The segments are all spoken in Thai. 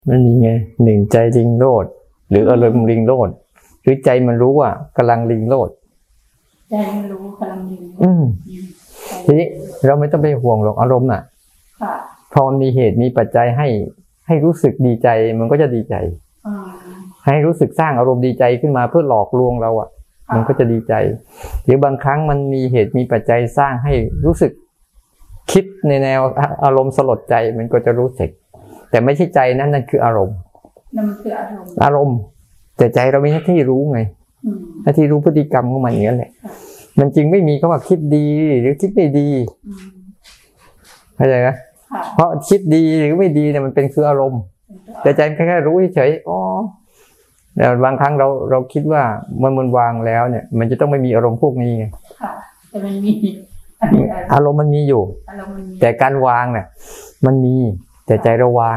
มันมีไงหนึ่งใจลิงโลดหรืออารมณ์ลิงโลดหรือใจมันรู้ว่ากำลังลิงโลดใจมันรู้กำลังลิงทีนี้เราไม่ต้องไปห่วงหรอกอารมณ์น่ะพอมีเหตุมีปัจจัยให้รู้สึกดีใจมันก็จะดีใจให้รู้สึกสร้างอารมณ์ดีใจขึ้นมาเพื่อหลอกลวงเราอ่ะมันก็จะดีใจหรือบางครั้งมันมีเหตุมีปัจจัยสร้างให้รู้สึกคิดในแนวอารมณ์สลดใจมันก็จะรู้สึกแต่ไม่ใช่ใจนั่นคืออารมณ์นั่นคืออารมณ์แต่ใจเรามีหน้าที่รู้ไงหน้าที่รู้พฤติกรรมของมันอย่างนั้นแหละมันจริงไม่มีคำว่าคิดดีหรือคิดไม่ดีเข้าใจไหมเพราะคิดดีหรือไม่ดีเนี่ยมันเป็นคืออารมณ์แต่ใจแค่รู้เฉยๆอ๋อแต่บางครั้งเราคิดว่ามันวางแล้วเนี่ยมันจะต้องไม่มีอารมณ์พวกนี้ไงแต่มันมีอารมณ์มันมีอยู่แต่การวางเนี่ยมันมีแต่ใจเราวาง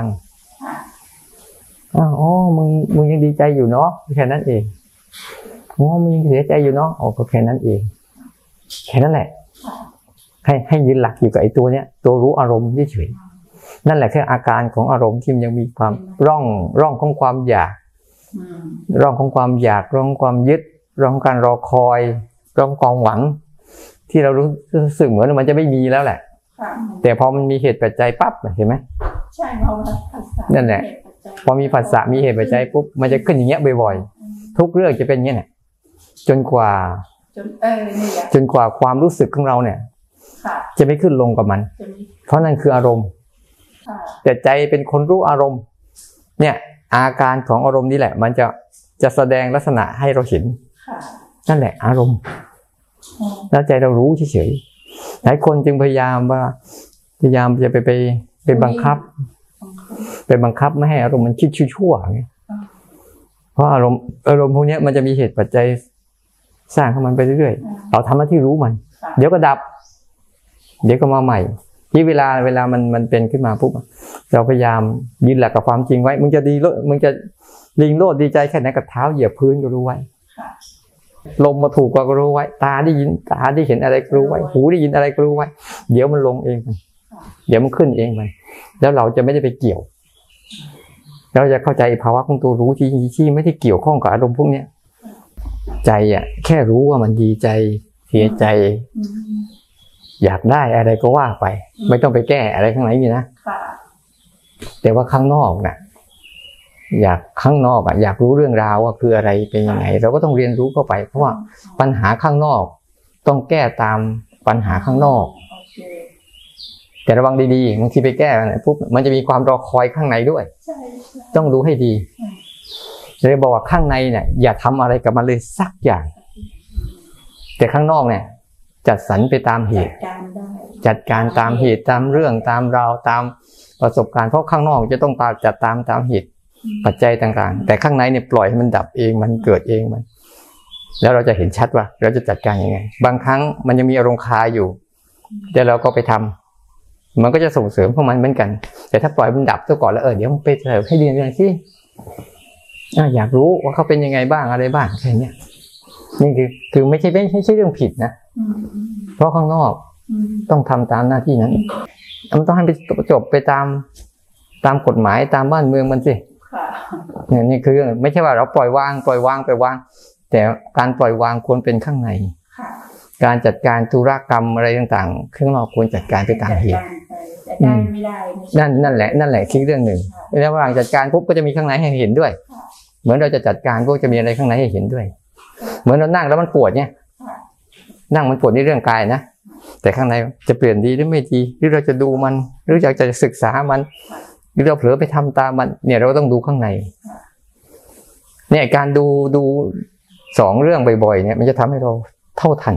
อ๋อมึงยังดีใจอยู่เนาะแค่นั้นเองอ๋อมึงยังเสียใจอยู่เนาะอ๋อก็แค่นั้นเองแค่นั้นแหละให้ยืนหลักอยู่กับไอ้ตัวเนี้ยตัวรู้อารมณ์เฉยๆนั่นแหละแค่อาการของอารมณ์ที่มันยังมีความร่องของความอยากร่องของความอยากร่องความยึดร่องการรอคอยร่องความหวังที่เรารู้สึกเหมือนมันจะไม่มีแล้วแหละแต่พอมันมีเหตุปัจจัยปั๊บเห็นไหมใช่เพราะว่านั่นแหละพอมีผัสสะมีเหตุปัจจัยปุ๊บมันจะขึ้นอย่างเงี้ยบ่อยๆทุกเรื่องจะเป็นอย่างเงี้ยเนี่ยจนกว่าความรู้สึกของเราเนี่ยจะไม่ขึ้นลงกับมันเพราะนั่นคืออารมณ์แต่ใจเป็นคนรู้อารมณ์เนี่ยอาการของอารมณ์นี่แหละมันจะแสดงลักษณะให้เราเห็นนั่นแหละอารมณ์แล้วใจเรารู้เฉยๆหลายคนจึงพยายามจะไปบังคับไม่ให้อารมณ์มันคิดชั่วๆอย่างเงี้ยเพราะอารมณ์พวกนี้มันจะมีเหตุปัจจัยสร้างขึ้นมันไปเรื่อยๆเราทำหน้าที่รู้มันเดี๋ยวก็ดับเดี๋ยวก็มาใหม่ที่เวลามันเป็นขึ้นมาปุ๊บเราพยายามยืนหลักกับความจริงไว้มึงจะลิงโลดดีใจแค่ไหนกับเท้าเหยียบพื้นก็รู้ไว้ลมมาถูกก็รู้ไว้ตาได้เห็นอะไรก็รู้ไว้หูได้ยินอะไรก็รู้ไว้เดี๋ยวมันลงเองมันเดี๋ยวมันขึ้นเองมันแล้วเราจะไม่ได้ไปเกี่ยวเราจะเข้าใจภาวะของตัวรู้ที่ไม่ได้เกี่ยวข้องกับอารมณ์พวกนี้ใจแค่รู้ว่ามันดีใจเสียใจอยากได้อะไรก็ว่าไปไม่ต้องไปแก้อะไรข้างในนี่นะแต่ว่าข้างนอกข้างนอกอยากรู้เรื่องราวว่าคืออะไรเป็นยังไงเราก็ต้องเรียนรู้เข้าไปเพราะว่าปัญหาข้างนอกต้องแก้ตามปัญหาข้างนอกแต่ระวังดีๆบางทีไปแก้ปุ๊บมันจะมีความรอคอยข้างในด้วยต้องดูให้ดีเลยบอกว่าข้างในเนี่ยอย่าทำอะไรกับมันเลยสักอย่างแต่ข้างนอกเนี่ยจัดสรรไปตามเหตุจัดการตามเหตุตามเรื่องตามราวตามประสบการณ์เพราะข้างนอกจะต้องจัดตามเหตุปัจจัยต่างๆแต่ข้างในเนี่ยปล่อยให้มันดับเองมันเกิดเองมันแล้วเราจะเห็นชัดว่าเราจะจัดการยังไงบางครั้งมันยังมีอารมณ์คาอยู่แต่เราก็ไปทำมันก็จะส่งเสริมพวกมันเหมือนกันแต่ถ้าปล่อยมันดับซะก่อนแล้วเดี๋ยวมันไปเถอะให้เรียนอย่างที่อยากรู้ว่าเขาเป็นยังไงบ้างอะไรบ้างแค่นี้นี่คือไม่ใช่เรื่องผิดนะเพราะข้างนอกต้องทำตามหน้าที่นั้นมันต้องให้ไปจบไปตามกฎหมายตามบ้านเมืองมันสินี่คือเรื่องไม่ใช่ว่าเราปล่อยวางแต่การปล่อยวางควรเป็นข้างในการจัดการธุรกรรมอะไรต่างๆข้างนอกควรจัดการไปตามเหตุนั่นแหละคิดเรื่องหนึ่งแล้วหลังจัดการปุ๊บก็จะมีข้างในให้เห็นด้วยเหมือนเราจะจัดการก็จะมีอะไรข้างในให้เห็นด้วยเหมือนเรานั่งแล้วมันปวดเนี่ยนั่งมันปวดในเรื่องกายนะแต่ข้างในจะเปลี่ยนดีหรือไม่ดีหรือเราจะดูมันหรืออยากจะศึกษามันหรือเราเผลอไปทำตามมันเนี่ยเราต้องดูข้างในเนี่ยการดูสองเรื่องบ่อยๆเนี่ยมันจะทำให้เราเท่าทัน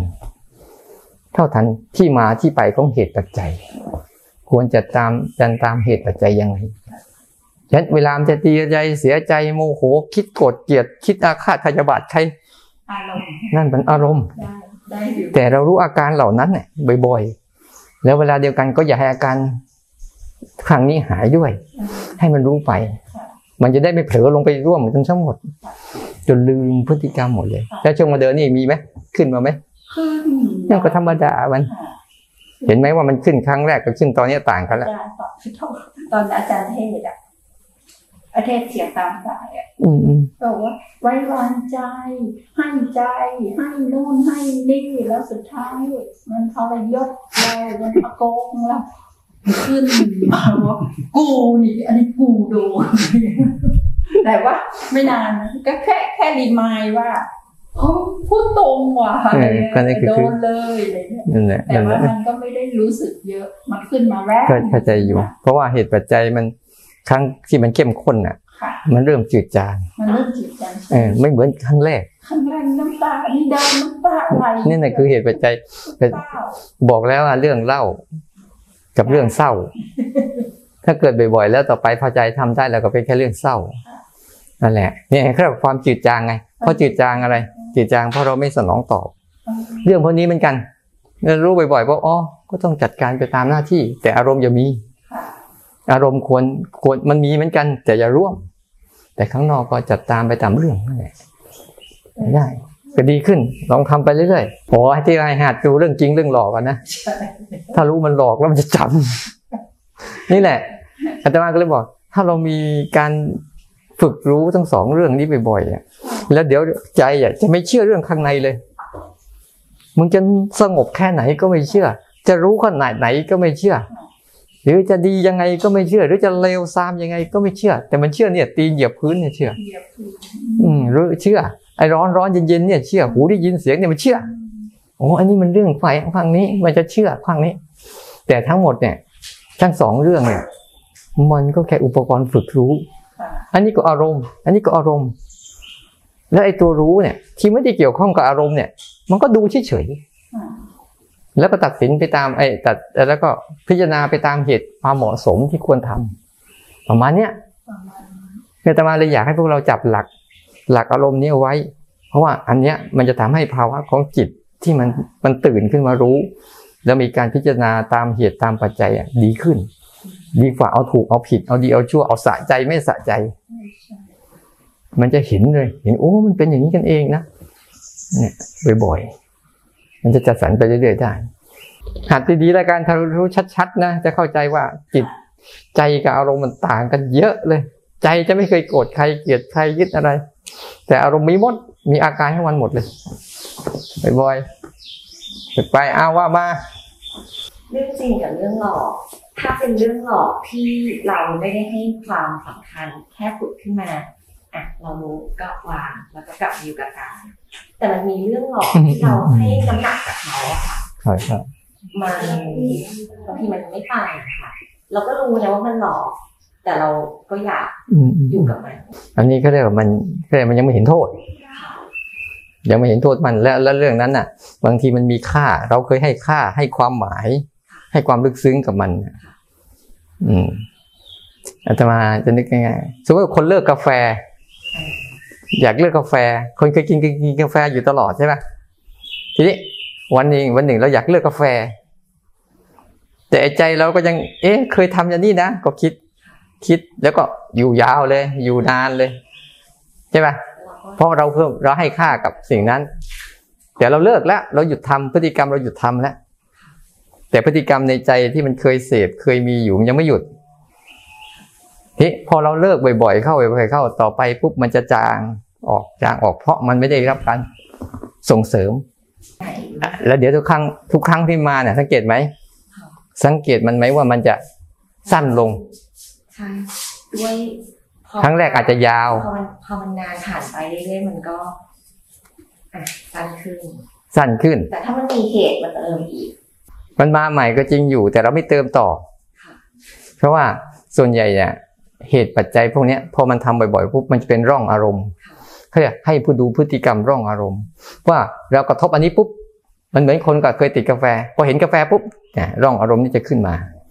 ที่มาที่ไปของเหตุปัจจัยควรจะตามเหตุปัจจัยยังไงฉะนั้นเวลามันจะดีใจเสียใจโมโหคิดโกรธเกลียดคิดอาฆาตพยาบาทใครนั่นเป็นอารมณ์แต่เรารู้อาการเหล่านั้นเนี่ยบ่อยๆแล้วเวลาเดียวกันก็อย่าให้อาการครั้งนี้หายด้วยให้มันรู้ไปมันจะได้ไม่เผลอลงไปร่วมทั้งหมดจนลืมพฤติกรรมหมดเลยแล้วช่วงมาเดินนี่มีไหมขึ้นมาไหมนั่นก็ธรรมดามันเห็นไหมว่ามันขึ้นครั้งแรกกับขึ้นตอนนี้ต่างกันแล้วตอนอาจารย์เทศประเทศเสียงตามสายบอกว่าไว้วางใจให้ใจให้นู่นให้นี่แล้วสุดท้ายมันทรยศเรามันตะโกงเราขึ้นมาว่ากูนี่อันนี้กูโดนแต่ว่าไม่นานก็แค่รีมายว่าพูดตรงว่ะโดนเลยอะไรเงี้ยแต่ว่ามันก็ไม่ได้รู้สึกเยอะมันขึ้นมาแรกเข้าใจอยู่เพราะว่าเหตุปัจจัยมันครั้งที่มันเข้มข้นอ่ะมันเริ่มจืดจางไม่เหมือนครั้งแรกน้ำตาอันนี้เดินน้ำตาไหลนี่แหละคือเหตุปัจจัยบอกแล้วว่าเรื่องเล่ากับเรื่องเศร้าถ้าเกิดบ่อยๆแล้วต่อไปพอใจทำได้แล้วก็เป็นแค่เรื่องเศร้านั่นแหละนี่คือความจืดจางไงเพราะจืดจางอะไรจืดจางเพราะเราไม่สนองตอบเรื่องพวกนี้เหมือนกันรู้บ่อยๆว่าอ๋อก็ต้องจัดการไปตามหน้าที่แต่อารมณ์อย่ามีอารมณ์ควรมันมีเหมือนกันแต่อย่าร่วมแต่ข้างนอกก็จัดตามไปตามเรื่องนั่นแหละได้ก็ดีขึ้นลองทำไปเรื่อยๆโอ้ที่ไอ้หัดดูเรื่องจริงเรื่องหลอกกันนะถ้ารู้มันหลอกแล้วมันจะจำนี่แหละอาตมาก็เลยบอกถ้าเรามีการฝึกรู้ทั้งสองเรื่องนี้บ่อยๆแล้วเดี๋ยวใจจะไม่เชื่อเรื่องข้างในเลยมึงจะสงบแค่ไหนก็ไม่เชื่อจะรู้ขนาดไหนก็ไม่เชื่อหรือจะดียังไงก็ไม่เชื่อหรือจะเลวทรามยังไงก็ไม่เชื่อแต่มันเชื่อเนี่ยตีนเหยียบพื้นเนี่ยเชื่อรู้เชื่อไอ้ร้อนเย็นเนี่ยเชื่อหูได้ยินเสียงเนี่ยมันเชื่อโอ้อันนี้มันเรื่องฝ่ายฝั่งนี้มันจะเชื่อฝั่งนี้แต่ทั้งหมดเนี่ยทั้งสองเรื่องเนี่ยมันก็แค่อุปกรณ์ฝึกรู้อันนี้ก็อารมณ์อันนี้ก็อารมณ์แล้วไอ้ตัวรู้เนี่ยที่ไม่ได้เกี่ยวข้องกับอารมณ์เนี่ยมันก็ดูเฉยๆแล้วก็ตัดสินไปตามแล้วก็พิจารณาไปตามเหตุความเหมาะสมที่ควรทำประมาณเนี้ยอาตมาเลยอยากให้พวกเราจับหลักอารมณ์นี้เอาไว้เพราะว่าอันเนี้ยมันจะทำให้ภาวะของจิตที่มันตื่นขึ้นมารู้แล้วมีการพิจารณาตามเหตุตามปัจจัยดีขึ้นดีกว่าเอาถูกเอาผิดเอาดีเอาชั่วเอาสะใจไม่สะใจมันจะเห็นเลยเห็นโอ้มันเป็นอย่างนี้กันเองนะเนี่ยบ่อยๆมันจะจัดสรรไปเรื่อยๆได้หัดดีๆแล้วกันถ้ารู้ชัดๆนะจะเข้าใจว่าจิตใจกับอารมณ์มันต่างกันเยอะเลยใจจะไม่เคยโกรธใครเกลียดใครยึดอะไรแต่อารมณ์มีอาการของมันหมดเลยบ่อยๆไปเอาว่ามาเรื่องจริงกับเรื่องหลอกถ้าเป็นเรื่องหลอกที่เราไม่ได้ให้ความสำคัญแค่ผุดขึ้นมาเรารู้ก็วางแล้วก็กลับอยู่กับการแต่มันมีเรื่องหลอกที่เราให้น้ำหนักกับเขาอะค่ะใช่ครับมันบางทีมันไม่ไปค่ะเราก็รู้นะว่ามันหลอกแต่เราก็อยากอยู่กับมันอันนี้ก็เรียกว่ามันยังไม่เห็นโทษยังไม่เห็นโทษมันแล้วเรื่องนั้นน่ะบางทีมันมีค่าเราเคยให้ค่าให้ความหมายให้ความลึกซึ้งกับมันอาตมาจะนึกง่ายๆสมมติว่าคนเลิกกาแฟอยากเลิกกาแฟคนเคยกินกาแฟอยู่ตลอดใช่ไหมทีนี้วันหนึ่งเราอยากเลิกกาแฟแต่ใจเราก็ยังเคยทำอย่างนี้นะก็คิดแล้วก็อยู่ยาวเลยอยู่นานเลยใช่ไหมเพราะเราให้ค่ากับสิ่งนั้นแต่เราเลิกแล้วเราหยุดทำพฤติกรรมเราหยุดทำแล้วแต่พฤติกรรมในใจที่มันเคยเสพเคยมีอยู่มันยังไม่หยุดพอเราเลิกบ่อยๆเข้าต่อไปปุ๊บมันจะจางออกเพราะมันไม่ได้รับการส่งเสริมแล้วเดี๋ยวทุกครั้งที่มาเนี่ยสังเกตไหมสังเกตมันไหมว่ามันจะสั้นลงใช่ด้วยครั้งแรกอาจจะยาวพอมันนานผ่านไปเรื่อยๆมันก็สั้นขึ้นแต่ถ้ามันมีเหตุมาเติมอีกมันมาใหม่ก็จริงอยู่แต่เราไม่เติมต่อเพราะว่าส่วนใหญ่เนี่ยเหตุปัจจัยพวกนี้พอมันทำบ่อยๆปุ๊บมันจะเป็นร่องอารมณ์เขาเรียกให้ผู้ดูพฤติกรรมร่องอารมณ์ว่าเรากระทบอันนี้ปุ๊บมันเหมือนคนก็เคยติดกาแฟพอเห็นกาแฟปุ๊บร่องอารมณ์นี้จะขึ้นมา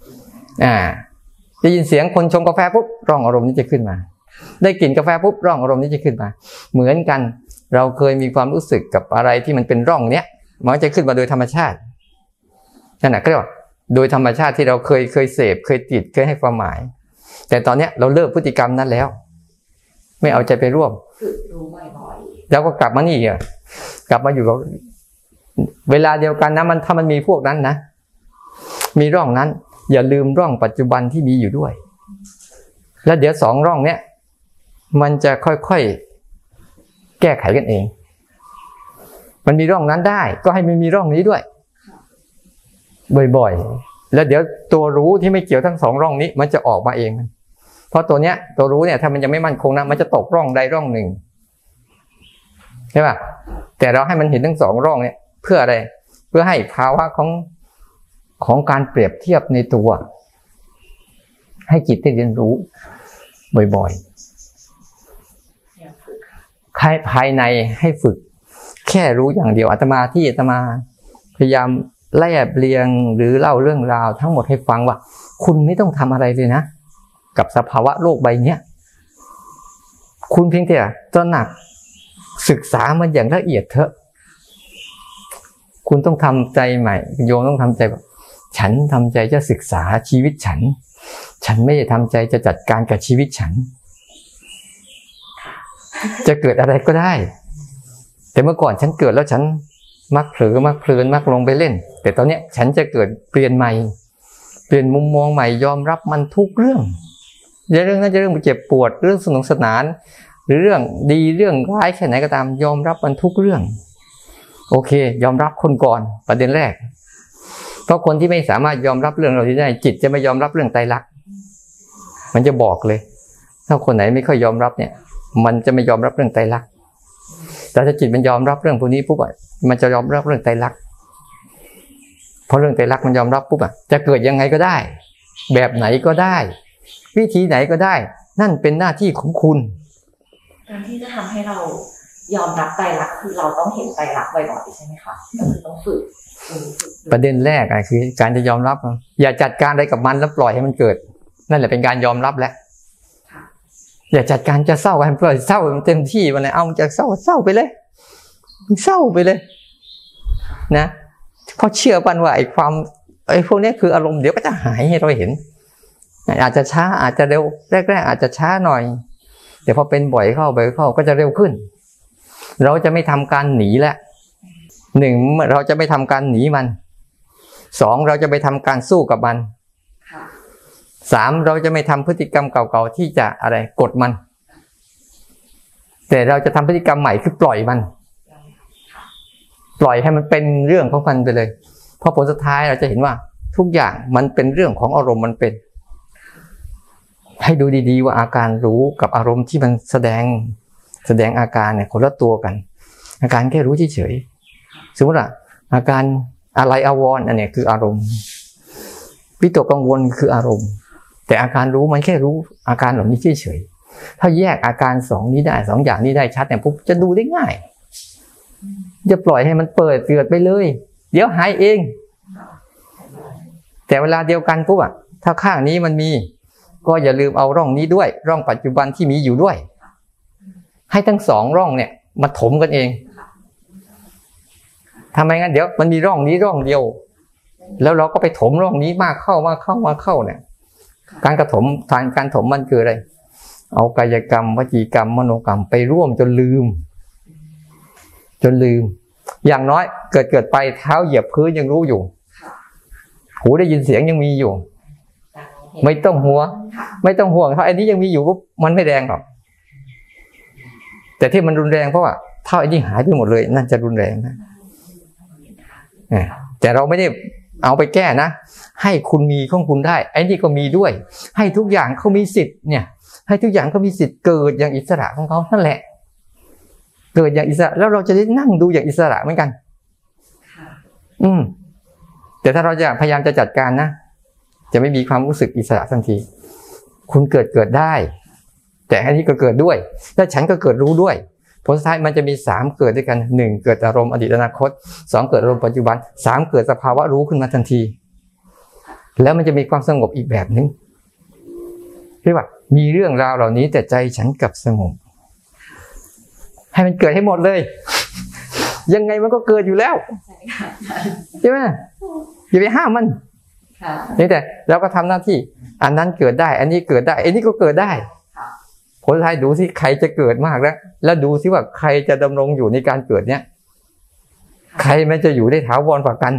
ได้ยินเสียงคนชงกาแฟปุ๊บร่องอารมณ์นี้จะขึ้นมาได้กลิ่นกาแฟปุ๊บร่องอารมณ์นี้จะขึ้นมาเหมือนกันเราเคยมีความรู้สึกกับอะไรที่มันเป็นร่องเนี้ยมันจะขึ้นมาโดยธรรมชาตินั่นแหละก็เรียกว่าโดยธรรมชาติที่เราเคยเสพเคยติดเคยให้ความหมายแต่ตอนเนี้ยเราเลิกพฤติกรรมนั้นแล้วไม่เอาใจไปร่วมรู้บ่อยๆแล้วก็กลับมานี่กลับมาอยู่กับเวลาเดียวกันนะถ้ามันมีพวกนั้นนะมีร่องนั้นอย่าลืมร่องปัจจุบันที่มีอยู่ด้วยแล้วเดี๋ยว2ร่องเนี้ยมันจะค่อยๆแก้ไขกันเองมันมีร่องนั้นได้ก็ให้มันมีร่องนี้ด้วยบ่อยๆแล้วเดี๋ยวตัวรู้ที่ไม่เกี่ยวทั้งสองร่องนี้มันจะออกมาเองเพราะตัวเนี้ยตัวรู้เนี่ยถ้ามันยังไม่มั่นคงนะมันจะตกร่องใดร่องหนึ่งใช่ป่ะแต่เราให้มันเห็นทั้งสองร่องเนี่ยเพื่ออะไรเพื่อให้ภาวะของการเปรียบเทียบในตัวให้จิตได้เรียนรู้บ่อยๆภายในให้ฝึกแค่รู้อย่างเดียวอาตมาพยายามแลบเรียงหรือเล่าเรื่องราวทั้งหมดให้ฟังว่าคุณไม่ต้องทำอะไรเลยนะกับสภาวะโลกใบนี้คุณเพียงแต่ตระหนักศึกษามันอย่างละเอียดเถอะคุณต้องทำใจใหม่โยมต้องทำใจแบบฉันทำใจจะศึกษาชีวิตฉันไม่ได้ทำใจจะจัดการกับชีวิตฉันจะเกิดอะไรก็ได้แต่เมื่อก่อนฉันเกิดแล้วฉันมักเผลอมักเพลินมักลงไปเล่นแต่ตอนนี้ฉันจะเกิดเปลี่ยนใหม่เปลี่ยนมุมมองใหม่ยอมรับมันทุกเรื่องจะเรื่องนั้นจะเรื่องเจ็บปวดเรื่องสนุกสนานหรือเรื่องดีเรื่องร้ายแค่ไหนก็ตามยอมรับมันทุกเรื่องโอเคยอมรับคนก่อนประเด็นแรกเพราะคนที่ไม่สามารถยอมรับเรื่องเราได้จิตจะไม่ยอมรับเรื่องไตรลักษณ์มันจะบอกเลยถ้าคนไหนไม่ค่อยยอมรับเนี่ยมันจะไม่ยอมรับเรื่องไตรลักษณ์แต่ถ้าจิตมันยอมรับเรื่องพวกนี้ปุ๊บมันจะยอมรับเรื่องไตรลักษณ์เพราะเรื่องไตรลักษณ์มันยอมรับปุ๊บจะเกิดยังไงก็ได้แบบไหนก็ได้วิธีไหนก็ได้นั่นเป็นหน้าที่ของคุณการที่จะทำให้เรายอมรับไตรลักษณ์คือเราต้องเห็นไตรลักษณ์บ่อยๆใช่ไหมคะก็คือต้องฝึกประเด็นแรกคือการจะยอมรับอย่าจัดการอะไรกับมันแล้วปล่อยให้มันเกิดนั่นแหละเป็นการยอมรับแล้วอย่าจัดการจะเศร้าให้ปล่อยเศร้าเต็มที่มันเลยเอาจะเศร้าไปเลยเศร้าไปเลยนะเพราะเชื่อปันว่าไอ้พวกนี้คืออารมณ์เดี๋ยวก็จะหายให้เราเห็นอาจจะช้าอาจจะเร็วแรกๆอาจจะช้าหน่อยแต่พอเป็นบ่อยเข้าก็จะเร็วขึ้นเราจะไม่ทำการหนีแล้วหนึ่งเราจะไม่ทำการหนีมันสองเราจะไปทำการสู้กับมันสามเราจะไม่ทำพฤติกรรมเก่าๆที่จะอะไรกดมันแต่เราจะทำพฤติกรรมใหม่คือปล่อยมันปล่อยให้มันเป็นเรื่องของมันไปเลยเพราะผลสุดท้ายเราจะเห็นว่าทุกอย่างมันเป็นเรื่องของอารมณ์มันเป็นให้ดูดีๆว่าอาการรู้กับอารมณ์ที่มันแสดงอาการเนี่ยคนละตัวกันอาการแค่รู้เฉยๆสมมติว่าอาการอะไรอาวรณ์อันนี้คืออารมณ์วิตกกังวลคืออารมณ์แต่อาการรู้มันแค่รู้อาการเหล่านี้เฉยๆถ้าแยกอาการสองนี้ได้สองอย่างนี้ได้ชัดเนี่ยปุ๊บจะดูได้ง่ายจะปล่อยให้มันเปิดเกิดไปเลยเดี๋ยวหายเองแต่เวลาเดียวกันปุ๊บถ้าข้างนี้มันมีก็อย่าลืมเอาร่องนี้ด้วยร่องปัจจุบันที่มีอยู่ด้วยให้ทั้งสองร่องเนี่ยมาถมกันเองทำไมงั้นเดี๋ยวมันมีร่องนี้ร่องเดียวแล้วเราก็ไปถมร่องนี้มากเข้าเนี่ยการถมมันคืออะไรเอากายกรรมวจีกรรมมโนกรรมไปร่วมจนลืมอย่างน้อยเกิดไปเท้าเหยียบพื้นยังรู้อยู่หูได้ยินเสียงยังมีอยู่ไม่ต้องห่วงเพราะอันนี้ยังมีอยู่ปุ๊บมันไม่แรงหรอกแต่ที่มันรุนแรงเพราะว่าถ้าอันนี้หายไปหมดเลยนั่นจะรุนแรงนะแต่เราไม่ได้เอาไปแก้นะให้คุณมีของคุณได้ไอ้นี่ก็มีด้วยให้ทุกอย่างเขามีสิทธิ์เนี่ยให้ทุกอย่างเขามีสิทธิ์เกิดอย่างอิสระของเขานั่นแหละเกิดอย่างอิสระแล้วเราจะได้นั่งดูอย่างอิสระเหมือนกันแต่ถ้าเราจะพยายามจะจัดการนะจะไม่มีความรู้สึกอิสระทันทีคุณเกิดได้แต่อันนี้ก็เกิดด้วยแล้วฉันก็เกิดรู้ด้วยผลสุดท้ายมันจะมี3เกิดด้วยกัน1เกิดอารมณ์อดีตอนาคต2เกิดอารมณ์ปัจจุบัน3เกิดสภาวะรู้ขึ้นมาทันทีแล้วมันจะมีความสงบอีกแบบนึงเรียกว่ามีเรื่องราวเหล่านี้แต่ใจฉันกลับสงบให้มันเกิดให้หมดเลยยังไงมันก็เกิดอยู่แล้วใช่ไหมอย่าไปห้ามมันนี่แต่เราก็ทำหน้าที่อันนั้นเกิดได้อันนี้เกิดได้อันนี้ก็เกิดได้ผลท้ายดูสิใครจะเกิดมากแล้วดูสิว่าใครจะดำรงอยู่ในการเกิดเนี้ยใครมันจะอยู่ได้ถาวรกว่ากัน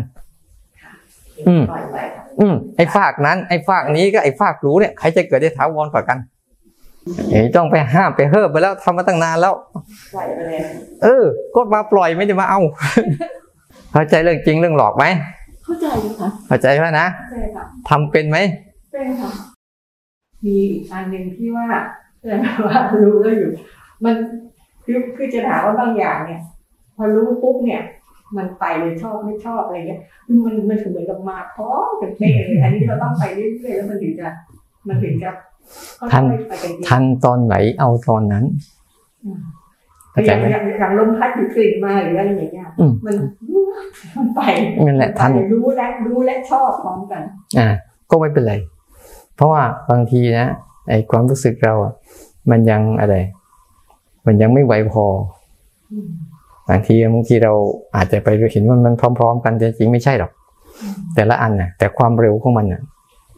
ไอ้ฝากนั้นไอ้ฝากนี้ก็ไอ้ฝากรู้เนี่ยใครจะเกิดได้ถาวรกว่ากันต้องไปห้ามไปเฮิบไปแล้วทำมาตั้งนานแล้วปล่อยไปเลยก็มาปล่อยไม่ได้มาเอาเข้าใจเรื่องจริงเรื่องหลอกไหมเข้าใจค่ะเข้าใจแล้วนะใช่ค่ะทำเป็นไหมเป็นค่ะมีอีกอันหนึ่งที่ว่ารู้แล้วอยู่มันคือจะถามว่าบางอย่างเนี่ยพอรู้ปุ๊บเนี่ยมันไปเลยชอบไม่ชอบอะไรเงี้ยมันเหมือนกับมาท้อกันเป๊ะเลยอันนี้เราต้องไปเรื่อยๆแล้วมันถึงจะทันตอนไหนเอาตอนนั้นอย่างลมพัดอยู่กลิ่นมาหรืออะไรอย่างเงี้ยมันไปนั่นแหละทันรู้และชอบพร้อมกันก็ไม่เป็นไรเพราะว่าบางทีนะไอ้ความรู้สึกเราอ่ะมันยังอะไรมันยังไม่ไวพอบางทีเราอาจจะไปเห็นว่ามันพร้อมๆกันแต่จริงไม่ใช่หรอกแต่ละอันน่ะแต่ความเร็วของมันน่ะ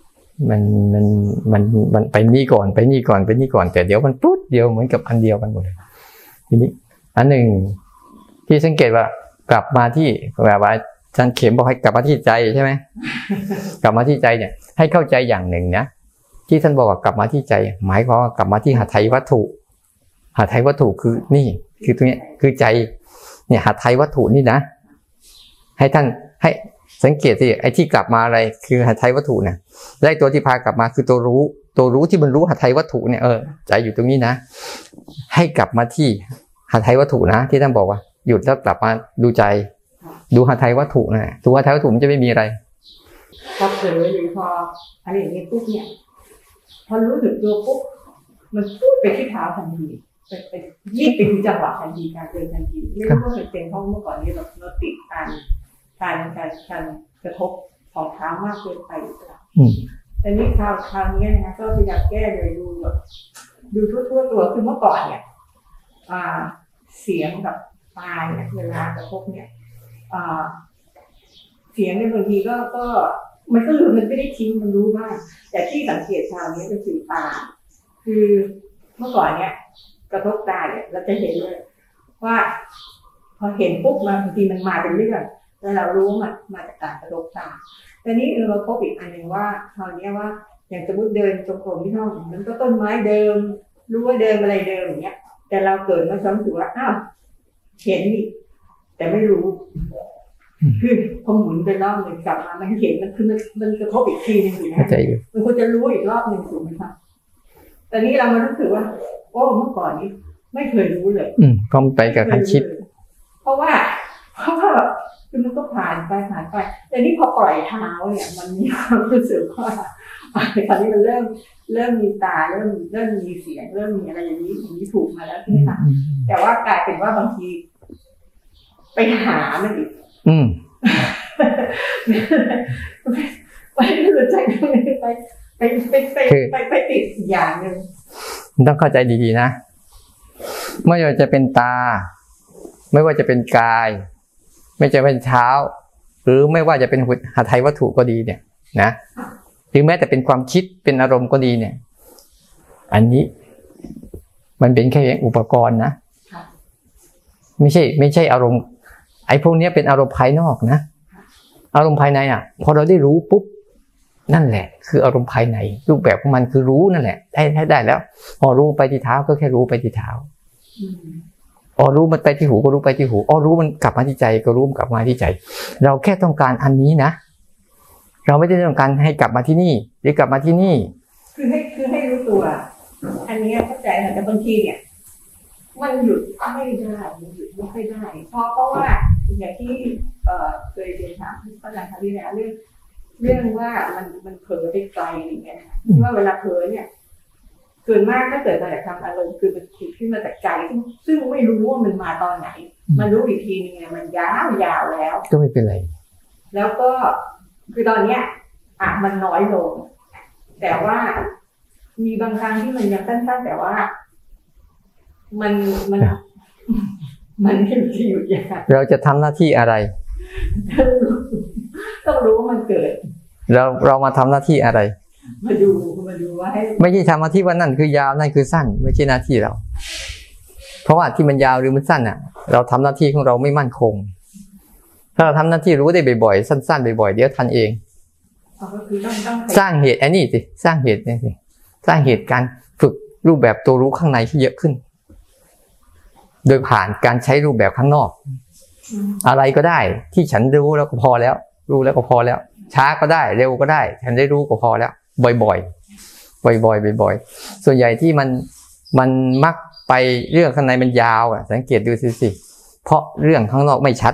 มันไปนี่ก่อนไปนี่ก่อนไปนี่ก่อนแต่เดี๋ยวมันปุ๊บเดียวเหมือนกับอันเดียวกันหมดเลยทีนี้อันหนึ่งที่สังเกตว่ากลับมาที่แบบว่าอาจารย์เข็มบอกให้กลับมาที่ใจใช่ไหมกลับมาที่ใจเนี่ยให้เข้าใจอย่างหนึ่งนะที่ท่านบอกว่ากลับมาที่ใจหมายความว่ากลับมาที่หทัยวัตถุหทัยวัตถุคือนี่คือตรงนี้คือใจเนี่ยหทัยวัตถุนี่นะให้ท่านให้สังเกตสิไอ้ที่กลับมาอะไรคือหทัยวัตถุเนี่ยและตัวที่พากลับมาคือตัวรู้ที่มันรู้หทัยวัตถุเนี่ยใจอยู่ตรงนี้นะให้กลับมาที่หทัยวัตถุนะที่ท่านบอกว่าหยุดแล้วกลับมาดูใจดูหทัยวัตถุนะตัวหทัยวัตถุมันจะไม่มีอะไรพอเผลอหรือพออะไรอย่างนี้ปุ๊บเนี่ยพอรู้สึกตัวปุ๊บมันพูดไปที่เท้าทันทีไปยิ่งไปดูจังหวะทันทีการเดินทันทีไม่รู้ว่าเป็นเพราะเมื่อก่อนนี้เราติดการกระทบของเท้ามากเกินไปหรือเปล่าแต่นี่คราวนี้นะก็พยายามแก้โดยดูทั่วตัวคือเมื่อก่อนเนี่ยเสียงกับตาเนี่ยเวลากระทบเนี่ยเสียงในบางทีก็มันก็รู้มันไม่ได้ทิ้งมันรู้บ้างแต่ที่สังเกตคราวนี้ก็คือตาคือเมื่อก่อนเนี่ยกระทบตาเนี่ยเราจะเห็นเลยว่าพอเห็นปุ๊บบางทีมันมาเป็นเรื่องแล้วเรารู้มันมาจากการกระทบตาแต่นี้เราพบอีกอันหนึ่งว่าคราวนี้ว่าอย่างสมมติเดินจงกรมที่ห้องมันก็ต้นไม้เดิมรู้ว่าเดิมอะไรเดิมอย่างเงี้ยแต่เราเกิดมาซ้ำถือว่าอ้าวเห็นนี่แต่ไม่รู้คือพอหมุนไปรอบหนึ่งกลับมามันเห็นมันคือมันกระทบอีกทีนึงถูกไหมมันควรจะรู้อีกรอบหนึ่งถูกไหมคะแต่นี้เรามารู้สึกว่าโอ้เมื่อก่อนนี้ไม่เคยรู้เลยพร้อมไปกับคันชิดเพราะว่าแบบคือมันก็ผ่านไปแต่นี่พอปล่อยเท้าเนี่ยมันมีความรู้สึกว่าตอนนี้มันเริ่มมีตาเริ่มมีเสียงเริ่มมีอะไรอย่างนี้ถูกมาแล้วใช่ไหมคะแต่ว่ากลายเป็นว่าบางทีไปหามันอีกไปไม่รู้ใจไปติดอย่างหนึ่งต้องเข้าใจดีๆนะไม่ว่าจะเป็นตาไม่ว่าจะเป็นกายไม่ว่าจะเป็นเท้าหรือไม่ว่าจะเป็นหทัยวัตถุก็ดีเนี่ยนะหรือแม้แต่เป็นความคิดเป็นอารมณ์ก็ดีเนี่ยอันนี้มันเป็นแค่อุปกรณ์นะไม่ใช่อารมณ์ไอ้พวกนี้เป็นอารมณ์ภายนอกนะอารมณ์ภายในพอเราได้รู้ปุ๊บนั่นแหละคืออารมณ์ภายในรูปแบบของมันคือรู้นั่นแหละได้แล้วพอรู้ไปที่เท้าก็แค่รู้ไปที่เท้ารู้มันไปที่หูก็รู้ไปที่หูรู้มันกลับมาที่ใจก็รู้กลับมาที่ใจเราแค่ต้องการอันนี้นะเราไม่ได้ต้องการให้กลับมาที่นี่หรือกลับมาที่นี่คือให้รู้ตัวอันนี้เข้าใจแต่บางทีเนี่ยมันหยุดไม่ได้มันหยุดไม่ค่อยได้เพราะว่าอย่างที่เคยเรียนถามพระอาจารย์คดีเนี่ยเรื่องว่ามันเผลอไปไกลอย่างเงี้ยว่าเวลาเผลอเนี่ยส่วนมากถ้าเกิดมาจากทางอารมณ์คือมันคิดขึ้นมาจากใจซึ่งไม่รู้ว่ามันมาตอนไหนมันรู้อีกทีนึงเนี่ยมันยาวแล้วก็ไม่เป็นไรแล้วก็คือตอนเนี้ยมันน้อยลงแต่ว่ามีบางครั้งที่มันยังสั้นๆแต่ว่ามันไม่ที่อยู่อย่างเราจะทำหน้าที่อะไรต้องรู้ว่ามันเกิดเรามาทำหน้าที่อะไรมาดูว่าให้ไม่ใช่ทำหน้าที่ว่านั่นคือยาวนั่นคือสั้นไม่ใช่หน้าที่เราเพราะว่าที่มันยาวหรือมันสั้นเราทำหน้าที่ของเราไม่มั่นคงถ้าเราทำหน้าที่รู้ได้บ่อยๆสั้นๆบ่อยๆเดี๋ยวทันเองสร้างเหตุอันนี้สิสร้างเหตุนี่สิสร้างเหตุการฝึกรูปแบบตัวรู้ข้างในที่เยอะขึ้น โดยผ่านการใช้รูปแบบข้างนอกอะไรก็ได้ที่ฉันรู้แล้วก็พอแล้วรู้แล้วก็พอแล้วช้าก็ได้เร็วก็ได้ฉันได้รู้ก็พอแล้วบ่อยๆส่วนใหญ่ที่มันมักไปเรื่องข้างในมันยาวสังเกตดูสิเพราะเรื่องข้างนอกไม่ชัด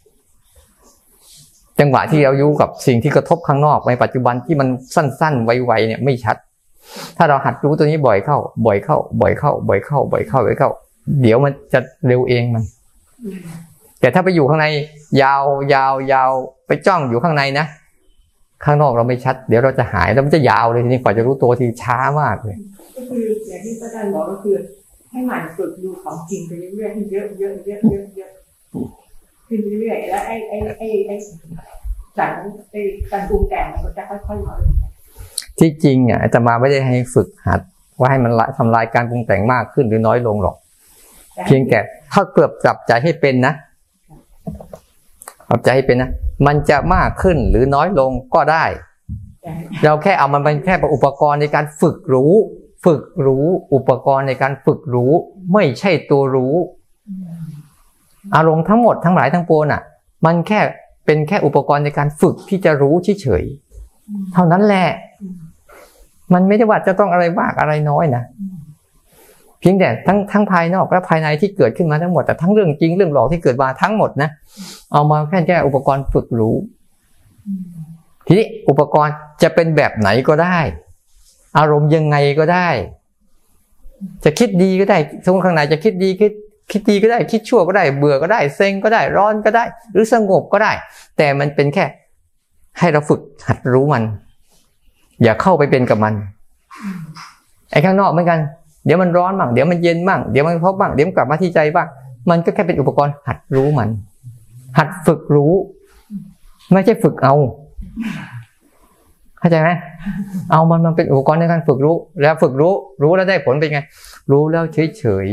จังหวะที่เราอยู่กับสิ่งที่กระทบข้างนอกในปัจจุบันที่มันสั้นๆไวๆเนี่ยไม่ชัดถ้าเราหัดรู้ตัวนี้บ่อยเข้าเดี๋ยวมันจะเร็วเองมันแต่ถ้าไปอยู่ข้างในยาวไปจ้องอยู่ข้างในนะข้างนอกเราไม่ชัดเดี๋ยวเราจะหายแล้วมันจะยาวเลยทีนี้กว่าจะรู้ตัวทีช้ามากเลยก็คืออย่างที่อาจารย์บอกก็คือให้หมั่นฝึกดูของจริงไปเรื่อยๆให้เยอะขึ้นเรื่อยๆแล้วไอ้การปรุงแต่งมันก็จะค่อยๆน้อยลงที่จริงอาตมาไม่ได้ให้ฝึกหัดว่าให้มันทำลายการปรุงแต่งมากขึ้นหรือน้อยลงหรอกเพียงแต่ถ้าเกือบปรับใจให้เป็นนะปรับใจให้เป็นนะมันจะมากขึ้นหรือน้อยลงก็ได้เราแค่เอามันเป็นแค่อุปกรณ์ในการฝึกรู้อุปกรณ์ในการฝึกรู้ไม่ใช่ตัวรู้อารมณ์ทั้งหมดทั้งหลายทั้งปวงมันแค่เป็นแค่อุปกรณ์ในการฝึกที่จะรู้เฉยๆเท่านั้นแหละมันไม่ได้ว่าจะต้องอะไรมากอะไรน้อยนะเพียงแต่ทั้งภายนอกและภายในที่เกิดขึ้นมาทั้งหมดแต่ทั้งเรื่องจริงเรื่องหลอกที่เกิดมาทั้งหมดนะเอามาแค่อุปกรณ์ฝึกรู้ทีนี้อุปกรณ์จะเป็นแบบไหนก็ได้อารมณ์ยังไงก็ได้จะคิดดีก็ได้สมมติข้างในจะคิดดีก็ได้คิดชั่วก็ได้เบื่อก็ได้เซ็งก็ได้ร้อนก็ได้หรือสงบก็ได้แต่มันเป็นแค่ให้เราฝึกหัดรู้มันอย่าเข้าไปเป็นกับมันไอ้ข้างนอกเหมือนกันเดี๋ยวมันร้อนบ้างเดี๋ยวมันเย็นบ้างเดี๋ยวมันพบบ้างเดี๋ยวมันกลับมาที่ใจบ้างมันก็แค่เป็นอุปกรณ์หัดรู้มันหัดฝึกรู้ไม่ใช่ฝึกเอาเข้าใจไหมเอามันเป็นอุปกรณ์ในการฝึกรู้แล้วฝึกรู้แล้วได้ผลเป็นไงรู้แล้วเฉย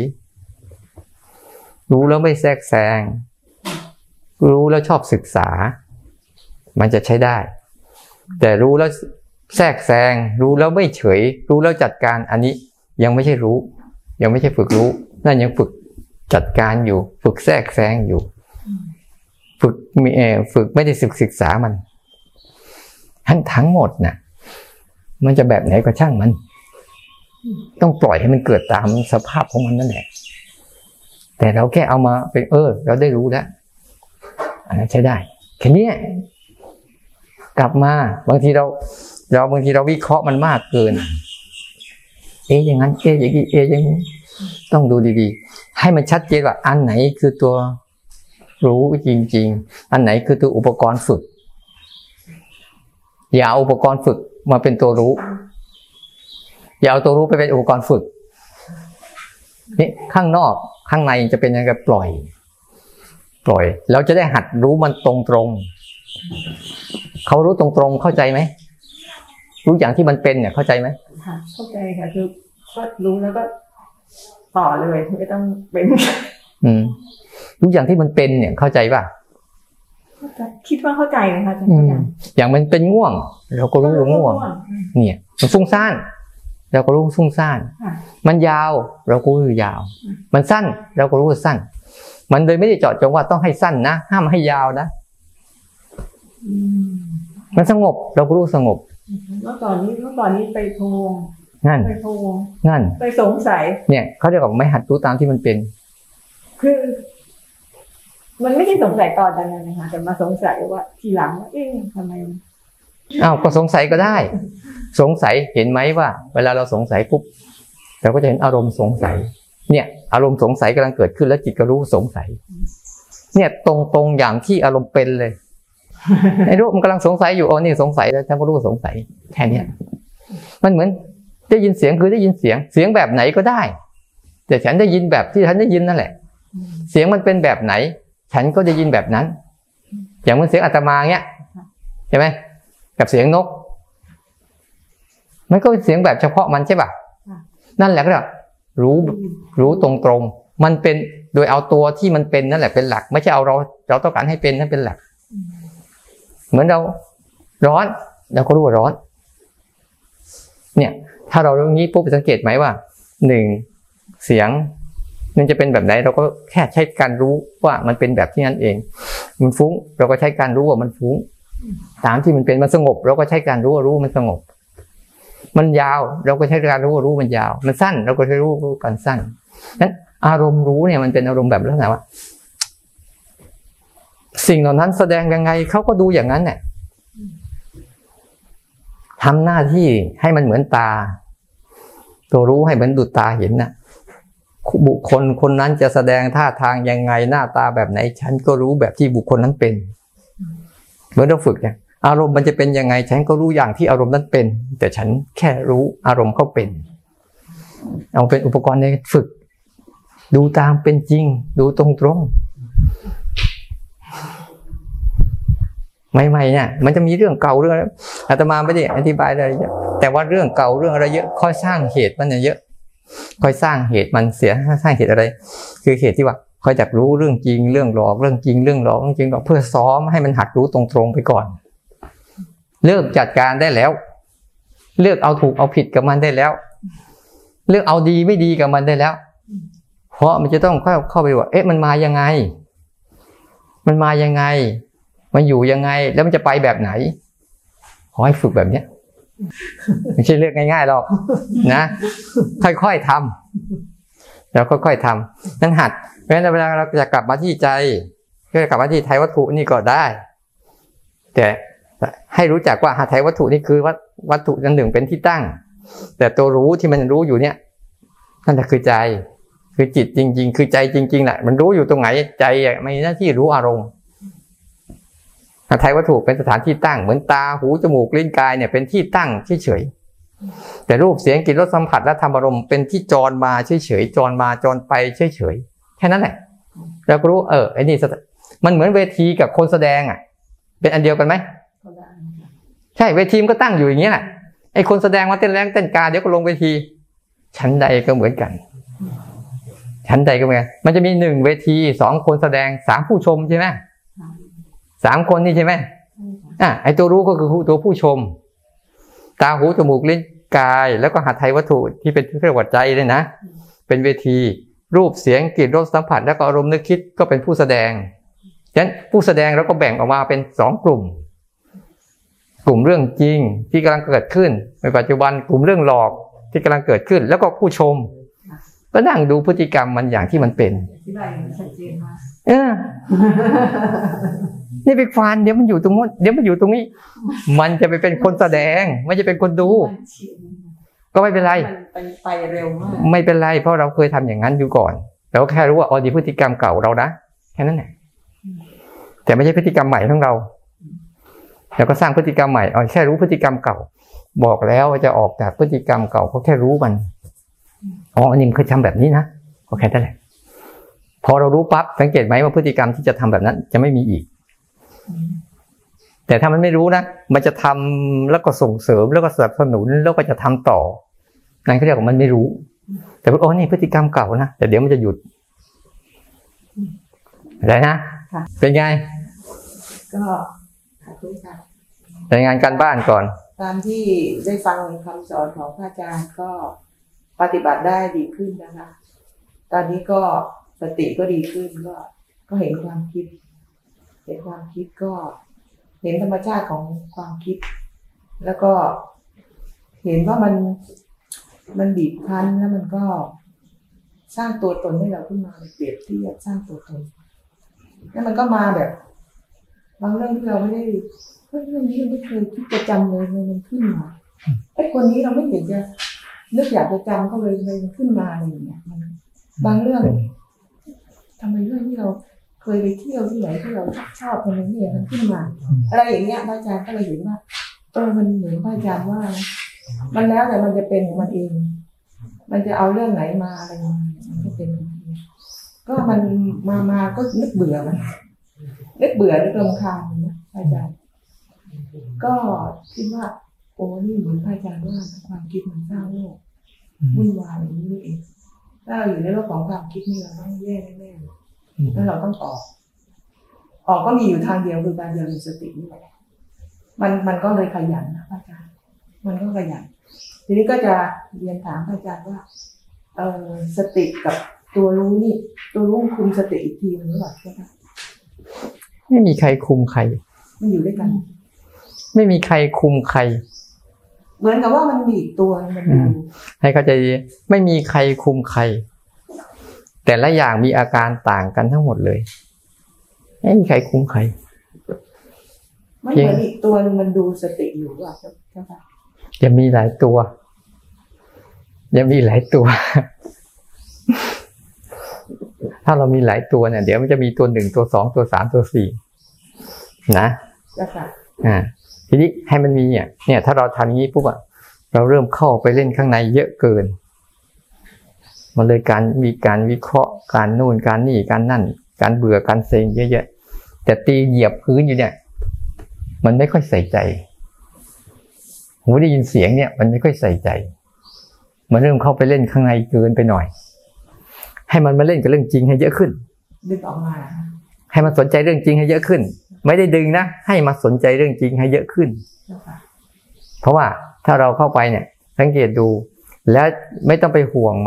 รู้แล้วไม่แทรกแซงรู้แล้วชอบศึกษามันจะใช้ได้แต่รู้แล้วแทรกแซงรู้แล้วไม่เฉยรู้แล้วจัดการอันนี้ยังไม่ใช่รู้ยังไม่ใช่ฝึกรู้นั่นยังฝึกจัดการอยู่ฝึกแทรกแซงอยู่ฝึกไม่ได้ศึกษามันทั้งหมดน่ะมันจะแบบไหนก็ช่างมันต้องปล่อยให้มันเกิดตามสภาพของมันนั่นแหละแต่เราแค่เอามาเป็นเราได้รู้แล้วอันนั้นใช้ได้แค่นี้กลับมาบางทีเราวิเคราะห์มันมากเกินอย่างนั้นอย่างนี้อย่างนี้ต้องดูดีๆให้มันชัดเจนว่าอันไหนคือตัวรู้จริงๆอันไหนคือตัวอุปกรณ์ฝึกอย่าเอาอุปกรณ์ฝึกมาเป็นตัวรู้อย่าเอาตัวรู้ไปเป็นอุปกรณ์ฝึกนี่ข้างนอกข้างในจะเป็นยังไงปล่อยแล้วจะได้หัดรู้มันตรงๆเขารู้ตรงๆเข้าใจไหมรู้อย่างที่มันเป็นเนี่ยเข้าใจไหมเข้าใจค่ะคือก็รู้แล้วก็ต่อเลยไม่ต้องเป็นรู้อย่างที่มันเป็นเนี่ยเข้าใจป่ะคิดว่าเข้าใจไหมคะอย่างมันเป็นง่วงเราก็รู้ง่วงเนี่ยมันฟุ้งซ่านเราก็รู้ฟุ้งซ่านมันยาวเราก็รู้ยาวมันสั้นเราก็รู้สั้นมันเลยไม่ได้เจาะจงว่าต้องให้สั้นนะห้ามให้ยาวนะมันสงบเราก็รู้สงบเมื่อก่อนนี้ไปโทงนั่นไปสงสัยเนี่ยเขาเรียกว่าไม่หัดรู้ตามที่มันเป็นคือมันไม่ได้สงสัยตอนนั้นนะคะแต่มาสงสัยว่าทีหลังว่าทำไมก็สงสัยก็ได้สงสัยเห็นไหมว่าเวลาเราสงสัยปุ๊บเราก็จะเห็นอารมณ์สงสัยเนี่ยอารมณ์สงสัยกำลังเกิดขึ้นแล้วจิตก็รู้สงสัยเนี่ยตรงอย่างที่อารมณ์เป็นเลยไอ้รู้มันกำลังสงสัยอยู่นี่สงสัยแล้วฉันก็รู้สงสัยแค่นี้มันเหมือนได้ยินเสียงคือได้ยินเสียงแบบไหนก็ได้แต่ฉันได้ยินแบบที่ฉันได้ยินนั่นแหละเสียงมันเป็นแบบไหนฉันก็ได้ยินแบบนั้นอย่างเหมือนเสียงอาตมาเงี้ยใช่ไหมกับเสียงนกมันก็เป็นเสียงแบบเฉพาะมันใช่ป่ะนั่นแหละก็รู้ตรงๆมันเป็นโดยเอาตัวที่มันเป็นนั่นแหละเป็นหลักไม่ใช่เอาเราต้องการให้เป็นนั่นเป็นหลักเหมือนเราร้อนเราก็รู้ว่าร้อนเนี่ยถ้าเราอย่างนี้ปุ๊บสังเกตไหมว่าหนึ่งเสียงมันจะเป็นแบบไหนเราก็แค่ใช้การรู้ว่ามันเป็นแบบที่นั่นเองมันฟุ้งเราก็ใช้การรู้ว่ามันฟุ้งตามที่มันเป็นมันสงบเราก็ใช้การรู้ว่ารู้มันสงบมันยาวเราก็ใช้การรู้ว่ารู้มันยาวมันสั้นเราก็ใช้รู้การสั้นนั้นอารมณ์รู้เนี่ยมันเป็นอารมณ์แบบลักษณะว่าสิ่งเหล่านั้นแสดงยังไงเขาก็ดูอย่างนั้นเนี่ยทำหน้าที่ให้มันเหมือนตาตัวรู้ให้เหมือนดูตาเห็นน่ะบุคคลคนนั้นจะแสดงท่าทางยังไงหน้าตาแบบไหนฉันก็รู้แบบที่บุคคลนั้นเป็นเหมือนเราฝึกเนี่ยอารมณ์มันจะเป็นยังไงฉันก็รู้อย่างที่อารมณ์นั้นเป็นแต่ฉันแค่รู้อารมณ์เขาเป็นเอาเป็นอุปกรณ์ในฝึกดูตามเป็นจริงดูตรงใหม่ๆเนี่ยมันจะมีเรื่องเก่าเรื่องอาตมาไม่ได้อธิบายอะไรเยอะแต่ว่าเรื่องเก่าเรื่องอะไรเยอะค่อยสร้างเหตุมันเยอะค่อยสร้างเหตุมันเสียสร้างเหตุอะไรคือเหตุที่ว่าค่อยจักรู้เรื่องจริงเรื่องหลอกเรื่องจริงเรื่องหลอกเรื่องจริงหลอกเพื่อซ้อมให้มันหัดรู้ตรงๆไปก่อนเลิกจัดการได้แล้วเลือกเอาถูกเอาผิดกับมันได้แล้วเลือกเอาดีไม่ดีกับมันได้แล้วเพราะมันจะต้องเข้าไปว่าเอ๊ะมันมายังไงมันมายังไงมันอยู่ยังไงแล้วมันจะไปแบบไหนขอให้ฝึกแบบเนี้ยไม่ใช่เรื่องง่ายๆหรอกนะค่อยๆทำแล้วค่อยๆทำนั้นหัดเพราะฉะนั้นเวลาเราจะกลับมาที่ใจก็กลับมาที่ไทยวัตถุนี่ก็ได้แต่ให้รู้จักว่าไทยวัตถุนี่คือวัตถุอันหนึ่งเป็นที่ตั้งแต่ตัวรู้ที่มันรู้อยู่เนี่ยนั่นแหละคือใจคือจิตจริงๆคือใจจริงๆแหละมันรู้อยู่ตรงไหนใจมีหน้าที่รู้อารมณ์ไทยวัตถุเป็นสถานที่ตั้งเหมือนตาหูจมูกลิ้นกายเนี่ยเป็นที่ตั้งเฉยๆแต่รูปเสียงกลิ่นรสสัมผัสและธรรมารมณ์เป็นที่จรมาเฉยๆจรมาจรไปเฉยๆแค่นั้นแหละเราก็รู้ไอ้นี่มันเหมือนเวทีกับคนแสดงอ่ะเป็นอันเดียวกันไหมใช่เวทีมันก็ตั้งอยู่อย่างนี้แหละไอ้คนแสดงมาเต้นแรงเต้นกาเดี๋ยวก็ลงเวทีชั้นใดก็เหมือนกันชั้นใดก็เหมือนกันมันจะมี1เวที2คนแสดง3ผู้ชมใช่ไหม3คนนี่ใช่ไหมไอ้ตัวรู้ก็คือตัวผู้ชมตาหูจมูกลิ้นกายแล้วก็หัตถ์ไทยวัตถุที่เป็นเรียกว่าใจเลยนะเป็นเวทีรูปเสียงกลิ่นรสสัมผัสแล้วก็อารมณ์นึกคิดก็เป็นผู้แสดงฉะนั้นผู้แสดงเราก็แบ่งออกมาเป็น2กลุ่มเรื่องจริงที่กำลังเกิดขึ้นในปัจจุบันกลุ่มเรื่องหลอกที่กำลังเกิดขึ้นแล้วก็ผู้ชมก็นั่งดูพฤติกรรมมันอย่างที่มันเป็นนี่ไปฟันเดี๋ยวมันอยู่ตรงนู้นเดี๋ยวมันอยู่ตรงนี้มันจะไปเป็นคนแสดงไม่จะเป็นคนดูก็ไม่เป็นไรไปเร็วมากไม่เป็นไรเพราะเราเคยทำอย่างนั้นอยู่ก่อนเราแค่รู้ว่าดีพฤติกรรมเก่าเรานะแค่นั้นแหละแต่ไม่ใช่พฤติกรรมใหม่ของเราแล้วก็สร้างพฤติกรรมใหม่แค่รู้พฤติกรรมเก่าบอกแล้วว่าจะออกจากพฤติกรรมเก่าเขาแค่รู้มันอันนี้มันเคยทำแบบนี้นะก็แค่นั้นแหละพอเรารู้ปั๊บสังเกตไหมว่าพฤติกรรมที่จะทำแบบนั้นจะไม่มีอีกแต่ถ้ามันไม่รู้นะมันจะทำแล้วก็ส่งเสริมแล้วก็สนับสนุนแล้วก็จะทำต่อนั่นเขาเรียกว่ามันไม่รู้แต่ว่านี่พฤติกรรมเก่านะแต่เดี๋ยวมันจะหยุดอะไรนะเป็นไงก็รายงานการบ้านก่อนตามที่ได้ฟังคำสอนของพระอาจารย์ก็ปฏิบัติได้ดีขึ้นนะคะตอนนี้ก็สติก็ดีขึ้นก็เห็นความคิดก็เห็นธรรมชาติของความคิดแล้วก็เห็นว่ามันบีบคั้นแล้วมันก็สร้างตัวตนให้เราขึ้นมาเปรียบเทียบสร้างตัวตนแล้วมันก็มาแบบบางเรื่องที่เราไม่ได้เรื่องนี้ไม่เคยคิดจะจำเลยมันขึ้นมาไอ้คนนี้เราไม่เห็นจะนึกอยากจะจำก็เลยมันขึ้นมาอะไรอย่างเงี้ยมันบางเรื่องทำไมเรื่องที่เราเคยไปเที่ยวที่ไหนที่เราชอบทำไมเนี่ยมันขึ้นมาอะไรอย่างเงี้ยพระอาจารย์ก็เลยเห็นว่ามันเหมือนพระอาจารย์ว่านะมันแล้วแต่มันจะเป็นของมันเองมันจะเอาเรื่องไหนมาอะไรมันก็เป็นก็มันมาก็นึกเบื่อมันนึกรำคาญนะอาจารย์ก็คิดว่านี่เหมือนอาจารย์ว่าความคิดมันสร้างโลกวุ่นวายอย่างนี้เองถ้าเราอยู่ในโลกของความคิดนี่เราต้องแย่แน่ๆแล้วเราต้องออกก็มีอยู่ทางเดียวคือการเจริญสตินี่แหละมันก็เลยขยันนะอาจารย์มันก็ขยันทีนี้ก็จะเรียนถามอาจารย์ว่าสติกับตัวรู้นี่ตัวรู้คุมสติอีกทีนึงหรือเปล่าใช่ไหมไม่มีใครคุมใครมันอยู่ด้วยกันไม่มีใครคุมใครเหมือนกับว่ามันมีอีกตัวมันให้เข้าใจดีไม่มีใครคุมใครแต่ละอย่างมีอาการต่างกันทั้งหมดเลยไม่มีใครคุมใครไม่เหมือนอีกตัวนึงมันดูสติอยู่อ่ะใช่ปะจะมีหลายตัวยังมีหลายตัว ถ้าเรามีหลายตัวเนี่ยเดี๋ยวมันจะมีตัว1ตัว2ตัว3ตัว4นะทีนี้ให้มันมีเนี่ยถ้าเราทำอย่างนี้ปุ๊บเราเริ่มเข้าไปเล่นข้างในเยอะเกินมันเลยมีการวิเคราะห์การนู่นการนี่การนั่นการเบื่อการเซ็งเยอะๆแต่ตีเหยียบพื้นอยู่เนี่ยมันไม่ค่อยใส่ใจหูได้ยินเสียงเนี่ยมันไม่ค่อยใส่ใจมันเริ่มเข้าไปเล่นข้างในเกินไปหน่อยให้มันมาเล่นกับเรื่องจริงให้เยอะขึ้นดึงออกมาให้มันสนใจเรื่องจริงให้เยอะขึ้นไม่ได้ดึงนะให้มาสนใจเรื่องจริงให้เยอะขึ้นเพราะว่าถ้าเราเข้าไปเนี่ยสังเกตดูแล้วไม่ต้องไปห่วง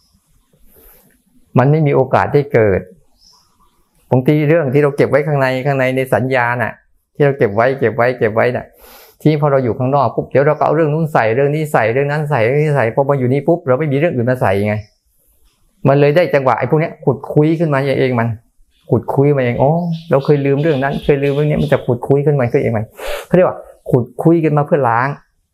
มันไม่มีโอกาสได้เกิดบางทีเรื่องที่เราเก็บไว้ข้างในในสัญญาน่ะที่เราเก็บไว้น่ะที่พอเราอยู่ข้างนอกปุ๊บเดี๋ยวเราก็เอาเรื่องนู้นใส่เรื่องนี้ใส่เรื่องนั้นใส่เรื่องนี้ใส่พอมาอยู่นี่ปุ๊บเราไม่มีเรื่องอื่นมาใส่ไงมันเลยได้จังหวะไอ้พวกนี้ขุดคุยขึ้นมาเองมันขุดคุยมาเองอ๋อเราเคยลืมเรื่องนั้นเคยลืมเรื่องนี้มันจะขุดคุยขึ้นมาเองมันเขาเรียกว่าขุดคุยกันมาเพื่อล้าง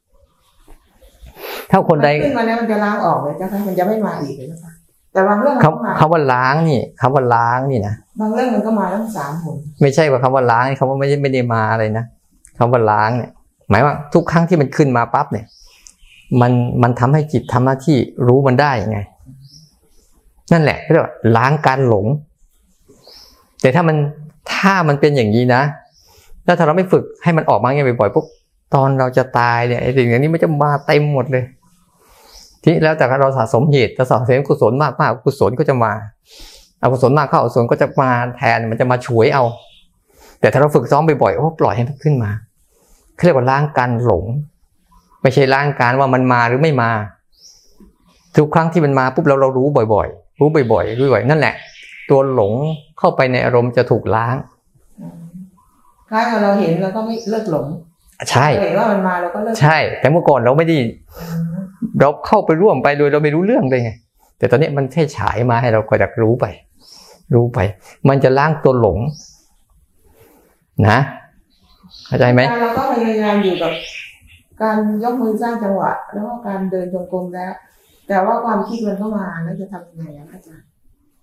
ถ้าคนใดขึ้นมาแล้วมันจะล้างออกเลยจ้ะมันจะไม่มาอีกเลยจ้ะแต่บางเรื่องคำว่าล้างนี่คำว่าล้างนี่นะบางเรื่องมันก็มาทั้ง3 หนไม่ใช่ว่าคำว่าล้างคำว่าไม่ได้มาอะไรนะคำว่าล้างเนี่ยหมายว่าทุกครั้งที่มันขึ้นมาปั๊บเนี่ยมันทำให้จิตทำหน้าที่รู้มันได้ไงนั่นแหละเรียกว่าล้างการหลงแต่ถ้ามันเป็นอย่างนี้นะแล้วถ้าเราไม่ฝึกให้มันออกมาอย่างบ่อยๆปุ๊บตอนเราจะตายเนี่ยไอ้สิ่งอย่างนี้มันจะมาเต็มหมดเลยที่แล้วแต่เราสะสมเหตุสะสมกุศลมากๆกุศลก็จะมาเอากุศลมากเข้าอกุศลก็จะมาแทนมันจะมาฉวยเอาแต่ถ้าเราฝึกซ้อมบ่อยๆโอ้ปล่อยให้มันขึ้นมาเขาเรียกว่าล้างการหลงไม่ใช่ล้างการว่ามันมาหรือไม่มาทุกครั้งที่มันมาปุ๊บเรารู้บ่อยๆรู้บ่อยๆนั่นแหละตัวหลงเข้าไปในอารมณ์จะถูกล้างคล้ายกับเราเห็นเราก็ไม่เลิกหลงใช่เห็นว่ามันมาเราก็เลิกใช่แต่เมื่อก่อนเราไม่ได้เราเข้าไปร่วมไปโดยเราไม่รู้เรื่องเลยไงแต่ตอนนี้มันแค่ฉายมาให้เราคอยดักรู้ไปมันจะล้างตัวหลงนะเข้าใจไหมเราก็พยายามอยู่กับการยกมือสร้างจังหวะแล้วก็การเดินจงกรมแล้วแต่ว่าความคิดมันเข้ามาแล้วจะทำยังไงอาจารย์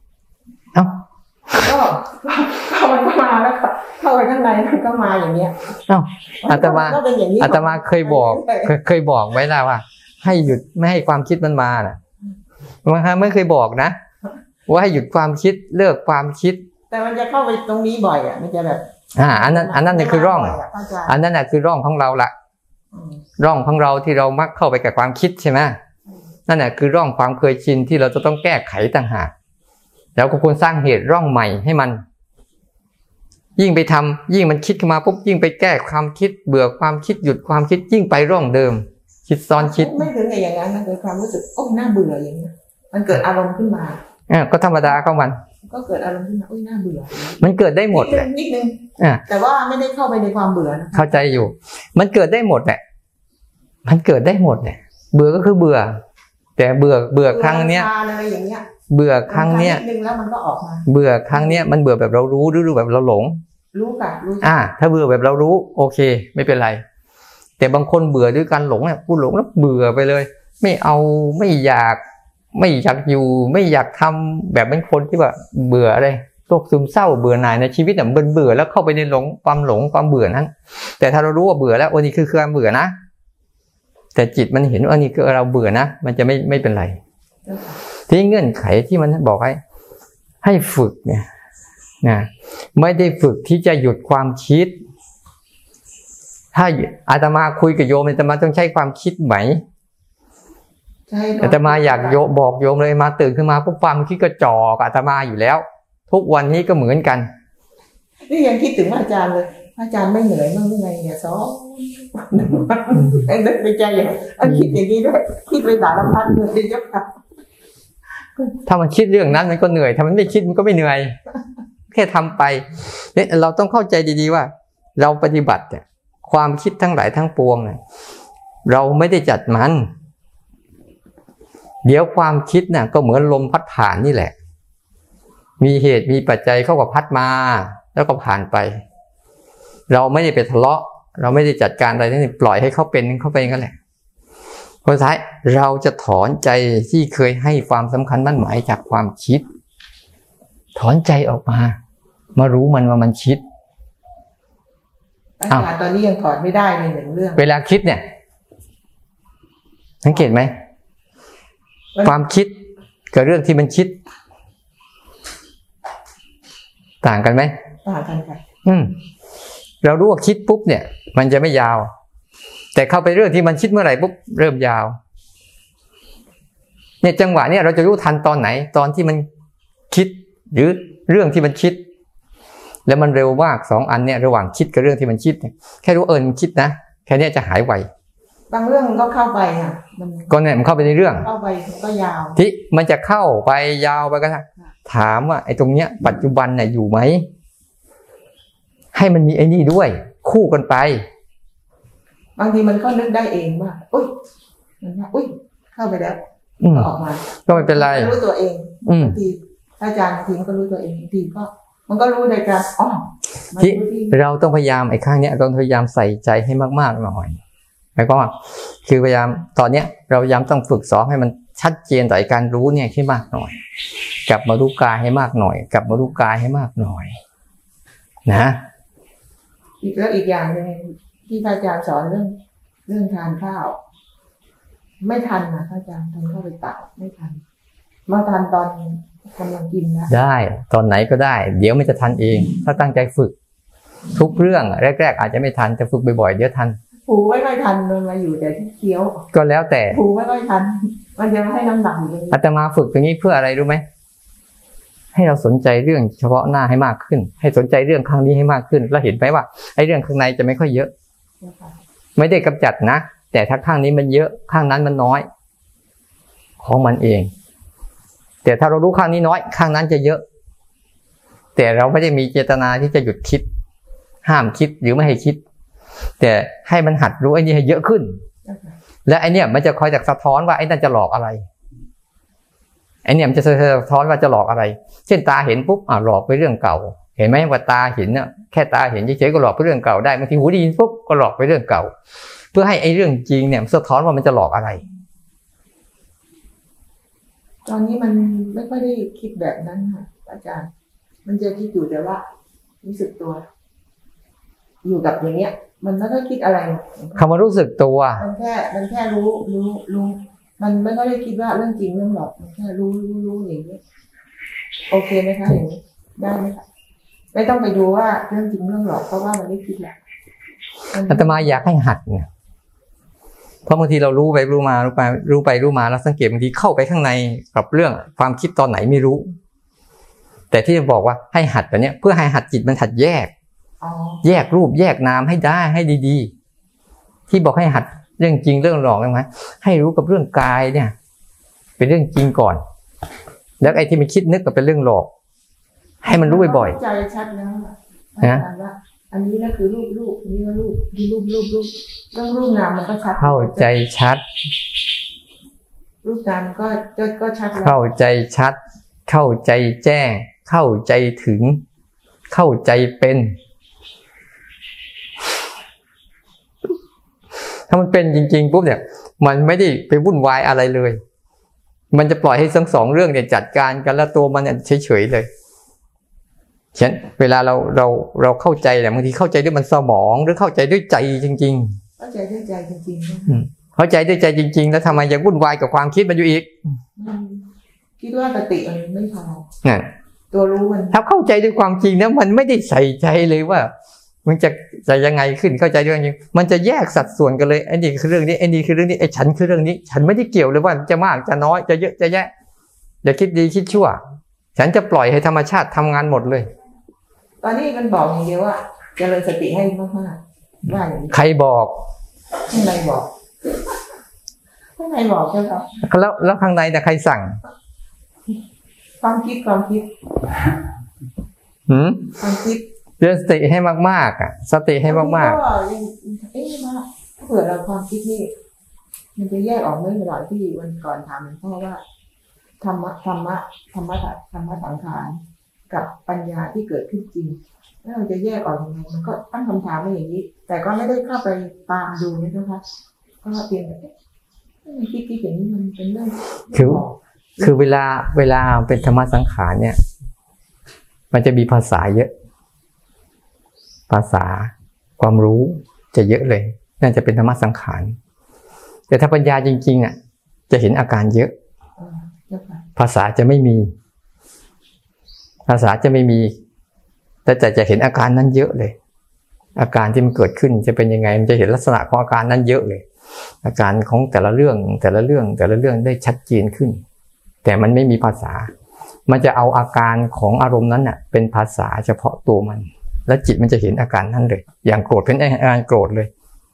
ก็มันก็มาแล้วเข้าไปข้างในมันก็มาอย่างเงี้ยอาตมาเคยบอกไว้แล้วว่าให้หยุดไม่ให้ความคิดมันมาน่ะไม่เคยบอกนะว่าให้หยุดความคิดเลิกความคิดแต่มันจะเข้าไปตรงนี้บ่อยมันจะแบบอันนั้นเนี่ยคือร่องอันนั้นน่ะคือร่องของเราละร่องของเราที่เรามักเข้าไปกับความคิดใช่ไหมนั่นแหละคือร่องความเคยชินที่เราจะต้องแก้ไขต่างหากแล้วก็ควรสร้างเหตุร่องใหม่ให้มันยิ่งไปทำยิ่งมันคิดขึ้นมาปุ๊บยิ่งไปแก้ความคิดเบื่อความคิดหยุดความคิดยิ่งไปร่องเดิมคิดซ้อนคิดไม่ถึงอย่างนั้นมันเกิดความรู้สึกโอ้น่าเบื่ออย่างนี้มันเกิดอารมณ์ขึ้นมาก็ธรรมดาของมันก็เกิดอารมณ์ขึ้นมาโอ้น่าเบื่อมันเกิดได้หมดแหละนิดนึงแต่ว่าไม่ได้เข้าไปในความเบื่อนะเข้าใจอยู่มันเกิดได้หมดแหละมันเกิดได้หมดเนี่ยเบื่อก็คือเบื่อแต่เบื่อครั้งเนี้ยเบื่อครั้งเนี้ยแล้วมันก็ออกมาเบื่อครั้งเนี้ยมันเบื่อแบบเรารู้หรือแบบเราหลงรู้ค่ะรู้ถ้าเบื่อแบบเรารู้โอเคไม่เป็นไรแต่บางคนเบื่อด้วยการหลงเนี่ยพูดหลงแล้วเบื่อไปเลยไม่เอาไม่อยากอยู่ไม่อยากทำแบบเป็นคนที่แบบเบื่ออะไรโรคซึมเศร้าเบื่อหน่ายในชีวิตเนี่ยมันเบื่อแล้วเข้าไปในหลงความเบื่อนั้นแต่ถ้าเรารู้ว่าเบื่อแล้วโอ้นี่คือความเบื่อนะแต่จิตมันเห็นว่านี่คือเราเบื่อนะมันจะไม่เป็นไรที่เงื่อนไขที่มันบอกให้ฝึกเนี่ยนะไม่ได้ฝึกที่จะหยุดความคิดถ้าอาตมาคุยกับโยมอาตมาต้องใช้ความคิดไหมอาตมาอยากบอกโยมเลยมาตื่นขึ้นมาปุ๊บความคิดก็จ่อกับอาตมาอยู่แล้วทุกวันนี้ก็เหมือนกันนี่ยังคิดถึงอาจารย์เลยอาจารย์ไม่เหนื่อยบ้างหรือไงเนี่ยซ้อนึกในใจอย่างคิดอย่างนี้ด้วยคิดไปสารพัดเลยเยอะค่ะถ้ามันคิดเรื่องนั้นมันก็เหนื่อยถ้ามันไม่คิดมันก็ไม่เหนื่อยแค่ทำไปเนี่ยเราต้องเข้าใจดีๆว่าเราปฏิบัติเนี่ยความคิดทั้งหลายทั้งปวงเนี่ยเราไม่ได้จัดมันเดี๋ยวความคิดน่ะก็เหมือนลมพัดผ่านนี่แหละมีเหตุมีปัจจัยเข้ากับพัดมาแล้วก็ผ่านไปเราไม่ได้ไปทะเลาะเราไม่ได้จัดการอะไรทั้งสิ้นปล่อยให้เขาเป็นกันแหละคนท้ายเราจะถอนใจที่เคยให้ความสำคัญมั่นหมายจากความคิดถอนใจออกมารู้มันว่ามันคิดอาจารย์ตอนนี้ยังถอนไม่ได้เลยหนึ่งเรื่องเวลาคิดเนี่ยสังเกตไหมความคิดกับเรื่องที่มันคิดต่างกันไหมต่างกันค่ะเรารู้ว่าคิดปุ๊บเนี่ยมันจะไม่ยาวแต่เข้าไปเรื่องที่มันคิดเมื่อไหร่ปุ๊บเริ่มยาวเนี่ยจังหวะเนี่ยเราจะรู้ทันตอนไหนตอนที่มันคิดหรือเรื่องที่มันคิดแล้วมันเร็วมากสองอันเนี่ยระหว่างคิดกับเรื่องที่มันคิดเนี่ยแค่รู้มันคิดนะแค่นี้จะหายไวบางเรื่องมันก็เข้าไปค่ะก็เนี่ยมันเข้าไปในเรื่องเข้าไปมันก็ยาวที่มันจะเข้าไปยาวไปก็ได้ถามว่าไอ้ตรงเนี้ยปัจจุบันเนี่ยอยู่ไหมให้มันมีไอ้นี่ด้วยคู่กันไปบางทีมันก็นึกได้เองว่าอุ้ยมันว่าอุ้ยเข้าไปแล้วออกมาก็ไม่เป็นไรรู้ตัวเองบางทีอาจารย์บางทีมันก็รู้ตัวเองบางทีก็มันก็รู้โดยการที่เราต้องพยายามไอ้ข้างเนี้ยเราพยายามใส่ใจให้มากๆหน่อยหมายความว่าคือพยายามตอนเนี้ยเราพยายามต้องฝึกซ้อมให้มันชัดเจนต่อการรู้เนี่ยให้มากหน่อยกลับมารู้กายให้มากหน่อยกลับมารู้กายให้มากหน่อยนะอีกอย่างหนึ่งที่อาจารย์สอนเรื่องทานข้าวไม่ทันนะอาจารย์ทานข้าวไปตักไม่ทันมาทันตอนกำลังกินนะได้ตอนไหนก็ได้เดี๋ยวมันจะทันเองถ้าตั้งใจฝึกทุกเรื่องแรกๆอาจจะไม่ทันแต่ฝึกบ่อยๆเดี๋ยวทันผูไม่ค่อยทันมันมาอยู่แต่ที่เคี้ยวก็แล้วแต่ผูไม่ค่อยทันมันจะให้น้ำหนักเลยอาตมาฝึกตรงนี้เพื่ออะไรรู้ไหมให้เราสนใจเรื่องเฉพาะหน้าให้มากขึ้นให้สนใจเรื่องข้างนี้ให้มากขึ้นแล้วเห็นไหมว่าไอ้เรื่องข้างในจะไม่ค่อยเยอะไม่ได้กำจัดนะแต่ถ้าข้างนี้มันเยอะข้างนั้นมันน้อยของมันเองแต่ถ้าเรารู้ข้างนี้น้อยข้างนั้นจะเยอะแต่เราไม่ได้มีเจตนาที่จะหยุดคิดห้ามคิดหรือไม่ให้คิดแต่ให้มันหัดรู้ไอ้นี่ให้เยอะขึ้นและไอ้นี่มันจะคอยจากสะท้อนว่าไอ้นั่นจะหลอกอะไรไอ้นี่มันจะสะท้อนว่าจะหลอกอะไรเช่นตาเห็นปุ๊บหลอกไปเรื่องเก่าเห็นไหมว่าตาเห็นเนี่ยแค่ตาเห็นเฉยๆก็หลอกไปเรื่องเก่าได้บางทีหูได้ยินปุ๊บก็หลอกไปเรื่องเก่าเพื่อให้ไอ้เรื่องจริงเนี่ยสะท้อนว่ามันจะหลอกอะไรตอนนี้มันไม่ค่อยได้คิดแบบนั้นค่ะอาจารย์มันจะคิดอยู่แต่ว่ารู้สึกตัวอยู่กับอย่างเงี้ยมันไม่ค่อยคิดอะไรคำว่ารู้สึกตัวมันแค่รู้มันไม่ค่อยได้คิดว่าเรื่องจริงเรื่องหลอกมันแค่รู้อย่างนี้โอเคไหมคะอย่างนี้ได้ไหมคะไม่ต้องไปดูว่าเรื่องจริงเรื่องหลอกเพราะว่ามันไม่คิดแหละอาตมาอยากให้หัดเนี่ยเพราะบางทีเรารู้ไปรู้มาแล้วสังเกตบางทีเข้าไปข้างในกับเรื่องความคิดตอนไหนไม่รู้แต่ที่บอกว่าให้หัดแบบนี้เพื่อให้หัดจิตมันหัดแยกรูปแยกนามให้ได้ให้ดีๆที่บอกให้หัดเรื่องจริงเรื่องหลอกใช่ไหมให้รู้กับเรื่องกายเนี่ยเป็นเรื่องจริงก่อนแล้วไอ้ที่มันคิดนึกก็เป็นเรื่องหลอกให้มันรู้บ่อยๆใจชัดแล้วนะอันนี้นะคือรูปนี่ว่ารูปเรื่องรูปนามมันก็ชัดเข้าใจชัดรูปนามก็ชัดเข้าใจชัดเข้าใจแจ้งเข้าใจถึงเข้าใจเป็นถ้ามันเป็นจริงๆปุ๊บเนี่ยมันไม่ได้ไปวุ่นวายอะไรเลยมันจะปล่อยให้ทั้งสองเรื่องเนี่ยจัดการกันแล้วตัวมันเนี่ยเฉยๆเลยฉะนั้นเวลาเราเข้าใจเนี่ยบางทีเข้าใจด้วยมันสมองหรือเข้าใจด้วยใจจริงๆเข้าใจด้วยใจจริงๆเข้าใจด้วยใจจริงๆแล้วทำไมยังวุ่นวายกับความคิดมันอยู่อีกคิดว่าสติมันไม่พอตัวรู้มันถ้าเข้าใจด้วยความจริงนะมันไม่ได้ใส่ใจเลยว่ามันจะยังไงขึ้นเข้าใจด้วยจริงมันจะแยกสัดส่วนกันเลยไอ้นี่คือเรื่องนี้ไอ้นี่คือเรื่องนี้ไอ้ฉันคือเรื่องนี้ฉันไม่ได้เกี่ยวเลยว่าจะมากจะน้อยจะเยอะจะแยะอย่าคิดดีคิดชั่วฉันจะปล่อยให้ธรรมชาติทำงานหมดเลยตอนนี้มันบอกอย่างเดียวว่าเจริญสติให้มากๆว่าอย่างนี้ใครบอกข้างในบอกใช่ไหมแล้วข้างในแต่ใครสั่งความคิดหืมความคิดเรื่องสติให้มากๆอ่ะสติให้มากๆก็ยังมาถ้าเผื่อเราความคิดนี่มันจะแยกออกไม่หลายที่วันก่อนถามหลวงพ่อว่าธรรมะสังขารกับปัญญาที่เกิดขึ้นจริงแล้วเราจะแยกออกยังไงมันก็ตั้งคำถามมาอย่างนี้แต่ก็ไม่ได้เข้าไปตามดูนะคะก็เพียงแต่คิดอย่างนี้มันเป็นเรื่องคือเวลาเป็นธรรมะสังขารเนี่ยมันจะมีภาษาเยอะภาษาความรู้จะเยอะเลยน่าจะเป็นธรรมะสังขารแต่ถ้าปัญญาจริงๆอ่ะจะเห็นอาการเยอะภาษาจะไม่มีแต่จะเห็นอาการนั้นเยอะเลยอาการที่มันเกิดขึ้นจะเป็นยังไงมันจะเห็นลักษณะของอาการนั้นเยอะเลยอาการของแต่ละเรื่องได้ชัดเจนขึ้นแต่มันไม่มีภาษามันจะเอาอาการของอารมณ์นั้นน่ะเป็นภาษาเฉพาะตัวมันแล้วจิตมันจะเห็นอาการนั้นเลยอย่างโกรธเป็นอาการโกรธเลย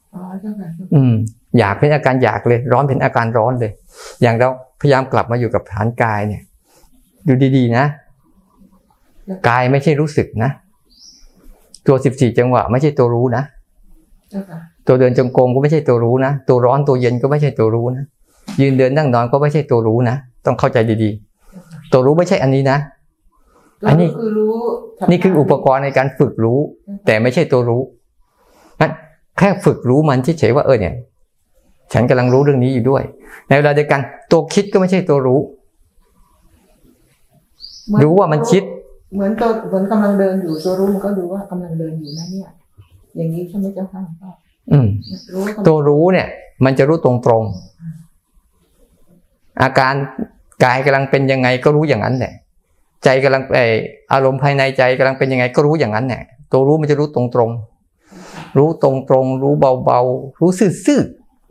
อยากเป็นอาการอยากเลยร้อนเป็นอาการร้อนเลยอย่างเราพยายามกลับมาอยู่กับฐานกายเนี่ยดูดีๆนะกายไม่ใช่รู้สึกนะตัว14จังหวะไม่ใช่ตัวรู้นะตัวเดินจงกรมก็ไม่ใช่ตัวรู้นะตัวร้อนตัวเย็นก็ไม่ใช่ตัวรู้นะยืนเดินนั่งนอนก็ไม่ใช่ตัวรู้นะต้องเข้าใจดีๆตัวรู้ไม่ใช่อันนี้นะอันนี้คือรู้นี่คืออุปกรณ์ในการฝึกรู้แต่ไม่ใช่ตัวรู้งั้นแค่ฝึกรู้มันเฉยๆว่าเนี่ยฉันกำลังรู้เรื่องนี้อยู่ด้วยในเวลาเดียวกันตัวคิดก็ไม่ใช่ตัวรู้รู้ว่ามันคิดเหมือนกำลังเดินอยู่ตัวรู้มันก็รู้ว่ากำลังเดินอยู่นะเนี่ยอย่างนี้ใช่ไหมเจ้าค่ะตัวรู้เนี่ยมันจะรู้ตรงๆอาการกายกำลังเป็นยังไงก็รู้อย่างนั้นแหละใจกำลังอารมณ์ภายในใจกำลังเป็นยังไงก็รู้อย่างนั้นแหละตัวรู้มันจะรู้ตรงๆรู้เบาๆรู้ซื่อ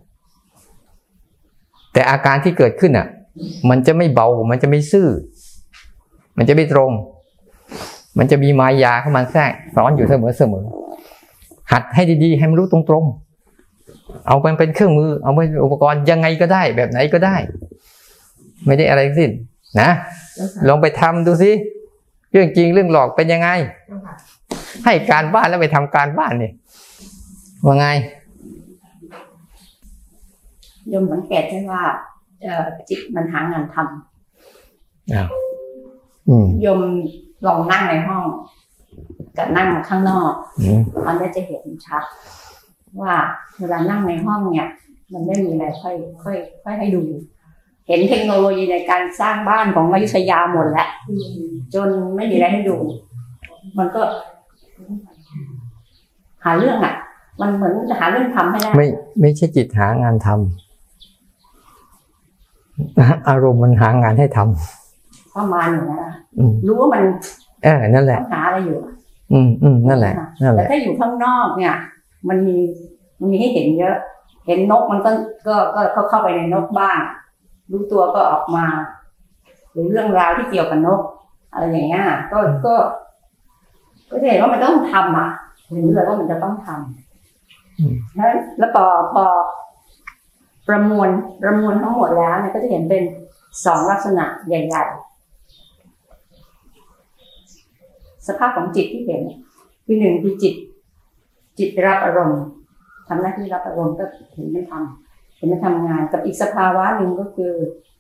ๆแต่อาการที่เกิดขึ้นอ่ะมันจะไม่เบามันจะไม่ซื่อมันจะไม่ตรงมันจะมีมายาเข้ามาแทรกซ้อนอยู่เสมอหัดให้ดีๆให้มันรู้ตรงๆเอาไปเป็นเครื่องมือเอาไปอุปกรณ์ยังไงก็ได้แบบไหนก็ได้ไม่ได้อะไรสิ้นนะลองไปทำดูสิเรื่องจริงเรื่องหลอกเป็นยังไงให้การบ้านแล้วไปทำการบ้านนี่ว่าไงโยมสังเกตได้ว่าจิตมันหางานทำโยมลองนั่งในห้องกับนั่งข้างนอกอันนี้จะเห็นชัดว่าเวลานั่งในห้องเนี่ยมันไม่มีอะไรค่อยให้ดูเห็นเทคโนโลยีในการสร้างบ้านของอยุธยาหมดแล้วจนไม่มีอะไรให้ดูมันก็หาเรื่องมันเหมือนจะหาเรื่องทำให้ได้ไม่ใช่จิตหางานทำอารมณ์มันหางานให้ทำประมาณอย่างนั้นรู้ว่ามันนั่นแหละหาอะไรอยู่นั่นแหละแต่ถ้าอยู่ข้างนอกเนี่ยมันมีให้เห็นเยอะเห็นนกมันก็เข้าไปในนกบ้างรู้ตัวก็ออกมาหรือเรื่องราวที่เกี่ยวกับนกอะไรอย่างเงี้ยก็จะเห็นว่ามันต้องทำเห็นเลยว่ามันจะต้องทำแล้วพอประมวลทั้งหมดแล้วเนี่ยก็จะเห็นเป็น2ลักษณะใหญ่ๆสภาพของจิตที่เห็นคือ1คือจิตรับอารมณ์ทำหน้าที่รับอารมณ์ก็เห็นมันทำงานกับอีกสภาวะหนึ่งก็คือ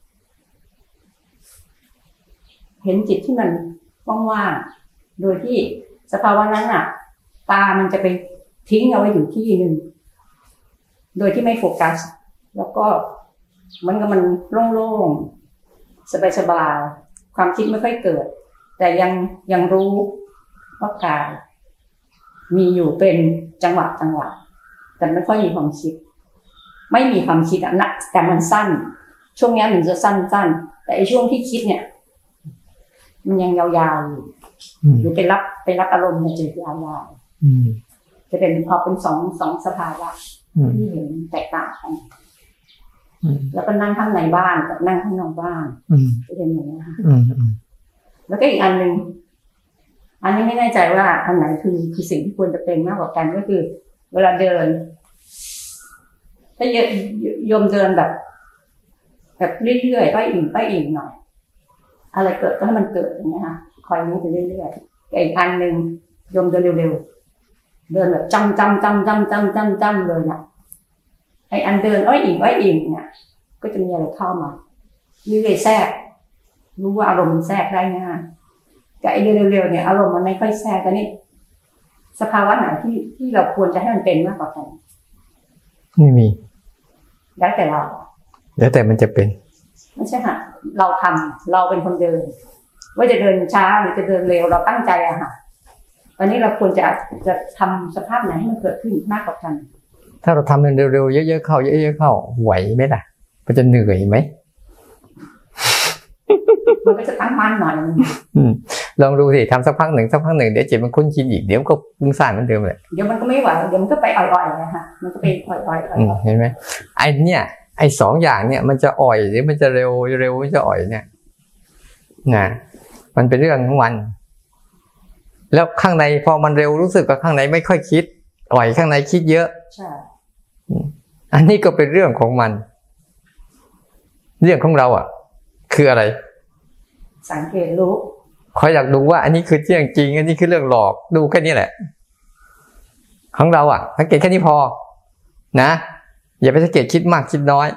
เห็นจิตที่มันว่างๆโดยที่สภาวะนั้นตามันจะไปทิ้งเอาไว้อยู่ที่นึงโดยที่ไม่โฟกัสแล้วก็มันโล่งๆสบายๆความคิดไม่ค่อยเกิดแต่ยังรู้ว่ากายมีอยู่เป็นจังหวะแต่ไม่ค่อยมีความคิดไม่มีความคิดนะแต่มันสั้นช่วงนี้มันจะสั้นแต่ไอ้ช่วงที่คิดเนี่ยมันยังยาวๆอยู่หรือไปรับอารมณ์ในจิตยาวๆจะเป็นพอเป็นสองสภาวะที่เห็นแตกต่างกันแล้วก็นั่งข้างในบ้านกับนั่งข้างนอกบ้านจะเป็นอย่างนี้ค่ะแล้วก็อีกอันนึงอันนี้ไม่แน่ใจว่าอันไหนคือสิ่งที่ควรจะเป็นมากกว่ากันก็คือเวลาเดินถ้าโยมเดินแบบเรื่อยๆไปอีกหน่อยอะไรเกิดก็ให้มันเกิดอย่างเงี้ยค่ะคอยรู้ไปเรื่อยๆอีกอันหนึ่งโยมเดินเร็วๆเดินแบบจ้ำเลยนะไอ้อันเดินอ้อยอิ่งเนี่ยก็จะมีอะไรเข้ามาเรื่อยๆแทรกรู้ว่าอารมณ์มันแทรกได้ง่ายแต่ไอ้เร็วๆเนี่ยอารมณ์มันไม่ค่อยแทรกกันนี่สภาวะไหนที่เราควรจะให้มันเป็นมากกว่ากันไม่มีแล้วแต่เราแล้วแต่มันจะเป็นไม่ใช่ค่ะเราทำเราเป็นคนเดินว่าจะเดินช้าหรือจะเดินเร็วเราตั้งใจอะค่ะวันนี้เราควรจะทำสภาพไหนให้มันเกิดขึ้นมากกว่ากันถ้าเราทำเร็วๆเยอะๆเข้าเยอะๆเข้าไหวไหมล่ะมันจะเหนื่อยไหมมันก็จะตั้งมั่นหน่อยลองดูสิทำสักพักหนึ่งเดี๋ยวจิตมันคุ้นชินอีกเดี๋ยวก็ฟุ้งซ่านเหมือนเดิมเลยเดี๋ยวมันก็ไม่ไหวเดี๋ยวมันก็ไปอ่อยๆเลยค่ะมันก็ไปอ่อยๆเห็นไหมไอ้เนี่ยไอ้สองอย่างเนี่ยมันจะอ่อยหรือมันจะเร็วมันจะอ่อยเนี่ยนะมันเป็นเรื่องของมันแล้วข้างในพอมันเร็วรู้สึกว่าข้างในไม่ค่อยคิดอ่อยข้างในคิดเยอะใช่อันนี้ก็เป็นเรื่องของมันเรื่องของเราอ่ะคืออะไรสังเกตรู้ขออยากดูว่าอันนี้คือเรื่องจริงอันนี้คือเรื่องหลอกดูแค่นี้แหละของเราอ่ะสังเกตแค่นี้พอนะอย่าไปสังเกตคิดมากคิดน้อย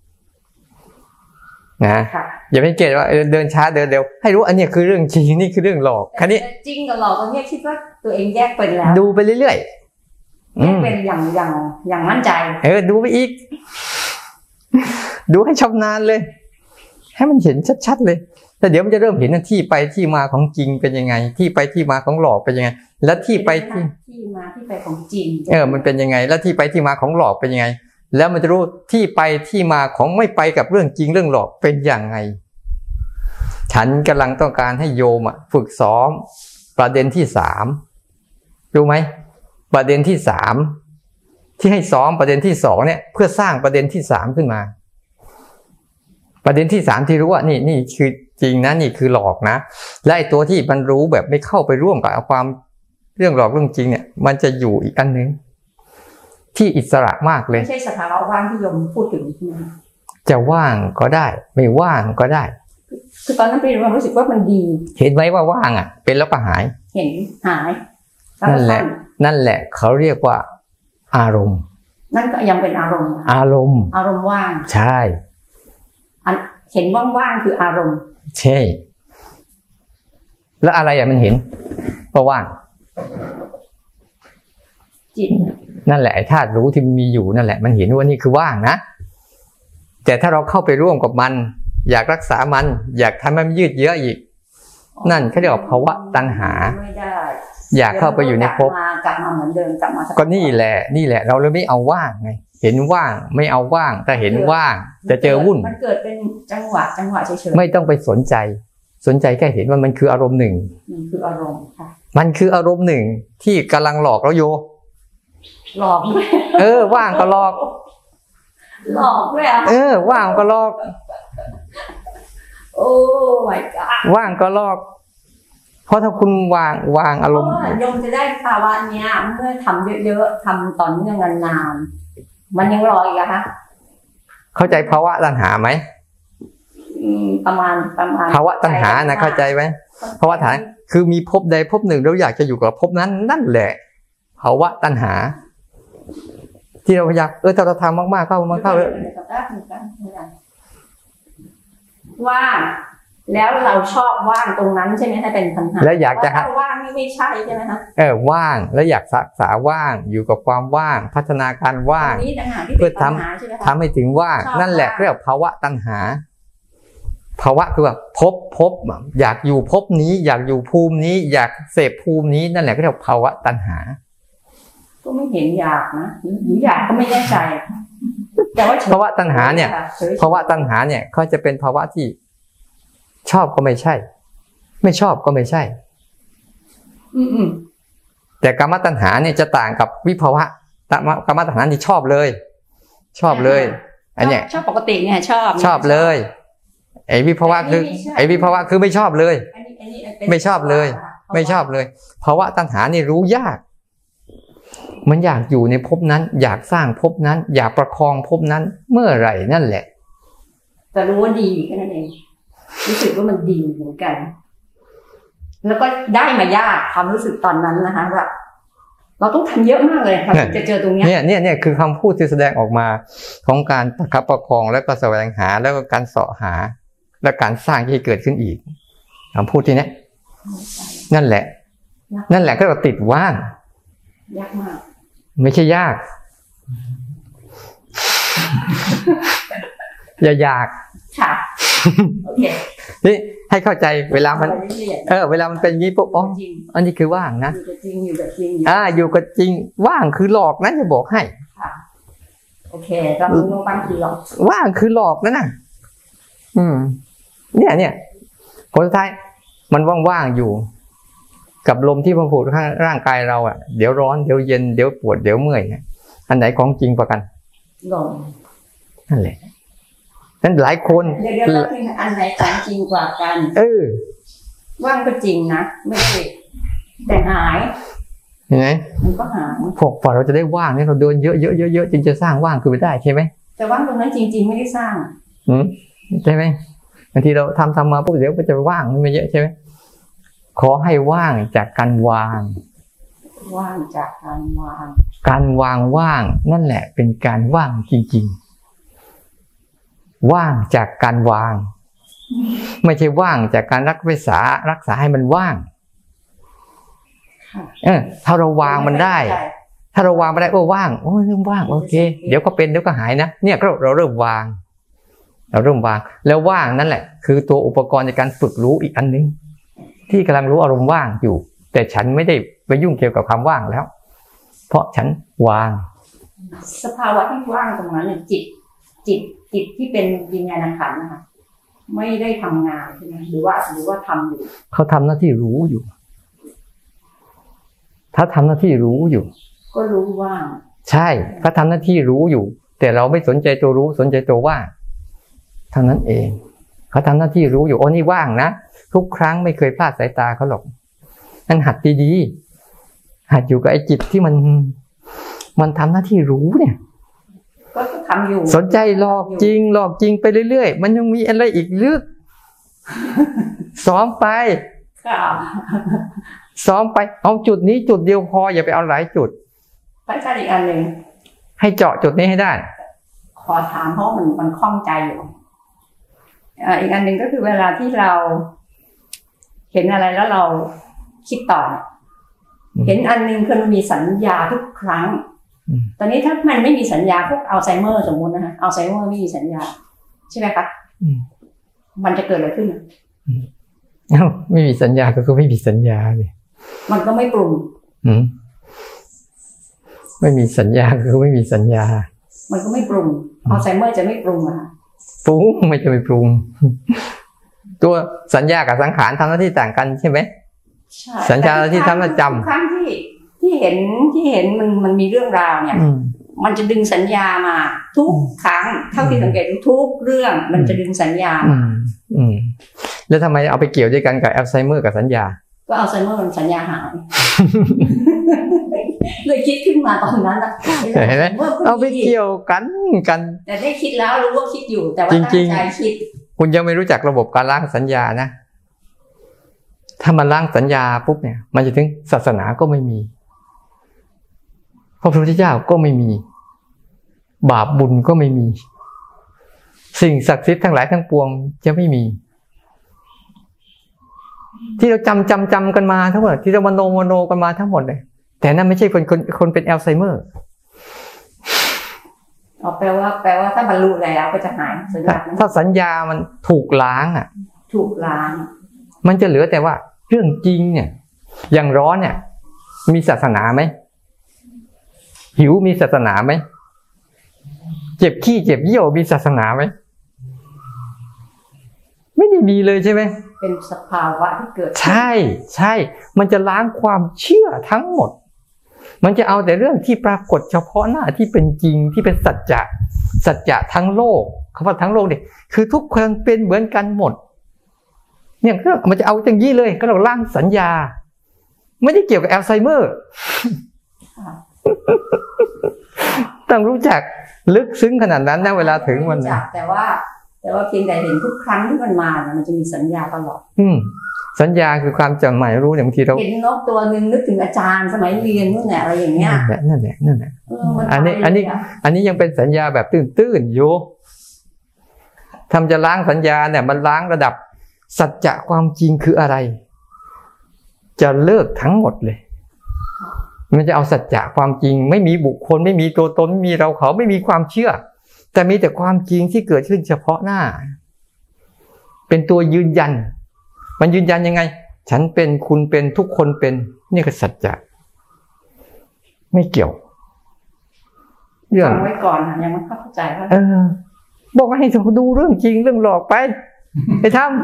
นะอย่าไปสังเกตว่าเดินช้าเดินเร็วให้รู้อันนี้คือเรื่องจริงนี่คือเรื่องหลอกแค่นี้จริงกับหลอกตรงนี้คิดว่าตัวเองแยกเป็นแล้วดูไปเรื่อยๆแยกเป็นอย่างมั่นใจดูไปอีกดูให้ชำนาญเลยให้มันเห็นชัดๆเลยแต่เดี๋ยวมันจะเริ่มเห็นที่ไปที่มาของจริงเป็นยังไงที่ไปที่มาของหลอกเป็นยังไงแล้วที่ไปที่มาที่ไปของจริงมันเป็นยังไงแล้วที่ไปที่มาของหลอกเป็นยังไงแล้วมันจะรู้ที่ไปที่มาของไม่ไปกับเรื่องจริงเรื่องหลอกเป็นยังไงฉันกำลังต้องการให้โยมฝึกซ้อมประเด็นที่3รู้ไหมประเด็นที่3ที่ให้ซ้อมประเด็นที่2เนี่ยเพื่อสร้างประเด็นที่3ขึ้นมาประเด็นที่3ที่รู้ว่านี่คือจริงนะนี่คือหลอกนะและไอ้ตัวที่มันรู้แบบไม่เข้าไปร่วมกับความเรื่องหลอกเรื่องจริงเนี่ยมันจะอยู่อีกอันนึงที่อิสระมากเลยไม่ใช่สภาวะว่างที่โยมพูดถึงจะว่างก็ได้ไม่ว่างก็ได้คือตอนนั้นเป็นความรู้สึกว่ามันดีเห็นไหมว่าว่างเป็นแล้วก็หายเห็นหายนั่นแหละเขาเรียกว่าอารมณ์นั่นก็ยังเป็นอารมณ์อารมณ์ว่างใช่เห็นว่างๆคืออารมณ์ใช่แล้วอะไรมันเห็นเพราะว่างจิตนั่นแหละไอ้ธาตุรู้ที่มีอยู่นั่นแหละมันเห็นว่านี่คือว่างนะแต่ถ้าเราเข้าไปร่วมกับมันอยากรักษามันอยากทำให้มันยืดเยื้ออีกนั่นเขาเรียกว่าภาวะตัณหาอยากเข้าไปอยู่ในภพกลับมาเหมือนเดิมกลับมาก็นี่แหละเราเลยไม่เอาว่างไงเห็นว่างไม่เอาว่างแต่เห็นว่างจะเจอวุ่นมันเกิดเป็นจังหวะเฉยๆไม่ต้องไปสนใจแค่เห็นว่ามันคืออารมณ์หนึ่งมันคืออารมณ์ค่ะมันคืออารมณ์หนึ่งที่กำลังหลอกเราโยหลอกว่างก็หลอกด้วยว่างก็หลอกโอ้ my god ว่างก็หลอกเพราะถ้าคุณวางอารมณ์โยมจะได้ภาวะเนี้ยเมื่อทำเยอะๆทำต่อเนื่องนานๆมันยังรออีกอะคะเข้าใจภาวะตัณหาไหมประมาณภาวะตัณหานะเข้าใจไหมภาวะตัณหาคือมีภพใดภพหนึ่งเราอยากจะอยู่กับภพนั้นนั่นแหละภาวะตัณหาที่เราพยายามถ้าเราทำมากๆเข้าว่างแล้วเราชอบว่างตรงนั้นใช่ไหมถ้าเป็นปัญหาแล้วอยากจะว่างไม่ใช่ใช่ไหมคะว่างแล้วอยากรักษาว่างอยู่กับความว่างพัฒนาการว่างเพื่อทำให้ถึงว่างนั่นแหละเรียกภาวะตัณหาภาวะคือว่าพบอยากอยู่ภพนี้อยากอยู่ภูมินี้อยากเสพภูมินี้นั่นแหละเรียกภาวะตัณหาก็ไม่เห็นอยากนะหรืออยากก็ไม่แน่ใจแต่ว่าภาวะตัณหาเนี่ยภาวะตัณหาเนี่ยเขาจะเป็นภาวะที่ชอบก็ไม่ใช่ไม่ชอบก็ไม่ใช่แต่กามตัณหาเนี่ยจะต่างกับวิภาวะกามตัณหานี่ชอบเลยอันเนี้ยชอบปกติเนี่ยชอบเลยไอ้วิภาวะคือไม่ชอบเลยไม่ชอบเลยภาวะตัณหานี่รู้ยากมันอยากอยู่ในภพนั้นอยากสร้างภพนั้นอยากประคองภพนั้นเมื่อไหร่นั่นแหละแต่รู้ว่าดีแค่นั้นเองรู้สึกว่ามันดีเหมือนกัน แล้วก็ได้มายากความรู้สึกตอนนั้นนะคะแบบเราต้องทำเยอะมากเลยค่ะจะเจอตรงเนี้ยเนี่ยคือคำพูดที่แสดงออกมาของการประคับประคองแล้วก็แสวงหาแล้วก็การเสาะหาและการสร้างที่เกิดขึ้นอีกคำพูดที่นี้นั่นแหละก็เราติดว่างยากมากไม่ใช่ยากอย่าอยากค่ะโอเคนี่ให้เข้าใจเวลามันเวลามันเป็นอย่างนี้ปุ๊บอ๋ออันนี้คือว่างนะอยู่กับจริงอยู่กับจริงอยู่กับจริงว่างคือหลอกนะจะบอกให้ค่ะโอเคเรารู้ว่าว่างคือหลอกว่างคือหลอกนะเนี่ยผลสุดท้ายมันว่างๆอยู่กับลมที่มันผูกร่างกายเราอ่ะเดี๋ยวร้อนเดี๋ยวเย็นเดี๋ยวปวดเดี๋ยวเมื่อยอันไหนของจริงกว่ากันลมนั่นแหละนั้นหลายคนเดี๋ยวอันไหนของจริงกว่ากันว่างก็จริงนะไม่ได้แต่หายเห็นไหมมันก็หายพวกเราจะได้ว่างเนี่ยเราเดินเยอะจึงจะสร้างว่างคือไปได้ใช่ไหมแต่ว่างตรงนั้นจริงๆไม่ได้สร้างใช่ไหมบางทีเราทำมาปุ๊บเดี๋ยวมันจะว่างไม่เยอะใช่ไหมขอให้ว่างจากการวางจากการวางว่างนั่นแหละเป็นการว่างจริงๆว่างจากการวางไม่ใช่ว่างจากการรักษาให้มันว่างถ้าเราวางมันได้ถ้าเราวางไม่ได้ว่างเริ่มว่างโอเคเดี๋ยวก็เป็นเดี๋ยวก็หายนะเนี่ยเราเริ่มวางแล้วว่างนั่นแหละคือตัวอุปกรณ์ในการฝึกรู้อีกอันนึงที่กำลังรู้อารมณ์ว่างอยู่แต่ฉันไม่ได้ไปยุ่งเกี่ยวกับความว่างแล้วเพราะฉันวางสภาวะที่ว่างตรงนั้นเนี่ยจิตที่เป็นวิญญาณขันธ์นะคะไม่ได้ทำงานใช่ไหมหรือว่าทำอยู่เขาทำหน้าที่รู้อยู่ถ้าทำหน้าที่รู้อยู่ก็รู้ว่างใช่เขาทำหน้าที่รู้อยู่แต่เราไม่สนใจตัวรู้สนใจตัวว่างเท่านั้นเองเขาทำหน้าที่รู้อยู่นี่ว่างนะทุกครั้งไม่เคยพลาดสายตาเขาหรอกนั่นหัดดีๆหัดอยู่กับไอ้จิตที่มันทำหน้าที่รู้เนี่ยก็ทำอยู่สนใจหลอกจริงไปเรื่อยๆมันยังมีอะไรอีกลึกซ้อมไปเอาจุดนี้จุดเดียวพออย่าไปเอาหลายจุดไปกันอีกอันหนึ่งให้เจาะจุดนี้ให้ได้ขอถามเพราะมันคล่องใจอยู่อีกอันหนึ่งก็คือเวลาที่เราเห็นอะไรแล้วเราคิดต่อเห็นอันนึงคือมันมีสัญญาทุกครั้งตอนนี้ถ้ามันไม่มีสัญญาพวกอัลไซเมอร์สมมุตินะคะอัลไซเมอร์ไม่มีสัญญาใช่ไหมคะมันจะเกิดอะไรขึ้นไม่มีสัญญาก็คือไม่มีสัญญาเลยมันก็ไม่ปรุงไม่มีสัญญาคือไม่มีสัญญามันก็ไม่ปรุงอัลไซเมอร์จะไม่ปรุงอะปรุงไม่จะไม่ปรุงตัวสัญญากับสังขารทำหน้าที่ต่างกันใช่ไหมสัญญาที่ทำประจำครั้งที่เห็นมันมีเรื่องราวเนี่ยมันจะดึงสัญญามาทุกครั้งเท่าที่สังเกตทุกเรื่องมันจะดึงสัญญาแล้วทำไมเอาไปเกี่ยวด้วยกันกับอัลไซเมอร์กับสัญญาก็อัลไซเมอร์มันสัญญาหายเลยคิดขึ้นมาตอนนั้นนะเห็นไหมเอาไปเกี่ยวกันแต่ได้คิดแล้วรู้ว่าคิดอยู่แต่ว่าตั้งใจคิดคุณยังไม่รู้จักระบบการล้างสัญญานะถ้ามันล้างสัญญาปุ๊บเนี่ยมันจะถึงศาสนาก็ไม่มีพระพุทธเจ้าก็ไม่มีบาปบุญก็ไม่มีสิ่งศักดิ์สิทธิ์ทั้งหลายทั้งปวงจะไม่มีที่เราจำกันมาทั้งหมดที่เรามโนกันมาทั้งหมดเลยแต่นั่นไม่ใช่คนเป็นอัลไซเมอร์แปลว่าถ้าบรรลุแล้วก็จะหายสัญญาถ้าสัญญามันถูกล้างมันจะเหลือแต่ว่าเรื่องจริงเนี่ยอย่างร้อนเนี่ยมีศาสนาไหมหิวมีศาสนาไหมเจ็บขี้เจ็บเยี่ยวมีศาสนาไหมไม่ได้มีเลยใช่ไหมเป็นสภาวะที่เกิดใช่มันจะล้างความเชื่อทั้งหมดมันจะเอาแต่เรื่องที่ปรากฏเฉพาะหน้าที่เป็นจริงที่เป็นสัจจะทั้งโลกคำว่าทั้งโลกเนี่ยคือทุกคนเป็นเหมือนกันหมดเนี่ยมันจะเอาอย่างนี้เลยก็เราล้างสัญญาไม่ได้เกี่ยวกับอัลไซเมอร์ต้องรู้จักลึกซึ้งขนาดนั้นนะเวลาถึงมันแต่ว่าแต่ว่าเพียงแต่เห็นทุกครั้งที่มันมามันจะมีสัญญาตลอดสัญญาคือความจำหมายรู้เนี่ยบางทีเราเห็นนกตัวนึงนึกถึงอาจารย์สมัยเรียนนู่นแหละอะไรอย่างเงี้ยนั่นแหละอันนี้ยังเป็นสัญญาแบบตื้นๆอยู่ทำจะล้างสัญญาเนี่ยมันล้างระดับสัจจะความจริงคืออะไรจะเลิกทั้งหมดเลยมันจะเอาสัจจะความจริงไม่มีบุคคลไม่มีตัวตนไม่มีเราเขาไม่มีความเชื่อแต่มีแต่ความจริงที่เกิดขึ้นเฉพาะหน้าเป็นตัวยืนยันมันยืนยันยังไงฉันเป็นคุณเป็นทุกคนเป็นนี่คือสัจจะไม่เกี่ยวเรื่องไว้ก่อนยังไม่เข้าใจว่าบอกว่าให้ดูเรื่องจริงเรื่องหลอกไปทำ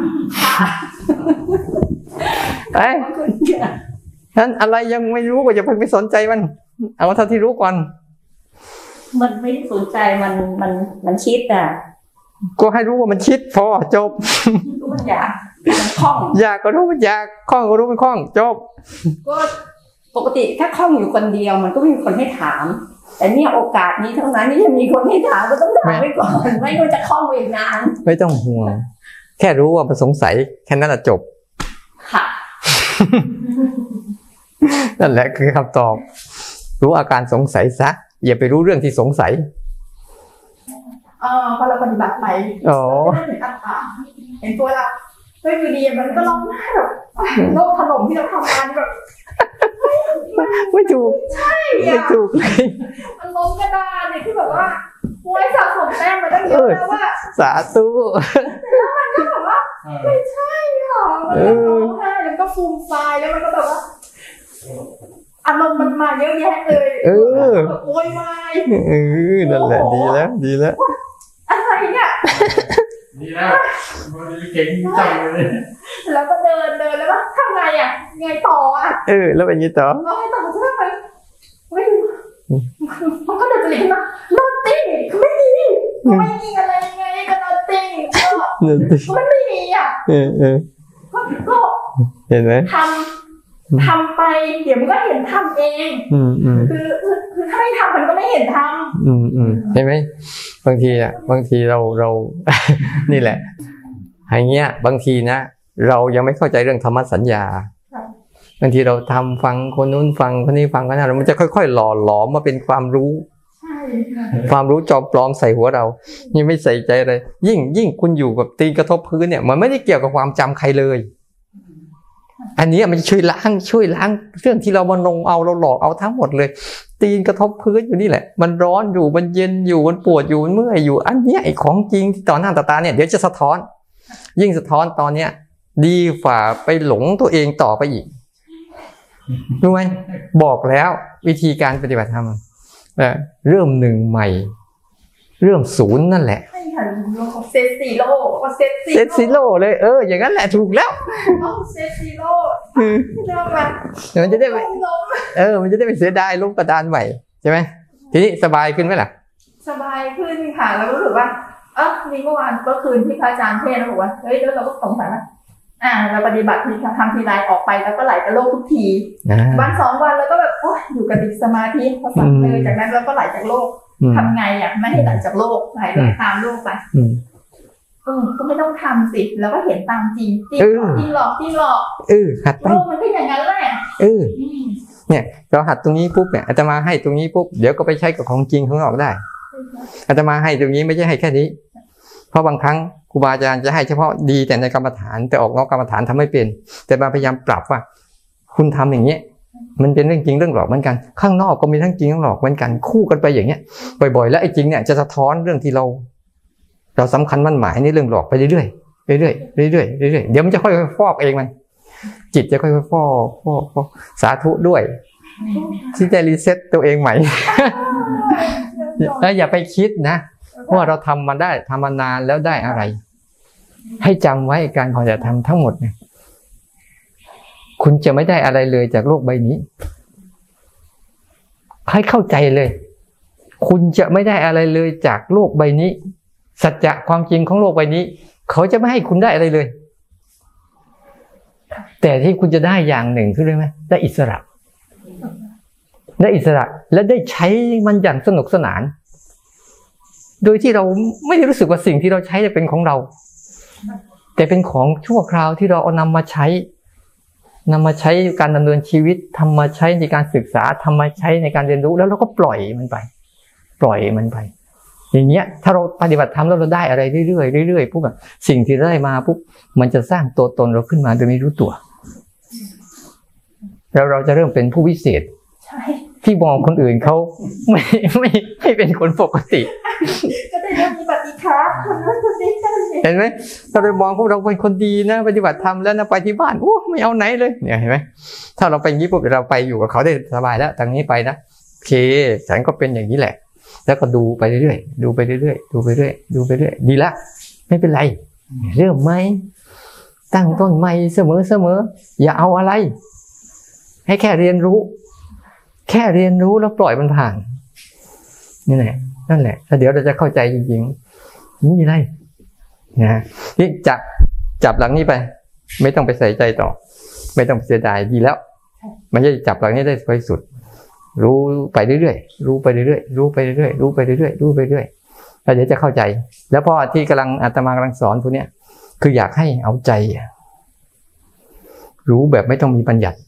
ไปฉันอะไรยังไม่รู้ก็อย่าไปสนใจมันเอาเท่าที่รู้ก่อนมันไม่ได้สนใจมันคิดอ่ะก็ให้รู้ว่ามันคิดพอจบรู้มันอยากมันคล่องอยากก็รู้มันอยากคล่องก็รู้มันคล่องจบก็ปกติถ้าคล่องอยู่คนเดียวมันก็ไม่มีคนให้ถามแต่เนี่ยโอกาสนี้เท่านั้นนี่ยังมีคนให้ถามก็ต้องถามไว้ก่อนไม่งั้นจะคล่องอีกนานไม่ต้องห่วงแค่รู้ว่ามันสงสัยแค่นั้นแหละจบค่ะนั่นแหละคือคำตอบรู้อาการสงสัยซะอย่าไปรู้เรื่องที่สงสัยพอเราปฏิบัติไปเห็นตัวเราก็อยู่ดีมันก็ร้องไห้แบบโลกถล่มที่เราทำงานแบบไม่ถูกใช่ไม่ถูกเลยมันล้มกระดานเนี่ยที่แบบว่าไว้สะสมแต้มมาตั้งเยอะแล้วว่าสาธุแล้วมันก็แบบว่าไม่ใช่หรอมันร้องไห้แล้วก็ฟูมไฟแล้วมันก็แบบว่าอารมณ์มันมาเยอะแยะเลยโวยวายนั่นแหละดีแล้วอะไรเนี่ยดีแล้วเก่งจังเลยแล้วก็เดินแล้วว่าทำไงอ่ะไงต่ออ่ะแล้วเป็นไงต่อเราให้ต่อใช่ไหมมันก็เดินไปเลยนะนอนติ้งไม่มีอะไรไงก็นอนติ้งมันไม่มีอ่ะก็เห็นไหมทำไปเดี๋ยวมันก็เห็นทำเองคือถ้าไม่ทำมันก็ไม่เห็นทำเห็นไหมบางทีเรานี่แหละอย่างเงี้ยบางทีนะเรายังไม่เข้าใจเรื่องธรรมสัญญาบางทีเราทำฟังคนนู้นฟังคนนี้ฟังกันนะมันจะค่อยๆหล่อหลอมมาเป็นความรู้ความรู้จอมปลอมใส่หัวเรานี่ไม่ใส่ใจเลยยิ่งคุณอยู่กับตีนกระทบพื้นเนี่ยมันไม่ได้เกี่ยวกับความจำใครเลยอันนี้มันช่วยล้างเรื่องที่เรามาลงเอาเราหลอกเอาทั้งหมดเลยตีนกระทบพื้นอยู่นี่แหละมันร้อนอยู่มันเย็นอยู่มันปวดอยู่มันเมื่อยอยู่อันนี้ไอ้ของจริงที่ต่อหน้าต่อตาเนี่ยเดี๋ยวจะสะท้อนยิ่งสะท้อนตอนเนี้ยดีฝ่าไปหลงตัวเองต่อไปอีกรู้ไหมบอกแล้ววิธีการปฏิบัติธรรมเริ่มหนึ่งใหม่เริ่มศูนย์นั่นแหละเซตซีโร่เลยอย่างนั้นแหละถูกแล้วเซตซีโร่เริ่มมามันจะได้มันจะได้ไม่เสียดายลงกระดานใหม่ใช่ไหมทีนี้สบายขึ้นไหมล่ะสบายขึ้นค่ะแล้วก็รู้สึกว่ามีเมื่อวานก็คืนที่พระอาจารย์เทศน์แล้วบอกว่าเฮ้ยแล้วเราก็สงสัยว่าเราปฏิบัติที่ทำทีไรออกไปแล้วก็ไหลกับโลกทุกทีวัน2 วันแล้วก็แบบอยู่กับดิสมาธิพอสั่งเลยจากนั้นเราก็ไหลจากโลกทำไงไม่ให้ไหลจากโลกไหลตามโลกไปก็ไม่ต้องทำสิแล้วก็เห็นตามจริงหลอกหัดไปโลกมันก็อย่างนั้นแหละเนี่ยเราหัดตรงนี้ปุ๊บเนี่ยอาตมาให้ตรงนี้ปุ๊บเดี๋ยวก็ไปใช้กับของจริงข้างนอกได้อาตมาให้ตรงนี้ไม่ใช่ให้แค่นี้เพราะบางครั้งครูบาอาจารย์จะให้เฉพาะดีแต่ในกรรมฐานแต่ออกนอกกรรมฐานทำไม่เป็นแต่มาพยายามปรับว่าคุณทำอย่างเงี้ยมันเป็นเรื่องจริงเรื่องหลอกเหมือนกันข้างนอกก็มีทั้งจริงทั้งหลอกเหมือนกันคู่กันไปอย่างเงี้ยบ่อยๆแล้วไอ้จริงเนี่ยจะสะท้อนเรื่องที่เราสำคัญมั่นหมายในเรื่องหลอกไปเรื่อยๆเรื่อยๆเดี๋ยวมันจะค่อยๆฟอกเองมันจิตจะค่อยๆฟอกสาธุด้วยที่จะรีเซ็ตตัวเองใหม่แล้วอย่าไปคิดนะว่าเราทำมานานแล้วได้อะไรให้จำไว้การปฏิบัติธรรมทั้งหมดเนี่ยคุณจะไม่ได้อะไรเลยจากโลกใบนี้ให้เข้าใจเลยคุณจะไม่ได้อะไรเลยจากโลกใบนี้สัจจะความจริงของโลกใบนี้เขาจะไม่ให้คุณได้อะไรเลยแต่ที่คุณจะได้อย่างหนึ่งคืออะไรไหมได้อิสระและได้ใช้มันอย่างสนุกสนานโดยที่เราไม่ได้รู้สึกว่าสิ่งที่เราใช้จะเป็นของเราแต่เป็นของชั่วคราวที่เราเอานำมาใช้การดำเนินชีวิตทำมาใช้ในการศึกษาทำมาใช้ในการเรียนรู้แล้วเราก็ปล่อยมันไปอย่างเงี้ยถ้าเราปฏิบัติธรรมแล้วเราได้อะไรเรื่อยๆปุ๊บแบบสิ่งที่ได้มาปุ๊บมันจะสร้างตัวตนเราขึ้นมาโดยไม่รู้ตัวแล้วเราจะเริ่มเป็นผู้วิเศษที่มองคนอื่นเขาไม่เป็นคนปกติก็ได้เริ่มมีปฏิฆาคนนั้นคนนี้เห็นไหมถ้าเรามองพวกเราเป็นคนดีนะปฏิบัติธรรมแล้วนะไปที่บ้านโอ้ไม่เอาไหนเลยเนี่ยเห็นไหมถ้าเราไปอย่างนี้ปุ๊บเราไปอยู่กับเขาได้สบายแล้วทางนี้ไปนะโอเคฉันก็เป็นอย่างนี้แหละแล้วก็ดูไปเรื่อยๆดูไปเรื่อยๆดีละไม่เป็นไรเริ่มไหมตั้งต้นใหม่เสมออย่าเอาอะไรให้แค่เรียนรู้แล้วปล่อยมันผ่านนี่แหละนั่นแหละแล้วเดี๋ยวเราจะเข้าใจจริงๆนี่อะไรนะนี่จับหลังนี้ไปไม่ต้องไปใส่ใจต่อไม่ต้องเสียดายดีแล้วมันจะจับหลังนี้ได้ไปสุดรู้ไปเรื่อยๆแล้วเดี๋ยวจะเข้าใจแล้วพอที่อาตมากำลังสอนพวกนี้คืออยากให้เอาใจรู้แบบไม่ต้องมีบัญญัติ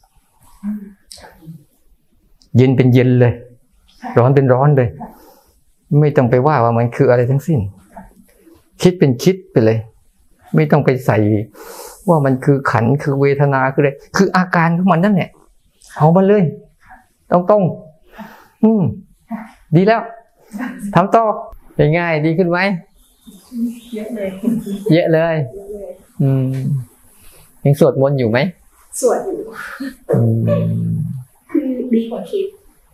เย็นเป็นเย็นเลยร้อนเป็นร้อนเลยไม่ต้องไปว่ามันคืออะไรทั้งสิ้นคิดเป็นคิดไปเลยไม่ต้องไปใส่ว่ามันคือขันธ์คือเวทนาคืออะไรคืออาการของมันนั่นแหละเอามันเลยตรงดีแล้วทำต่อง่ายดีขึ้นไหมเยอะเลยยังสวดมนต์อยู่ไหมสวดอยู่คือดีกว่าคิด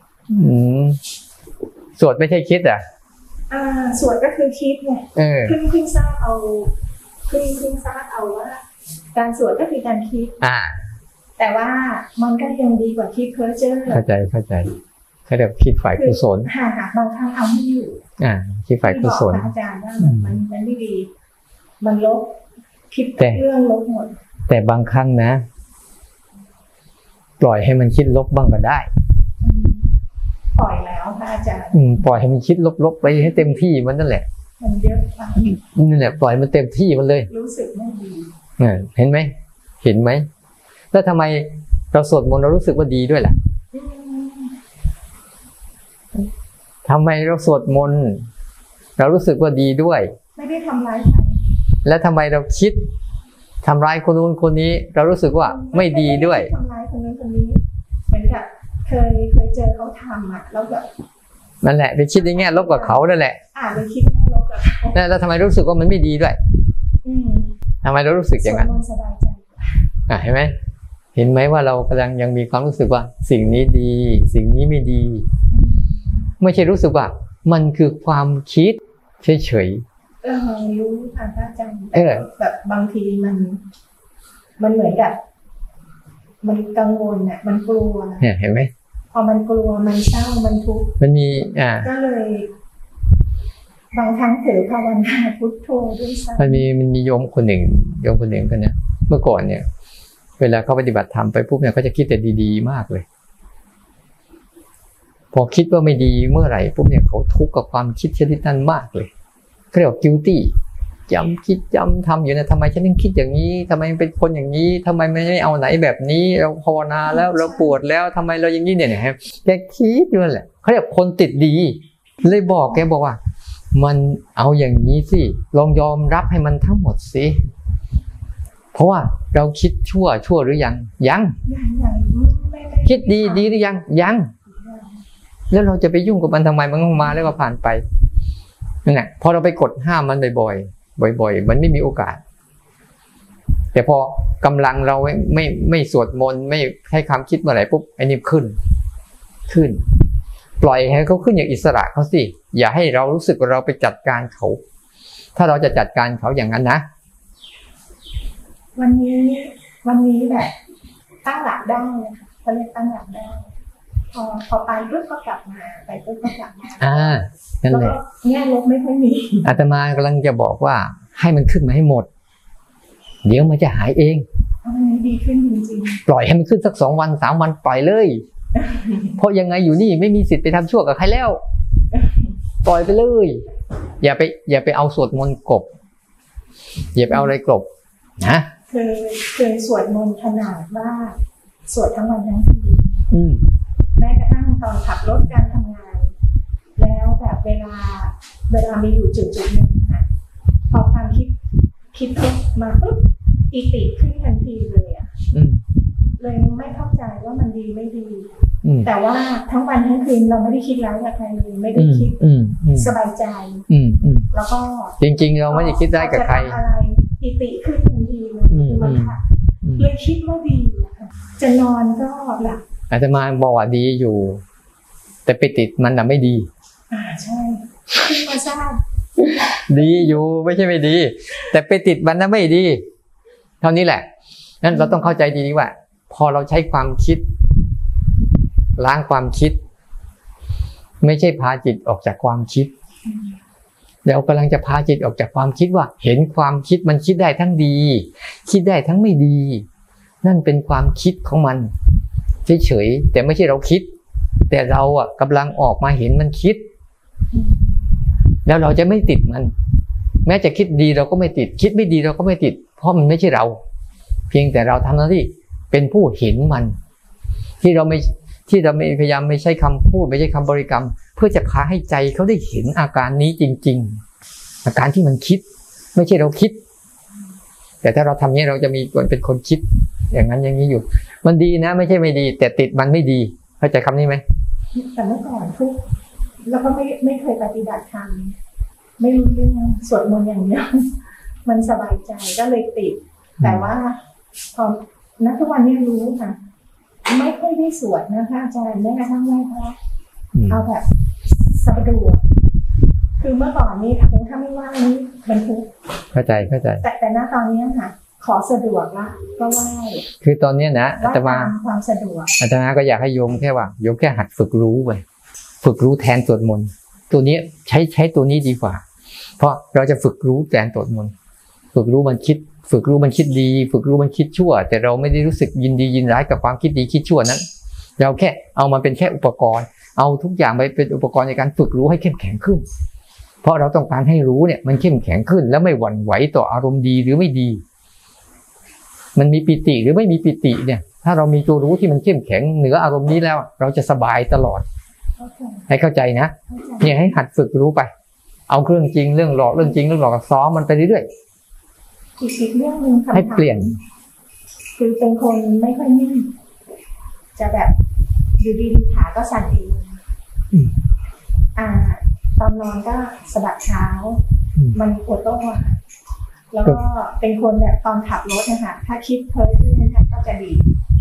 สวดไม่ใช่คิดอ่ะสวดก็คือคิดไงเพิ่งทราบเอาว่าการสวดก็คือการคิดแต่ว่ามันก็ยังดีกว่าคิดเพ้อเจ้อเข้าใจเขาเรียกคิดฝ่ายกุศลบางครั้งเอาไม่อยู่คิดฝ่ายกุศลอาจารย์ว่ามันไม่ดีมันลบคิดเรื่องลบหมดแต่บางครั้งนะปล่อยให้มันคิดลบบ้างก็ได้ปล่อยแล้วพระอาจารย์ปล่อยให้มันคิดลบๆไปให้เต็มที่มันนั่นแหละมันเยอะมากนั่นแหละปล่อยมันเต็มที่มันเลยรู้สึกไม่ดีเห็นไหมแล้วทำไมเราสวดมนต์เรารู้สึกว่าดีด้วยล่ะทำไมเราสวดมนต์เรารู้สึกว่าดีด้วยไม่ได้ทำร้ายใครแล้วทำไมเราคิดทำร้ายคนนู้นคนนี้เรารู้สึกว่าไม่ดีด้วยทำร้ายคนนู้นคนนี้เหมือนกับเคยเจอเขาทำแล้วแบบนั่นแหละไปคิดในแง่ลบกับเขานั่นแหละไปคิดแง่ลบกับเขาแล้วทำไมรู้สึกว่ามันไม่ดีด้วยทำไมเรารู้สึกอย่างนั้นสบายใจเห็นไหมว่าเรากำลังยังมีความรู้สึกว่าสิ่งนี้ดีสิ่งนี้ไม่ดีไม่ใช่รู้สึกว่ามันคือความคิดเฉยรู้ค่ะอาจารย์แบบบางทีมันเหมือนกับมันกังวลน่ะมันกลัวเห็นไหมพอมันกลัวมันเศร้ามันทุกข์มันมีก็เลยบางครั้งถือภาวนาพุทโธด้วยซ้ำมันมีโยมคนหนึ่งกันเนี่ยเมื่อก่อนเนี่ยเวลาเขาปฏิบัติธรรมไปปุ๊บเนี่ยเขาจะคิดแต่ดีๆมากเลยพอคิดว่าไม่ดีเมื่อไหร่ปุ๊บเนี่ยเขาทุกข์กับความคิดชนิดนั้นมากเลยเขาเรียกว่า guilty จำทำอยู่นะทำไมฉันต้องคิดอย่างนี้ทำไมเป็นคนอย่างนี้ทำไมไม่เอาไหนแบบนี้เราภาวนาแล้วเราปวดแล้วทำไมเราอย่างนี้เนี่ยครับแกคิดอยู่นั่นแหละเขาเรียกคนติดดีเลยบอกแกบอกว่ามันเอาอย่างนี้สิลองยอมรับให้มันทั้งหมดสิเพราะว่าเราคิดชั่วหรือยังคิดดีหรือยังแล้วเราจะไปยุ่งกับมันทำไมมันก็มาแล้วก็ผ่านไปนั่นแหละพอเราไปกดห้ามมันบ่อยๆมันไม่มีโอกาสแต่พอกำลังเราไม่สวดมนต์ไม่ให้ความคิดเมื่อไหร่ปุ๊บไอ้นี่ขึ้นปล่อยให้เขาขึ้นอย่างอิสระเขาสิอย่าให้เรารู้สึกว่าเราไปจัดการเขาถ้าเราจะจัดการเขาอย่างนั้นนะวันนี้แบบตั้งหลักได้เขาเรียกตั้งหลักได้พอไปปุ๊บก็กลับมาไปปุ๊บก็กลับมานั่นแหละแง่ลบไม่ค่อยมีอาตมากำลังจะบอกว่าให้มันขึ้นมาให้หมดเดี๋ยวมันจะหายเองดีขึ้นจริงๆปล่อยให้มันขึ้นสัก2 วัน3 วันปล่อยเลยเพราะยังไงอยู่นี่ไม่มีสิทธิ์ไปทำชั่วกับใครแล้วปล่อยไปเลยอย่าไปเอาสวดมนต์กบอย่าไปเอาอะไรกลบนะเคยสวดมนต์ขนาดว่าสวดทั้งวันทั้งคืนแม้กระทั่งตอนขับรถการทำงานแล้วแบบเวลามีอยู่จุดหนึ่งค่ะพอความคิดปุ๊บมาปุ๊บอิติขึ้นทันทีเลยอ่ะเลยไม่เข้าใจว่ามันดีไม่ดีแต่ว่าทั้งวันทั้งคืนเราไม่ได้คิดร้ายกับใครเลยไม่ได้คิดสบายใจแล้วก็จริงๆเราไม่ได้คิดร้ายกับใครอะไรอิติขึ้นทันทีเลยมันค่ะเลยคิดว่าดีจะนอนก็หลับอาตมาบอกว่าดีอยู่แต่ไปติดมันน่ะไม่ดีใช่ขึ้นมาทราบดีอยู่ไม่ใช่ไม่ดีแต่ไปติดมันน่ะไม่ดีเท่านี้แหละนั้นเราต้องเข้าใจดีว่าพอเราใช้ความคิดล้างความคิดไม่ใช่พาจิตออกจากความคิดเรากำลังจะพาจิตออกจากความคิดว่าเห็นความคิดมันคิดได้ทั้งดีคิดได้ทั้งไม่ดีนั่นเป็นความคิดของมันเฉยๆแต่ไม่ใช่เราคิดแต่เรากำลังออกมาเห็นมันคิดแล้วเราจะไม่ติดมันแม้จะคิดดีเราก็ไม่ติดคิดไม่ดีเราก็ไม่ติดเพราะมันไม่ใช่เราเพียงแต่เราทำหน้าที่เป็นผู้เห็นมันที่เราไม่พยายามไม่ใช่คำพูดไม่ใช่คำบริกรรมเพื่อจะพาให้ใจเขาได้เห็นอาการนี้จริงๆอาการที่มันคิดไม่ใช่เราคิดแต่ถ้าเราทำนี้เราจะมีคนเป็นคนคิดอย่างนั้นอย่างนี้อยู่มันดีนะไม่ใช่ไม่ดีแต่ติดมันไม่ดีเข้าใจคำนี้ไหมแต่เมื่อก่อนทุกแล้วก็ไม่เคยปฏิบัติธรรมไม่รู้เรื่องสวดมนต์อย่างเดียวมันสบายใจก็เลยติดแต่ว่าพอณทุกวันนี้รู้ค่ะไม่ค่อยได้สวดนะคะอาจารย์แม้กระทั่งไหว้พระเอาแบบสะดวกคือเมื่อก่อนนี้ถ้าไม่ว่างนี้มันทุกข์เข้าใจแต่ณตอนนี้ค่ะขอสะดวกละก็ไหว้คือตอนนี้นะอาตมาความสะดวกอาตมาก็อยากให้โยมแค่ว่าโยมแค่หัดฝึกรู้ไปฝึกรู้แทนสวดมนต์ตัวนี้ใช้ตัวนี้ดีกว่าเพราะเราจะฝึกรู้แทนสวดมนต์ฝึกรู้มันคิดฝึกรู้มันคิดดีฝึกรู้มันคิดชั่วแต่เราไม่ได้รู้สึกยินดียินร้ายกับความคิดดีคิดชั่วนั้นเราแค่เอามาเป็นแค่อุปกรณ์เอาทุกอย่างไปเป็นอุปกรณ์ในการฝึกรู้ให้เข้มแข็งขึ้นเพราะเราต้องการให้รู้เนี่ยมันเข้มแข็งขึ้นแล้วไม่หวั่นไหวต่ออารมณ์ดีหรือไม่ดีมันมีปิติหรือไม่มีปิติเนี่ยถ้าเรามีตัวรู้ที่มันเข้มแข็งเหนืออารมณ์นี้แล้วเราจะสบายตลอดให้เข้าใจนะเนี่ยให้หัดฝึกรู้ไปเอาเรื่องจริงเรื่องหลอกเรื่องจริงเรื่องหลอกซ้อมมันไปเรื่อยอีกเรื่องนึงให้เปลี่ยนคือเป็นคนไม่ค่อยนิ่งจะแบบอยู่ดีๆขาก็สั่นเองตอนนอนก็สะบัดเท้ามันปวดตัวแล้วก็เป็นคนแบบตอนขับรถนะคะถ้าคิดเพ้อขึ้นนะคะก็จะดี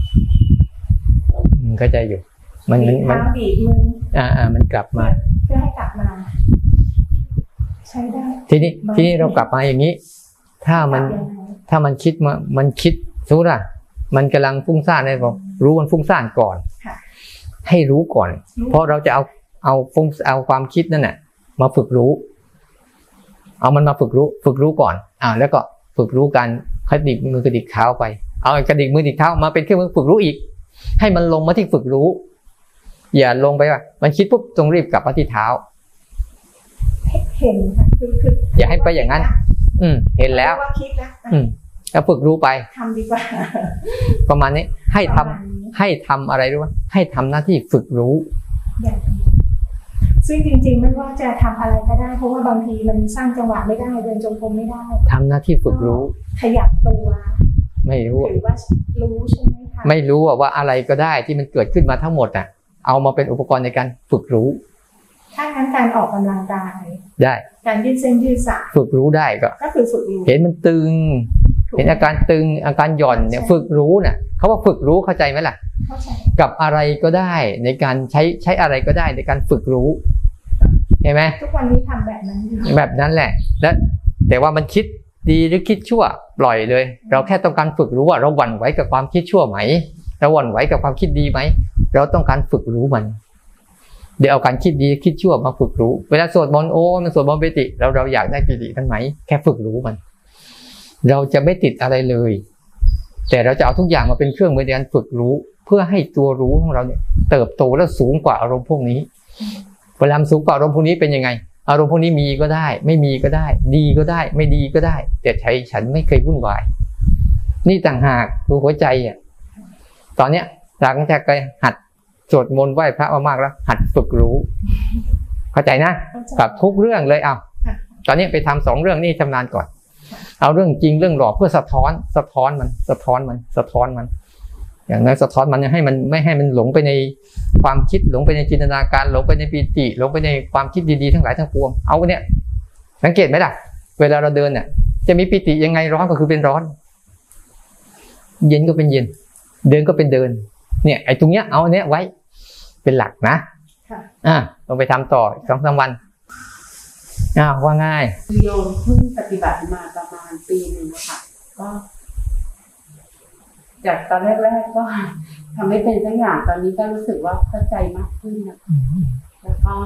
เข้าใจอยู่มันเท้าดีมือมันกลับมาเพื่อให้กลับมาใช้ได้ทีนี้เรากลับมาอย่างนี้ถ้ามันคิดมันคิดสมมุติว่ามันกำลังฟุ้งซ่านได้บอกรู้มันฟุ้งซ่านก่อนให้รู้ก่อนเพราะเราจะเอาความคิดนั่นน่ะมาฝึกรู้เอามันมาฝึกรู้ก่อนแล้วก็ฝึกรู้การกระดิกมือกระดิกเท้าไปเอากระดิกมือกระดิกเท้ามาเป็นเครื่องมือฝึกรู้อีกให้มันลงมาที่ฝึกรู้อย่าลงไปว่ามันคิดปุ๊บต้องรีบกลับมาที่เท้าเห็นค่ะคืออย่าให้ไปอย่างนั้นเห็นแล้วแล้วฝึกรู้ไปทำดีกว่าประมาณนี้ให้ทำอะไรรู้ไหมให้ทำหน้าที่ฝึกรู้ซึ่งจริงๆไม่ว่าจะทำอะไรก็ได้เพราะว่าบางทีมันสร้างจังหวะไม่ได้เดินจงกรมไม่ได้ทำหน้าที่ฝึกรู้ขยับตัวไม่รู้หรือว่ารู้ใช่ไหมคะไม่รู้ว่าอะไรก็ได้ที่มันเกิดขึ้นมาทั้งหมดเอามาเป็นอุปกรณ์ในการฝึกรู้ถ้างั้นการออกกำลังกายได้การยืดเส้นยืดสายฝึกรู้ได้ก็คือฝึกรู้เห็นมันตึงเห็นอาการตึงอาการหย่อนเนี่ยฝึกรู้เนี่ยเขาว่าฝึกรู้เข้าใจไหมล่ะเข้าใจกับอะไรก็ได้ในการใช้อะไรก็ได้ในการฝึกรู้เห็นไหมทุกวันนี้ทำแบบนั้นแบบนั้นแหละแล้วแต่ว่ามันคิดดีหรือคิดชั่วปล่อยเลยเราแค่ต้องการฝึกรู้ว่าเราหวั่นไหวกับความคิดชั่วไหมเราหวั่นไหวกับความคิดดีไหมเราต้องการฝึกรู้มันเดี๋ยวเอาการคิดดีคิดชั่วมาฝึกรู้เวลาสวดมนต์มันสวดมนต์ปิติเราอยากได้ปิติทั้งไหมแค่ฝึกรู้มันเราจะไม่ติดอะไรเลยแต่เราจะเอาทุกอย่างมาเป็นเครื่องมือในการฝึกรู้เพื่อให้ตัวรู้ของเราเนี่ยเติบโตและสูงกว่าอารมณ์พวกนี้เวลาสูงกว่าอารมณ์พวกนี้เป็นยังไงอารมณ์พวกนี้มีก็ได้ไม่มีก็ได้ดีก็ได้ไม่ดีก็ได้แต่ใจฉันไม่เคยวุ่นวายนี่ต่างหากคือหัวใจอ่ะตอนเนี้ยหลังจากไปหัดสวดมนต์ไหว้พระมากๆแล้วหัดฝึกรู้เข้าใจนะกับทุกเรื่องเลยเอาตอนนี้ไปทำ2 เรื่องนี่ชำนาญก่อนเอาเรื่องจริงเรื่องหลอกเพื่อสะท้อนมันอย่างน้อยสะท้อนมันให้มันไม่ให้มันหลงไปในความคิดหลงไปในจินตนาการหลงไปในปีติหลงไปในความคิดดีๆทั้งหลายทั้งปวงเอาเนี่ยสังเกตไหมล่ะเวลาเราเดินเนี่ยจะมีปีติยังไงร้อนก็คือเป็นร้อนเย็นก็เป็นเย็นเดินก็เป็นเดินเนี่ยไอ้ตรงเนี้ยเอาเนี้ยไว้เป็นหลักนะลองไปทำต่อ2-3 วันว่าง่ายโยมเพิ่งปฏิบัติมาประมาณปีนึงค่ะก็จากตอนแรกๆก็ทำไม่เป็นสักอย่างตอนนี้ก็รู้สึกว่าเข้าใจมากขึ้นนะแล้วก็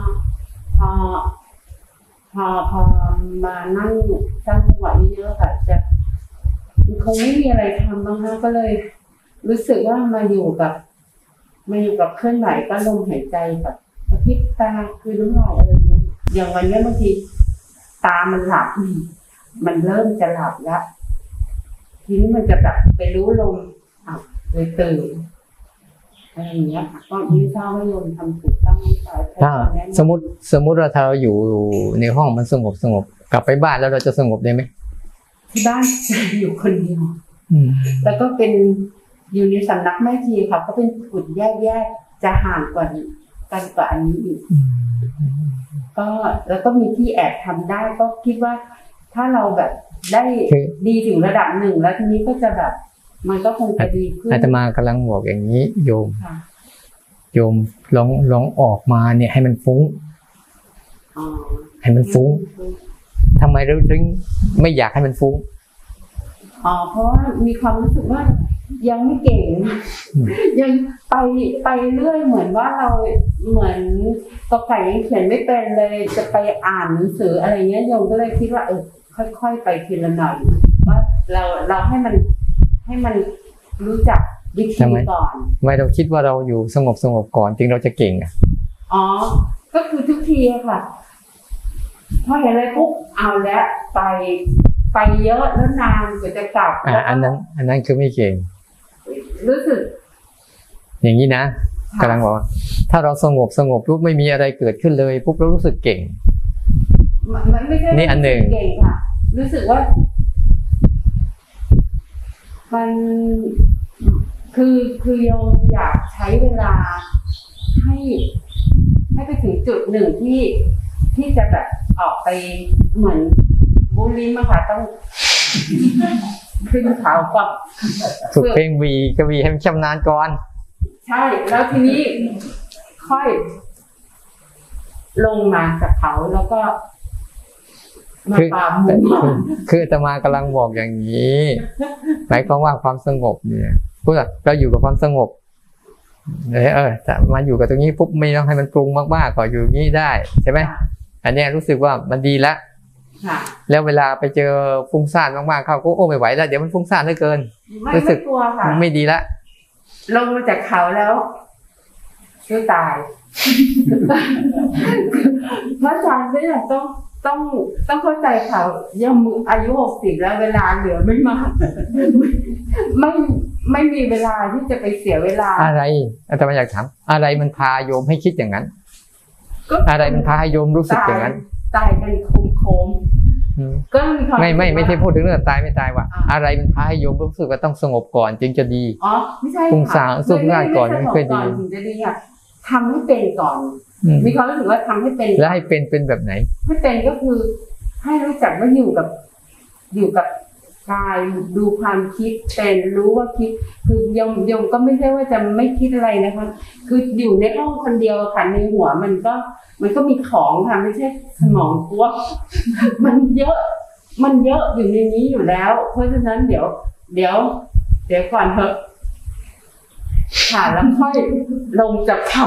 พอมานั่งสร้างจังหวะเยอะๆค่ะจะคงไม่มีอะไรทำบ้างนะก็เลยรู้สึกว่ามาอยู่กับเคลื่อนไหวก็ลมหายใจกับกระพริบตาคือน้ำลายอะไรอย่างเงี้ยอย่างวันนี้บางทีตามันหลับมันเริ่มจะหลับแล้วทีนี้มันจะแบบไปรู้ลมเลยตื่นอะไรอย่างเงี้ยก็ไม่ทราบว่าโยมทำถูกต้องไหมคะสมมติว่าถ้าเราอยู่ในห้องมันสงบกลับไปบ้านแล้วเราจะสงบได้ไหมที่บ้านอยู่คนเดียวแล้วก็เป็นอยู่ในสำนักแม่ชีค่ะก็เป็นกลุ่มแยกจะห่างกว่ากันกว่าอันนี้อีกก็แล้วก็มีที่แอบทำได้ก็คิดว่าถ้าเราแบบได้ดีถึงระดับหนึ่งแล้วทีนี้ก็จะแบบมันก็คงจะดีขึ้นอาตมากำลังบอกอย่างนี้โยมลองออกมาเนี่ยให้มันฟุ้งให้มันฟุ้งทำไมเราถึงไม่อยากให้มันฟุ้งเพราะว่ามีความรู้สึกว่ายังไม่เก่งยังไปเรื่อยเหมือนว่าเราเหมือนกไก่ยังเขียนไม่เป็นเลยจะไปอ่านหนังสืออะไรเงี้ยโยมก็เลยคิดว่าค่อยๆไปทีละหน่อยว่าเราให้มันรู้จักวิธีก่อนไม่เราคิดว่าเราอยู่สงบก่อนจริงเราจะเก่งก็คือทุกทีค่ะพอเห็นอะไรปุ๊บเอาแล้วไปเยอะแล้วนานกว่าจะกลับอันนั้นคือไม่เก่งรู้สึกอย่างนี้นะกำลังบอกถ้าเราสงบปุ๊บไม่มีอะไรเกิดขึ้นเลยปุ๊บเรารู้สึกเก่งไม่ใช่นี่อันหนึ่งเก่งค่ะรู้สึกว่ามันคือโยมอยากใช้เวลาให้ไปถึงจุดหนึ่งที่จะแบบออกไปเหมือนบุรีมาค่ะต้องขึ้นเขาก่อนฝึกเพลงวีกวีให้มันชำนาญก่อนใช่แล้วทีนี้ค่อยลงมาจากเขาแล้วก็มาปาหมู่คืออาตมากำลังบอกอย่างนี้หมายความว่าความสงบเนี่ยพวกเราอยู่กับความสงบแต่มาอยู่กับตรงนี้ปุ๊บไม่ต้องให้มันปรุงมากๆก็อยู่นี้ได้ใช่ไหมอันนี้รู้สึกว่ามันดีแล้วแล้วเวลาไปเจอฟุ้งซ่านมากๆเขาก็ไม่ไหวแล้วเดี๋ยวมันฟุ้งซ่านเหลือเกินรู้สึกไม่ดีละลงมาจากเขาแล้วก็ตายเพราะอาจารย์เนี่ยต้องเข้าใจเขายังอายุ60แล้วเวลาเหลือไม่มากไม่มีเวลาที่จะไปเสียเวลาอะไรอาจารย์อยากถามอะไรมันพาโยมให้คิดอย่างนั้นอะไรมันพาโยมรู้สึกอย่างนั้นตายเป็นโคมก็มีความไม่ใช่พูดถึงเรื่องตายไม่ตายว่ะอะไรมันพาให้โยมรู้สึกว่าต้องสงบก่อนจึงจะดีไม่ใช่ฟุ้งซ่านสุขง่ายก่อนมันค่อยดีถึงจะดีอ่ะทำให้เป็นก่อนมีความรู้สึกว่าทำให้เป็นแล้วให้เป็นแบบไหนให้เป็นก็คือให้รู้จักว่าอยู่กับกายดูความคิดเป็นรู้ว่าคิดคือยมก็ไม่ใช่ว่าจะไม่คิดอะไรนะคะคืออยู่ในห้องคนเดียวค่ะในหัวมันก็มีของค่ะไม่ใช่สมองกลัวมันเยอะอยู่ในนี้อยู่แล้วเพราะฉะนั้นเดี๋ยวก่อนเถอะค่ะแล้วค่อยลงจากเขา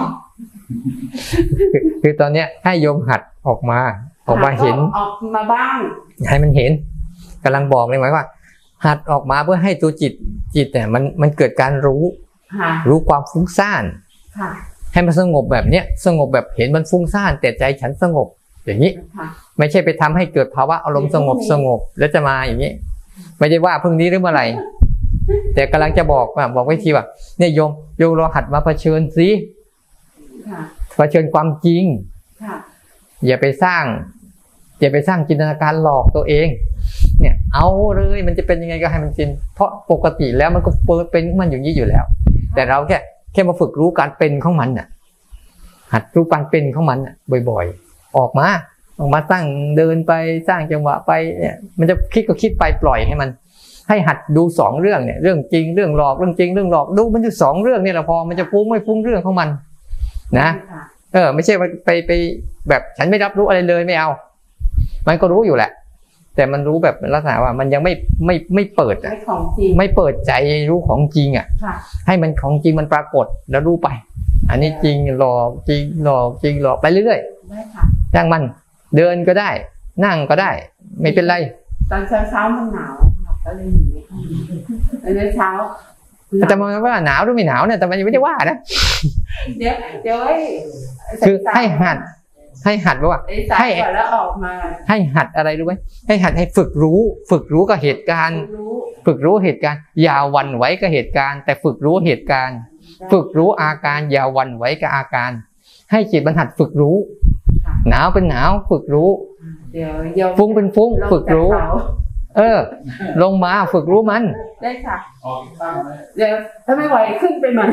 คือตอนเนี้ยให้โยมหัดออกมาเห็นออกมาบ้างให้มันเห็นกำลังบอกเลยหมายว่าหัดออกมาเพื่อให้ตัวจิตเนี่ยมันเกิดการรู้ความฟุ้งซ่านให้มันสงบแบบเนี้ยสงบแบบเห็นมันฟุ้งซ่านแต่ใจฉันสงบอย่างนี้ค่ะไม่ใช่ไปทำให้เกิดภาวะอารมณ์สงบแล้วจะมาอย่างนี้ไม่ได้ว่าพรุ่งนี้หรือเมื่อไหร่แต่กำลังจะบอกวิธีว่าเนี่ยโยมเราหัดมาเผชิญสิค่ะเผชิญความจริงค่ะอย่าไปสร้างจินตนาการหลอกตัวเองเนี่ยเอาเลยมันจะเป็นยังไงก็ให้มันเป็นเพราะปกติแล้วมันก็เป็นของมันอย่างนี้อยู่แล้วแต่เราแค่มาฝึกรู้การเป็นของมันน่ะหัดรู้การเป็นของมันน่ะบ่อยๆออกมาตั้งเดินไปสร้างจังหวะไปเนี่ยมันจะคิดก็คิดไปปล่อยให้มันให้หัดดู2เรื่องเนี่ยเรื่องจริงเรื่องหลอกเรื่องจริงเรื่องหลอกดูมันอยู่2เรื่องนี่แหละพอมันจะฟุ้งไม่ฟุ้งเรื่องของมันนะไม่ใช่ว่าไปแบบฉันไม่รับรู้อะไรเลยไม่เอามันก็รู้อยู่แหละแต่มันรู้แบบลักษณะว่ามันยังไม่เปิดไม่เปิดใจรู้ของจริงอ่ะให้มันของจริงมันปรากฏแล้วรู้ไปอันนี้จริงหลอกจริงหลอกจริงหลอกไปเรื่อยๆอย่างมันเดินก็ได้นั่งก็ได้ไม่เป็นไรตอนเช้ามันหนาวก็เลยอยู่ในห้องตอนเช้าแต่มันว่าหนาวหรือไม่หนาวเนี่ยแต่มันยังไม่ได้ว่านะเดี๋ยวคือให้หัดว่าให้แล้วออกมาให้หัดอะไรรู้ไหมให้หัดให้ฝึกรู้กับเหตุการณ์ฝึกรู้เหตุการณ์อย่าหวั่นไหวกับเหตุการณ์แต่ฝึกรู้เหตุการณ์ฝึกรู้อาการอย่าหวั่นไหวกับอาการให้จิตมันหัดฝึกรู้หนาวเป็นหนาวฝึกรู้ฟุ้งเป็นฟุ้งฝึกรู้ลงมาฝึกรู้มันได้ค่ะเดี๋ยวถ้าไม่ไหวขึ้นไปใหม่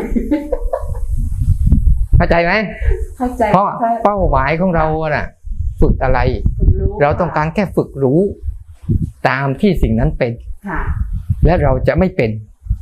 เข้าใจไหมเข้าใจเพราะเป้าหมายของเราน่ะฝึกอะไรเราต้องการแค่ฝึกรู้ตามที่สิ่งนั้นเป็นและเราจะไม่เป็น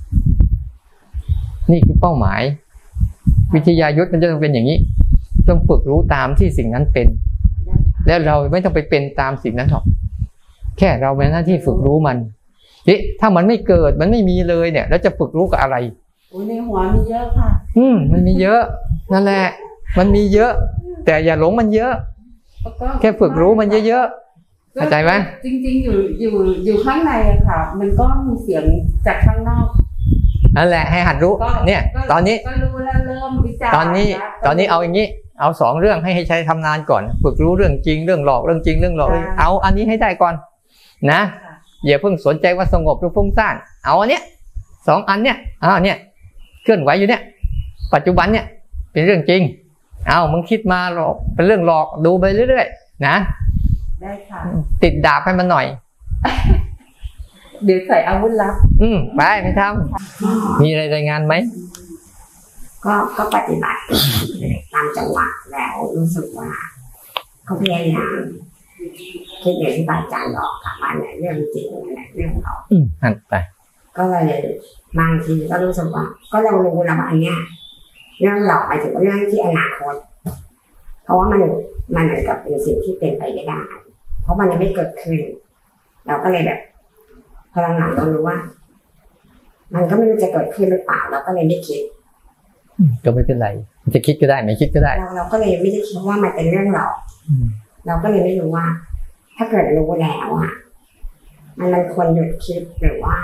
นี่คือเป้าหมายวิทยายุทธมันจะต้องเป็นอย่างนี้ต้องฝึกรู้ตามที่สิ่งนั้นเป็นแล้วเราไม่ต้องไปเป็นตามสิ่งนั้นหรอกแค่เราเป็นหน้าที่ฝึกรู้มันถ้ามันไม่เกิดมันไม่มีเลยเนี่ยแล้วจะฝึกรู้กับอะไรในหัวมีเยอะค่ะมันมีเยอะนั่นแหละมันมีเยอะแต่อย่าหลงมันเยอะแค่ฝึกรู้มันเยอะๆเข้าใจไหมจริงๆอยู่ข้างในอะค่ะมันก็มีเสียงจากข้างนอกนั่นแหละให้หัดรู้เนี่ยตอนนี้ก็รู้แล้วเริ่มวิจารณ์ตอนนี้เอาอย่างนี้เอา2เรื่องให้ใช้ทำงานก่อนฝึกรู้เรื่องจริงเรื่องหลอกเรื่องจริงเรื่องหลอกเอาอันนี้ให้ได้ก่อนนะอย่าเพิ่งสนใจว่าสงบหรือฟุ้งซ่านเอาอันเนี้ย2อันเนี้ยเนี่ยเคลื่อนไหวอยู่เนี่ยปัจจุบันเนี่ยเป็นเรื่องจริงเอามึงคิดมาหลอกเป็นเรื่องหลอกดูไปเรื่อยๆนะได้ค่ะติดดาบให้มันหน่อยเดี๋ยวใส่อาวุธลับไปทำมีอะไรรายงานไหมก็ปฏิบัติตามจังหวะแล้วรู้สึกว่าเขาพยายามคิดอย่างที่อาจารย์บอกค่ะว่าเนี่ยเรื่องจริงเนี่ยเรื่องหลอกหันไปก็เลยบางทีก็รู้สึกว่าก็เรารู้แล้วว่าอันเนี้ยเรื่องหลอกไปถึงเรื่องที่อนาคตเพราะว่ามันเหมือนกับเป็นสิ่งที่เป็นไปไม่ได้เพราะมันยังไม่เกิดขึ้นเราก็เลยแบบพอหลังๆเรารู้ว่ามันก็ไม่รู้จะเกิดขึ้นหรือเปล่าเราก็เลยไม่คิดก็ไม่เป็นไรจะคิดก็ได้ไม่คิดก็ได้เราก็เลยไม่ได้คิดว่ามันเป็นเรื่องหลอกเราก็เลยไม่รู้ว่าถ้าเกิดรู้แล้วอ่ะมันควรหยุดคิดหรือว่า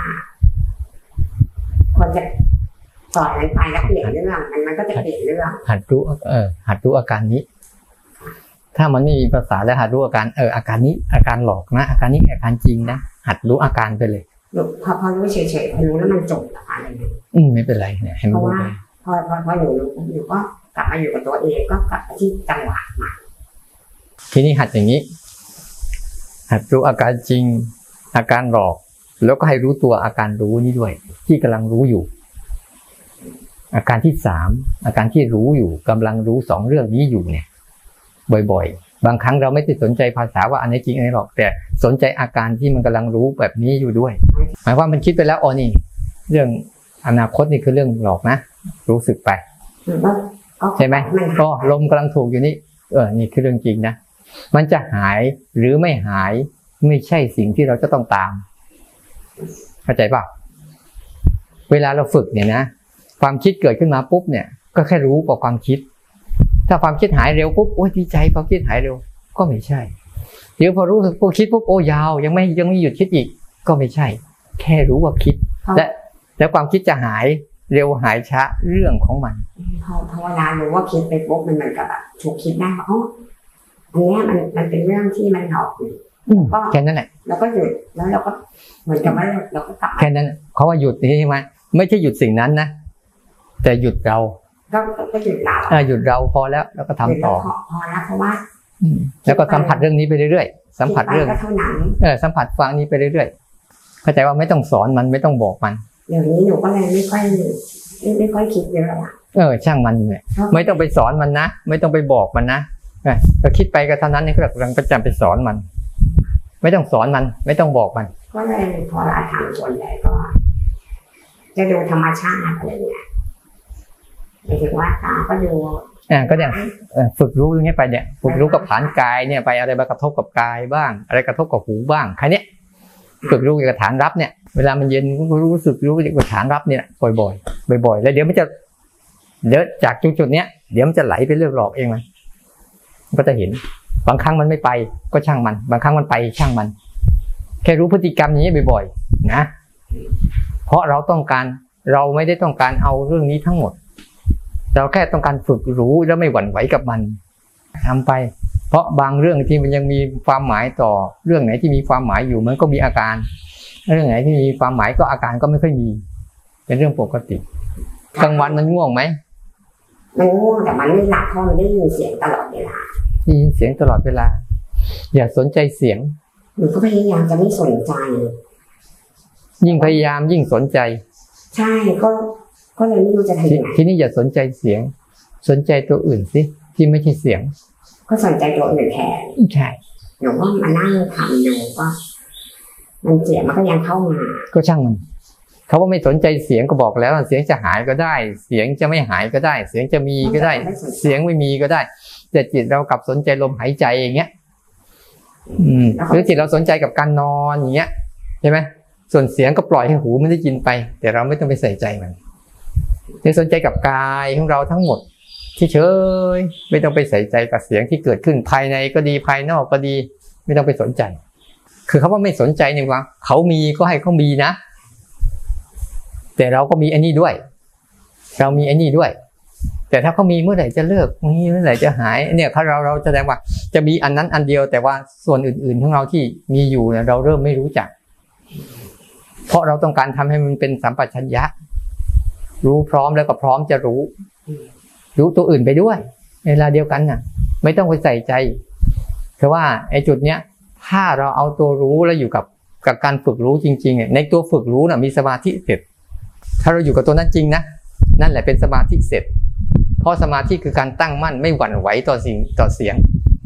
ควรจะปล่อยมันไปแล้วเปลี่ยนเรื่องมันก็จะเปลี่ยนเรื่องหัดรู้อาการนี้ถ้ามันไม่มีภาษาแล้วหัดรู้อาการอาการนี้อาการหลอกนะอาการนี้อาการจริงนะหัดรู้อาการไปเลยพอรู้เฉยๆพอรู้แล้วมันจบอะไรอย่างเงี้ยไม่เป็นไรเนี่ยให้มันรู้ไปพออยู่ก็กลับมาอยู่กับตัวเองก็กลับมาที่จังหวะใหม่ทีนี้หัดอย่างนี้หัดรู้อาการจริงอาการหลอกแล้วก็ให้รู้ตัวอาการรู้นี้ด้วยที่กำลังรู้อยู่อาการที่3อาการที่รู้อยู่กำลังรู้2เรื่องนี้อยู่เนี่ยบ่อยๆบางครั้งเราไม่ได้สนใจภาษาว่าอันไหนจริงอันไหนหลอกแต่สนใจอาการที่มันกำลังรู้แบบนี้อยู่ด้วยหมายว่ามันคิดไปแล้วนี่เรื่องอนาคตนี่คือเรื่องหลอกนะรู้สึกไปใช่ไหมก็ลมกำลังถูกอยู่นี่นี่คือเรื่องจริงนะมันจะหายหรือไม่หายไม่ใช่สิ่งที่เราจะต้องตามเข้าใจป่ะเวลาเราฝึกเนี่ยนะความคิดเกิดขึ้นมาปุ๊บเนี่ยก็แค่รู้กับความคิดถ้าความคิดหายเร็วปุ๊บโอ้ยดีใจความคิดหายเร็วก็ไม่ใช่เดี๋ยวพอรู้พอคิดปุ๊บโอ้ยาวยังไม่หยุดคิดอีกก็ไม่ใช่แค่รู้ว่าคิดแล้วความคิดจะหายเร็วหายช้าเรื่องของมันพอเวลารู้ว่าคิดไปปุ๊บมันเหมือนกับถูกคิดได้ว่าอ๋ออันนี้มันเป็นเรื่องที่มันหลอกอยู่ก็แค่นั้นแหละเราก็หยุดแล้วเราก็เหมือนกับว่าเราก็กลับแค่นั้นเขาว่าหยุดนี่ใช่ไหมไม่ใช่หยุดสิ่งนั้นนะแต่หยุดเราก็หยุดเราหยุดเราพอแล้วก็ทำต่อพอแล้วเพราะว่าแล้วก็สัมผัสเรื่องนี้ไปเรื่อยๆสัมผัสเรื่องก็เท่านั้นสัมผัสฟังนี้ไปเรื่อยๆเข้าใจว่าไม่ต้องสอนมันไม่ต้องบอกมันเดี๋ยวนี้หนูก็เลยไม่ค่อยคิดเยอะละช่างมันเลยไม่ต้องไปสอนมันนะไม่ต้องไปบอกมันนะก็คิดไปก็เท่านั้นนี่ก็กำลังประจำไปสอนมัน ไม่ต้องสอนมันไม่ต้องบอกมันก็เลยพอเราทำส่วนใหญ่ก็จะดูธรรมชาติอะไรเงี้ยหมายถึงว่าตาก็ดูก็เนี่ยฝึกรู้อย่างเงี้ยไปเนี่ยฝึกรู้กับฐานกายเนี่ยไปอะไรมากระทบกับกายบ้างอะไรกระทบกับหูบ้างแค่นี้ฝึกรู้กับฐานรับเนี่ยเวลามันเย็นรู้สึกรู้กับฐานรับเนี่ยบ่อยๆแล้วเดี๋ยวจากจุดเนี้ยเดี๋ยวมันจะไหลไปเรื่องหลอกเองมันก็จะเห็นบางครั้งมันไม่ไปก็ช่างมันบางครั้งมันไปช่างมันแค่รู้พฤติกรรมอย่างนี้บ่อยๆนะเพราะเราไม่ได้ต้องการเอาเรื่องนี้ทั้งหมดเราแค่ต้องการฝึกรู้แล้วไม่หวั่นไหวกับมันทำไปเพราะบางเรื่องที่มันยังมีความหมายต่อเรื่องไหนที่มีความหมายอยู่มันก็มีอาการเรื่องไหนที่มีความหมายก็อาการก็ไม่ค่อยมีเป็นเรื่องปกติกลางวันมันง่วงไหมมันง่วงแต่มันไม่หลับเพราะมันได้ยินเสียงตลอดเวลาได้ยินเสียงตลอดเวลาอย่าสนใจเสียงหนูก็พยายามจะไม่สนใจยิ่งพยายามยิ่งสนใจใช่ก็เลยไม่รู้จะทำยังไงทีนี้อย่าสนใจเสียงสนใจตัวอื่นสิที่ไม่ใช่เสียงก็สนใจตัวอื่นแทนใช่หนูก็มานั่งทำอยู่ก็มันเสียงมันก็ยังเข้ามาก็ช่างมันเขาว่าไม่สนใจเสียงก็บอกแล้วเสียงจะหายก็ได้เสียงจะไม่หายก็ได้เสียงจะมีก็ได้เสียงไม่มีก็ได้แต่จิตเรากลับสนใจลมหายใจอย่างเงี้ยหรือจิตเราสนใจกับการนอนอย่างเงี้ยใช่ไหมส่วนเสียงก็ปล่อยให้หูมันได้ยินไปแต่เราไม่ต้องไปใส่ใจมันให้สนใจกับกายของเราทั้งหมดที่เฉยไม่ต้องไปใส่ใจกับเสียงที่เกิดขึ้นภายในก็ดีภายนอกก็ดีไม่ต้องไปสนใจคือเขาว่าไม่สนใจนี่ว่าเขามีก็ให้เขามีนะแต่เราก็มีอันนี้ด้วยเรามีอันนี้ด้วยแต่ถ้าเขามีเมื่อไหร่จะเลิกเมื่อไหร่จะหายเนี่ยเราแสดงว่าจะมีอันนั้นอันเดียวแต่ว่าส่วนอื่นๆของเราที่มีอยู่เนี่ยเราเริ่มไม่รู้จักเพราะเราต้องการทำให้มันเป็นสัมปชัญญะรู้พร้อมแล้วก็พร้อมจะรู้ตัวอื่นไปด้วยในเวลาเดียวกันน่ะไม่ต้องไปใส่ใจคือว่าไอ้จุดเนี้ยถ้าเราเอาตัวรู้แล้วอยู่กับการฝึกรู้จริงๆเนี่ยในตัวฝึกรู้น่ะมีสมาธิเสร็จถ้าเราอยู่กับตัวนั้นจริงนะนั่นแหละเป็นสมาธิเสร็จเพราะสมาธิคือการตั้งมั่นไม่หวั่นไหวต่อเสียง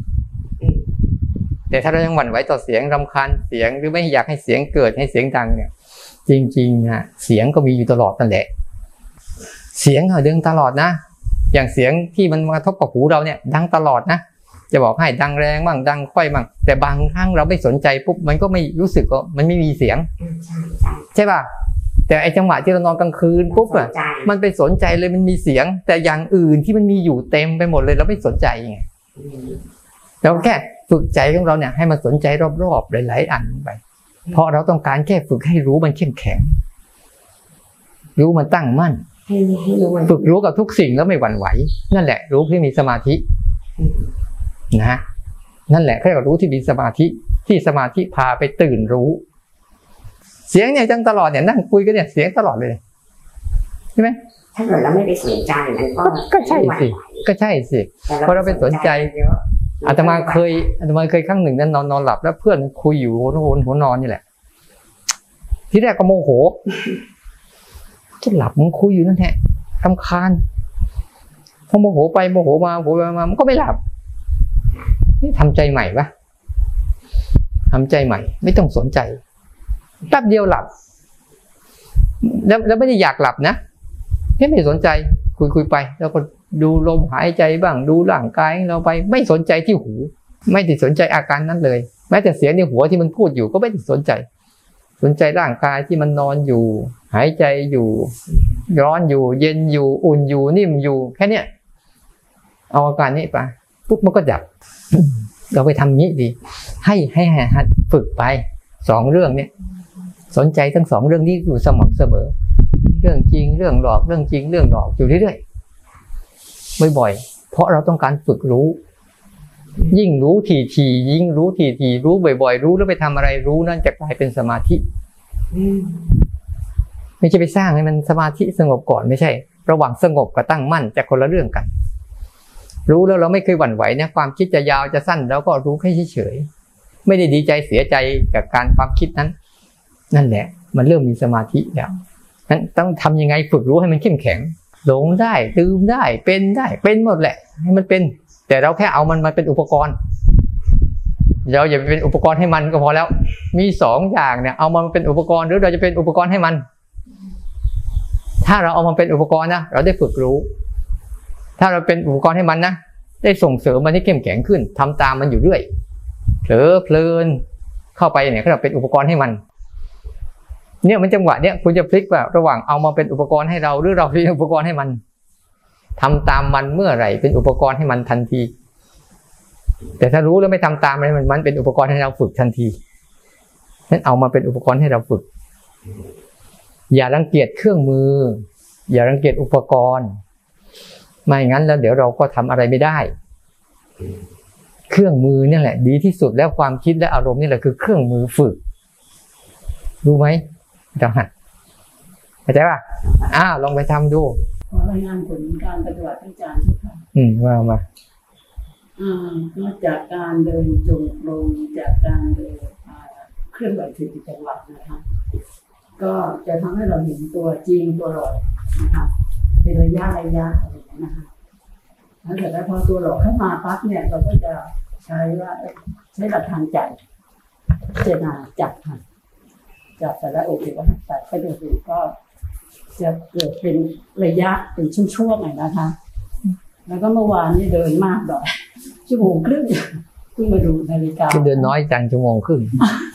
แต่ถ้าเรายังหวั่นไหวต่อเสียงรำคาญเสียงหรือไม่อยากให้เสียงเกิดให้เสียงดังเนี่ยจริงๆนะเสียงก็มีอยู่ตลอดนั่นแหละเสียงดึงตลอดนะอย่างเสียงที่มันมากระทบกับหูเราเนี่ยดังตลอดนะจะบอกให้ดังแรงบ้างดังค่อยบ้างแต่บางครั้งเราไม่สนใจปุ๊บมันก็ไม่รู้สึกว่ามันไม่มีเสียงใช่ป่ะแต่ไอ้จังหวะที่เรานอนกลางคืนปุ๊บอ่ะมันไปสนใจเลยมันมีเสียงแต่อย่างอื่นที่มันมีอยู่เต็มไปหมดเลยเราไม่สนใจไงเราแค่ฝึกใจของเราเนี่ยให้มันสนใจรอบๆหลายๆอันไปเพราะเราต้องการแค่ฝึกให้รู้มันเข้มแข็งรู้มันตั้งมั่นฝึกรู้กับทุกสิ่งแล้วไม่หวั่นไหวนั่นแหละรู้ที่มีสมาธินะนั่นแหละแค่รู้ที่มีสมาธิที่สมาธิพาไปตื่นรู้เสียงเนี่ยจังตลอดเนี่ยนั่งคุยกันเนี่ยเสียงตลอดเลยใช่ไหมถ้าเกิดเราไม่ไปสนใจมันก็ใช่สิเพราะเราไปสนใจอาตมาเคยครั้งหนึ่งนั้นนอนหลับแล้วเพื่อนคุยอยู่หัวนอนนี่แหละที่แรกก็โมโหจะหลับมึงคุยอยู่นั่นแหละรำคาญพอโมโหไปโมโหมามันก็ไม่หลับนี่ทำใจใหม่ปะทำใจใหม่ไม่ต้องสนใจแป๊บเดียวหลับแล้วไม่ได้อยากหลับนะไม่สนใจคุยไปแล้วก็ดูลมหายใจบ้างดูร่างกายเราไปไม่สนใจที่หูไม่ได้สนใจอาการนั้นเลยแม้แต่เสียงในหัวที่มันพูดอยู่ก็ไม่ได้สนใจร่างกายที่มันนอนอยู่หายใจอยู่ร้อนอยู่เย็นอยู่อุ่นอยู่นิ่มอยู่แค่เนี้ยเอาอาการนี้ไปปุ๊บมันก็ดับ เราไปทำนี้ดีให้หัดฝึกไป2เรื่องนี้สนใจทั้ง2เรื่องนี้อยู่สม่ำเสมอเรื่องจริงเรื่องหลอกเรื่องจริงเรื่องหลอกอยู่เรื่อยๆบ่อยๆเพราะเราต้องการฝึกรู้ยิ่งรู้ถี่ยิ่งรู้ถี่รู้บ่อยๆรู้แล้วไปทำอะไรรู้นั่นจะกลายเป็นสมาธิไม่ใช่ไปสร้างให้มันสมาธิสงบก่อนไม่ใช่ระหว่างสงบกับตั้งมั่นจะคนละเรื่องกันรู้แล้วเราไม่เคยหวั่นไหวนะความคิดจะยาวจะสั้นแล้วก็รู้แค่เฉยๆไม่ได้ดีใจเสียใจกับการความคิดนั้นนั่นแหละมันเริ่มมีสมาธิแล้วนั้นต้องทำยังไงฝึกรู้ให้มันเข้มแข็งหลงได้ลืมได้เป็นหมดแหละให้มันเป็นแต่เราแค่เอามันมาเป็นอุปกรณ์เราอย่าไปเป็นอุปกรณ์ให้มันก็พอแล้วมี2อย่างเนี่ยเอามันมาเป็นอุปกรณ์หรือเราจะเป็นอุปกรณ์ให้มันถ้าเราเอามันเป็นอุปกรณ์นะเราได้ฝึกรู้ถ้าเราเป็นอุปกรณ์ให้มันนะได้ส่งเสริมมันให้เข้มแข็งขึ้นทำตามมันอยู่เรื่อยเผลอเพลินเข้าไปเนี่ยก็เราเป็นอุปกรณ์ให้มันเนี่ยมันจังหวะเนี่ยคุณจะพลิกว่าระหว่างเอามาเป็นอุปกรณ์ให้เราหรือเราเป็นอุปกรณ์ให้มันทำตามมันเมื่อไหร่เป็นอุปกรณ์ให้มันทันทีแต่ถ้ารู้แล้วไม่ทำตามมันเป็นอุปกรณ์ให้เราฝึกทันทีนั้นเอามาเป็นอุปกรณ์ให้เราฝึกอย่ารังเกียจเครื่องมืออย่ารังเกียจอุปกรณ์ไม่งั้นแล้วเดี๋ยวเราก็ทำอะไรไม่ได้เครื่องมือนี่แหละดีที่สุดแล้วความคิดและอารมณ์นี่แหละคือเครื่องมือฝึกรู้ไหมจังหัดเข้าใจป่ะลองไปทำดูขอรายงานผลการปฏิบัติอาจารย์ค่ะว่ามาก็จากการเดินจงกรมจากการเดินเคลื่อนไหวถึงจังหวะนะคะก็จะทำให้เราเห็นตัวจริงตัวหลอกนะคะเป็นระยะอะไรอย่างนี้นะคะแล้วแต่พอตัวหลอกเข้ามาปั๊บเนี่ยเราก็จะใช้หลักทางใจเจตนาจับค่ะจับแต่ละโอเคก็หักไปเดี๋ยวก็จะเกิดเป็นระยะเป็นช่วงๆหน่อยนะคะแล้วก็เมื่อวานนี้เดินมากหน่อยชั่วโมงครึ่งเพิ่งมาดูนาฬิกาเดินน้อยจังชั่วโมงครึ่ง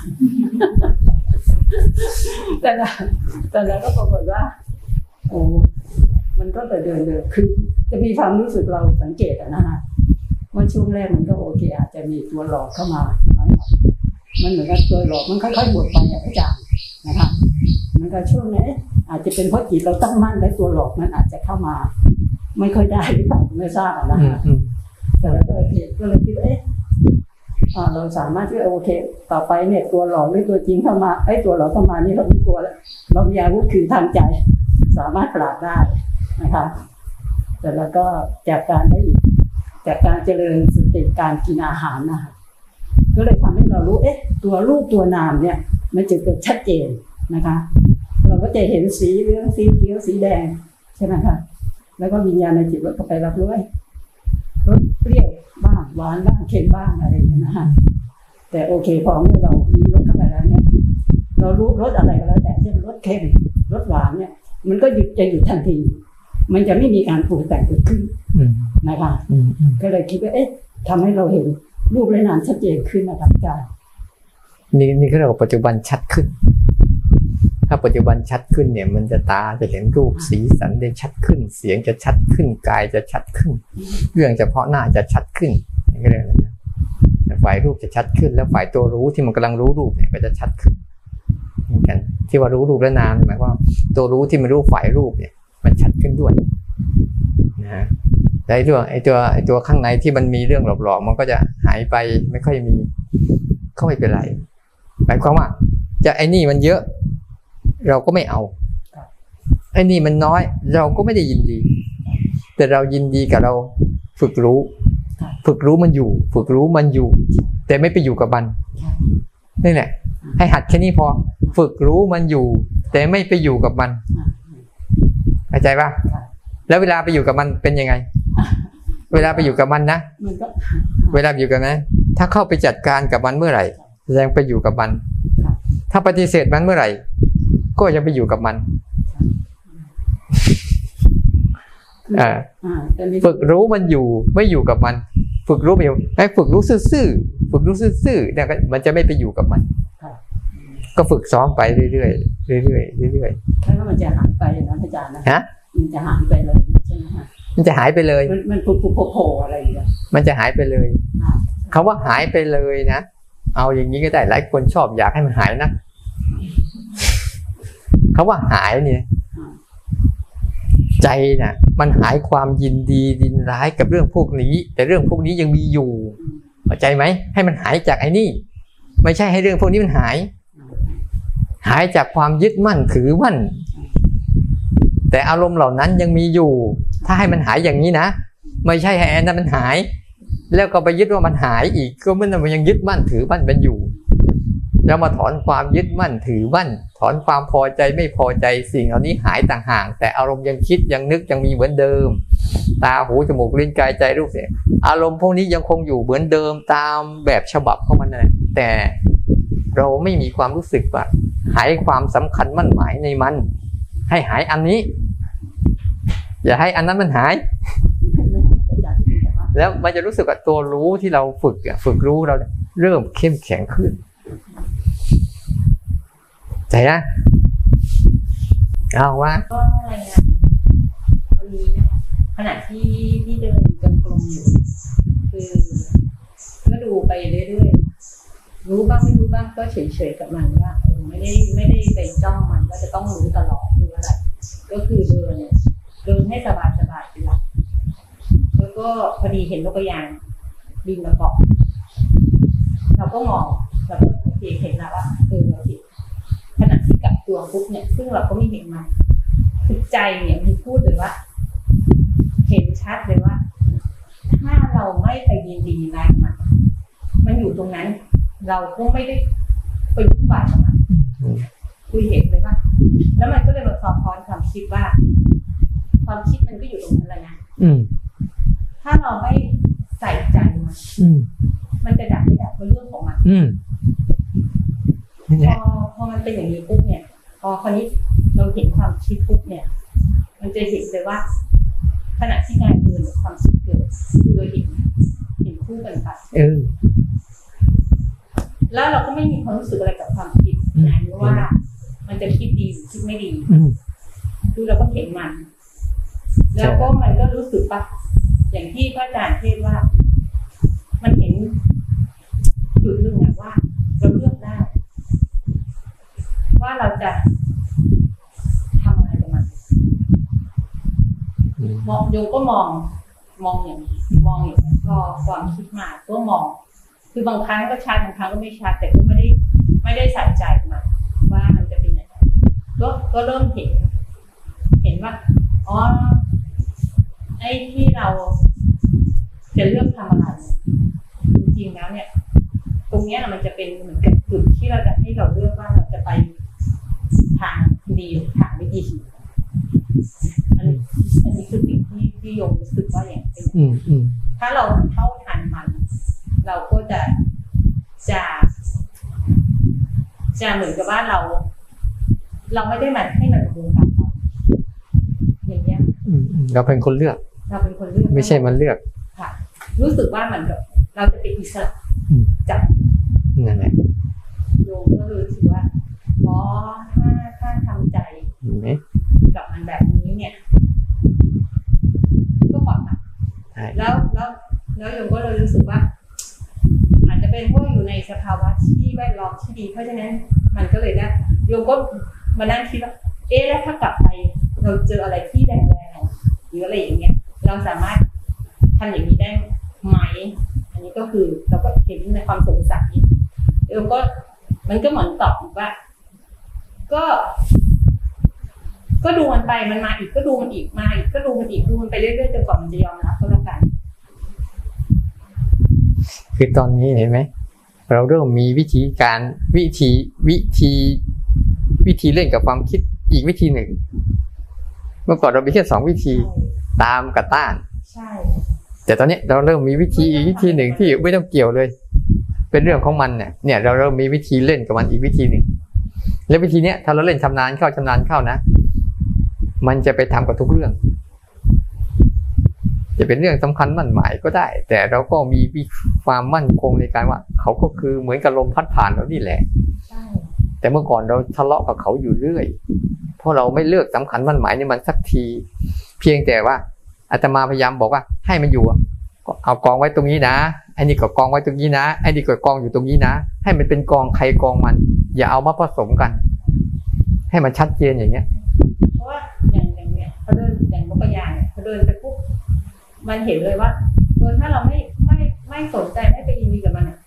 แต่แล้วก็ปรากฏว่าโอ้มันก็แต่เดินคือจะมีความรู้สึกเราสังเกตนะคะว่าช่วงแรกมันก็โอเคอาจจะมีตัวหลอกเข้ามามันเหมือนกับตัวหลอกมันค่อยๆหมดไปอาจารย์นะคะมันก็ช่วงนี้อาจจะเป็นเพราะจิตเราตั้งมั่นและตัวหลอกมันอาจจะเข้ามาไม่ค่อยได้หรือเปล่าไม่ทราบนะคะแต่แล้วก็เลยคิดเราสามารถที่โอเคต่อไปเนี่ยตัวหลอกหรือตัวจริงเข้ามาตัวหลอกเข้ามานี่เราไม่กลัวแล้วเรามีอาวุธคือทางใจสามารถปราบได้นะคะแต่แล้วก็จากการเจริญสติการกินอาหารนะคะก็เลยทำให้เรารู้ตัวรูปตัวนามเนี่ยมันจะเกิดชัดเจนนะคะเราก็จะเห็นสีเหลืองสีเขียวสีแดงใช่ไหมคะแล้วก็วิญญาณในจิตก็ไปรับรู้รสเปรี้ยวบ้างหวานบ้างเค็มบ้างอะไรอย่างนี้นะคะแต่โอเคพอเมื่อเรามีรสเข้าไปแล้วเนี่ยเรารู้รสอะไรก็แล้วแต่เช่นรสเค็มรสหวานเนี่ยมันก็จะหยุดทันทีมันจะไม่มีการปรุงแต่งเกิดขึ้นนะคะก็เลยคิดว่าทำให้เราเห็นรูปและนามชัดเจนขึ้นนะครับอาจารย์นี่คือเราปัจจุบันชัดขึ้นถ้าปัจจุบันชัดขึ้นเนี่ยมันจะตาจะเห็นรูปสีสันได้ชัดขึ้นเสียงจะชัดขึ้นกายจะชัดขึ้นเรื่องเฉพาะหน้าจะชัดขึ้นนี่ก็เรื่องนะฝ่ายรูปจะชัดขึ้นแล้วฝ่ายตัวรู้ที่มันกำลังรู้รูปเนี่ยก็จะชัดขึ้นเหมือนกันที่ว่ารู้รูปและนามหมายว่าตัวรู้ที่มันรู้ฝ่ายรูปเนี่ยมันชัดขึ้นด้วยนะได้เรื่องไอ้ตัวข้างในที่มันมีเรื่องหลอกๆมันก็จะหายไปไม่ค่อยมีก็ไม่เป็นไรหมายความว่าจะไอ้นี่มันเยอะเราก็ไม่เอาไอ้นี่มันน้อยเราก็ไม่ได้ยินดีแต่เรายินดีกับเราฝึกรู้มันอยู่ฝึกรู้มันอยู่แต่ไม่ไปอยู่กับมันนี่แหละให้หัดแค่นี้พอฝึกรู้มันอยู่แต่ไม่ไปอยู่กับมันเข้าใจป่ะแล้วเวลาไปอยู่กับมันเป็นยังไงเวลาไปอยู่กับมันนะเวลาอยู่กับนะถ้าเข้าไปจัดการกับมันเมื่อไหร่แสดงไปอยู่กับมันถ้าปฏิเสธมันเมื่อไหร่ก็จะไปอยู่กับมันฝึกรู้มันอยู่ไม่อยู่กับมันฝึกรู้ไม่อยู่ให้ฝึกรู้ซื่อๆฝึกรู้ซื่อๆเนี่ยมันจะไม่ไปอยู่กับมันก็ฝึกซ้อมไปเรื่อยๆเรื่อยๆแล้วมันจะหายไปนะอาจารย์นะมันจะหายไปเลยใช่ไหมคะมันจะหายไปเลยมันโผล่อะไรอย่างเงี้ยมันจะหายไปเลยคำว่าหายไปเลยนะเอาอย่างนี้ก็ได้หลายคนชอบอยากให้มันหายนะคำว่าหายเนี่ยใจน่ะมันหายความยินดียินร้ายกับเรื่องพวกนี้แต่เรื่องพวกนี้ยังมีอยู่เข้าใจไหมให้มันหายจากไอ้นี่ไม่ใช่ให้เรื่องพวกนี้มันหายจากความยึดมั่นถือมั่นแต่อารมณ์เหล่านั้นยังมีอยู่ถ้าให้มันหายอย่างนี้นะไม่ใช่ให้อันนั้นมันหายแล้วก็ไปยึดว่ามันหายอีกก็มันยังยึดมั่นถือมั่นเป็นอยู่แล้วมาถอนความยึดมั่นถือมั่นถอนความพอใจไม่พอใจสิ่งเหล่านี้หายต่างหากแต่อารมณ์ยังคิดยังนึกยังมีเหมือนเดิมตาหูจมูกลิ้นกายใจรูปเสียงอารมณ์พวกนี้ยังคงอยู่เหมือนเดิมตามแบบฉบับของมันนั่นแหละแต่เราไม่มีความรู้สึกว่าหายความสำคัญมั่นหมายในมันให้หายอันนี้อย่าให้อันนั้นมันหายแล้วมันจะรู้สึกว่าตัวรู้ที่เราฝึกรู้เราเริ่มเข้มแข็งขึ้นใจนะเอาว่าก็อะไรนะวันนี้นะคะขณะที่เดินจงกรมอยู่คือก็ดูไปเรื่อยๆรู้บ้างไม่รู้บ้างก็เฉยๆกับมันว่าไม่ได้ไปจ้องมันว่าจะต้องรู้ตลอดหรืออะไรก็คือเดินให้สบายๆเป็นหลักแล้วก็พอดีเห็นนกกระยางบินมาเกาะเราก็มองเราก็เห็นแล้วว่าเราผิดขณะที่กับตัวปุ๊บเนี่ยซึ่งเราก็ไม่เห็นมันคือใจเนี่ยมันพูดเลยว่าเห็นชัดเลยว่าถ้าเราไม่ไปยินดีร้ายมันอยู่ตรงนั้นเราก็ไม่ได้ไปวุ่นวายกับมันคุยเห็นเลยว่าแล้วมันก็เลยมาสอบพรความคิดว่าความคิดมันก็อยู่ตรงนั้นแหละนะถ้าเราไม่ใส่ใจมันจะดับไม่ดับก็เรื่องของมันพอมันเป็นอย่างนี้ปุ๊บเนี่ยพอคนนี้เราเห็นความคิดปุ๊บเนี่ยมันจะเห็นเลยว่าขณะที่การเดินความคิดเกิดคือเห็นคู่กันไปแล้วเราก็ไม่มีความรู้สึกอะไรกับความคิดนะว่ามันจะคิดดีหรือคิดไม่ดีคือเราก็เห็นมันแล้วก็มันก็รู้สึกปะอย่างที่พระอาจารย์เทศว่ามันเห็นจุดหนึ่งว่าเราเลือกได้ว่าเราจะทำอะไรกับมันมองโยก็มองอย่างนี้มองอย่างนี้พอความคิดมาก็มองคือบางครั้งก็ชัดบางครั้งก็ไม่ชัดแต่ก็ไม่ได้ใส่ใจมันว่ามันจะเป็นยังไงก็เริ่มเห็นว่าอ๋อไอ้ที่เราจะเลือกทำอะไรจริงๆแล้วเนี่ยตรงนี้มันจะเป็นเหมือนกับจุดที่เราจะให้เราเลือกว่าเราจะไปทางดีหรือทางไม่ดีอันนี้คือสิ่งที่โยมรู้สึกว่าอย่างเป็นถ้าเราเท่าทันมันเราก็จะเหมือนกับว่าเราไม่ได้มันให้มันดูกับเราอย่างเงี้ยเราเป็นคนเลือกไม่ใช่มันเลือกค่ะรู้สึกว่ามันแบบเราจะเป็นอิสระจากนั่นแหละโยมก็รู้สึกว่าถ้าทำใจกับมันแบบนี้เนี่ยก็ปลอดภัยแล้วโยมก็เลยรู้สึกว่าอาจจะเป็นเพราะอยู่ในสภาวะที่แวดล้อมที่ดีเพราะฉะนั้นมันก็เลยได้โยมก็มานั่งคิดว่าแล้วถ้ากลับไปเราเจออะไรที่แรงๆหรืออะไรอย่างเงี้ยเราสามารถทำอย่างนี้ได้ไหมอันนี้ก็คือเราก็เห็นในความสงสัยแล้วก็มันก็เหมือนตอบว่าก็ดูมันไปมันมาอีกก็ดูมันอีกมาอีกก็ดูมันอีกดูมันไปเรื่อยๆจนกว่ามันจะยอมรับก็แล้วกันคือตอนนี้เห็นไหมเราเริ่มมีวิธีเล่นกับความคิดอีกวิธีหนึ่งเมื่อก่อนเรามีแค่2วิธีตามกับต้านใช่แต่ตอนนี้เราเริ่มมีวิธีอีกวิธีหนึ่งที่ไม่ต้องเกี่ยวเลยเป็นเรื่องของมันเนี่ยเราเริ่มมีวิธีเล่นกับมันอีกวิธีหนึ่งแล้ววิธีเนี้ยถ้าเราเล่นชำนาญเข้านะมันจะไปทำกับทุกเรื่องจะเป็นเรื่องสำคัญมั่นหมายก็ได้แต่เราก็มีความมั่นคงในการว่าเขาก็คือเหมือนกับลมพัดผ่านเรานี่แหละแต่เมื่อก่อนเราทะเลาะกับเขาอยู่เรื่อยเพราะเราไม่เลือกสำคัญมั่นหมายในมันสักทีเพียงแต่ว่าอาตมาพยายามบอกว่าให้มันอยู่เอากองไว้ตรงนี้นะไอ้นี่ก็กองไว้ตรงนี้นะไอ้นี่ก็กองอยู่ตรงนี้นะให้มันเป็นกองใครกองมันอย่าเอามาผสมกันให้มันชัดเจนอย่างเงี้ยเพราะว่าอย่างเนี้ยเขาเดินอย่างนกกระยางเนี่ยเขาเดินไปปุ๊บมันเห็นเลยว่าถ้าเราไม่ไม่สนใจไม่ไปยินดีกับมัน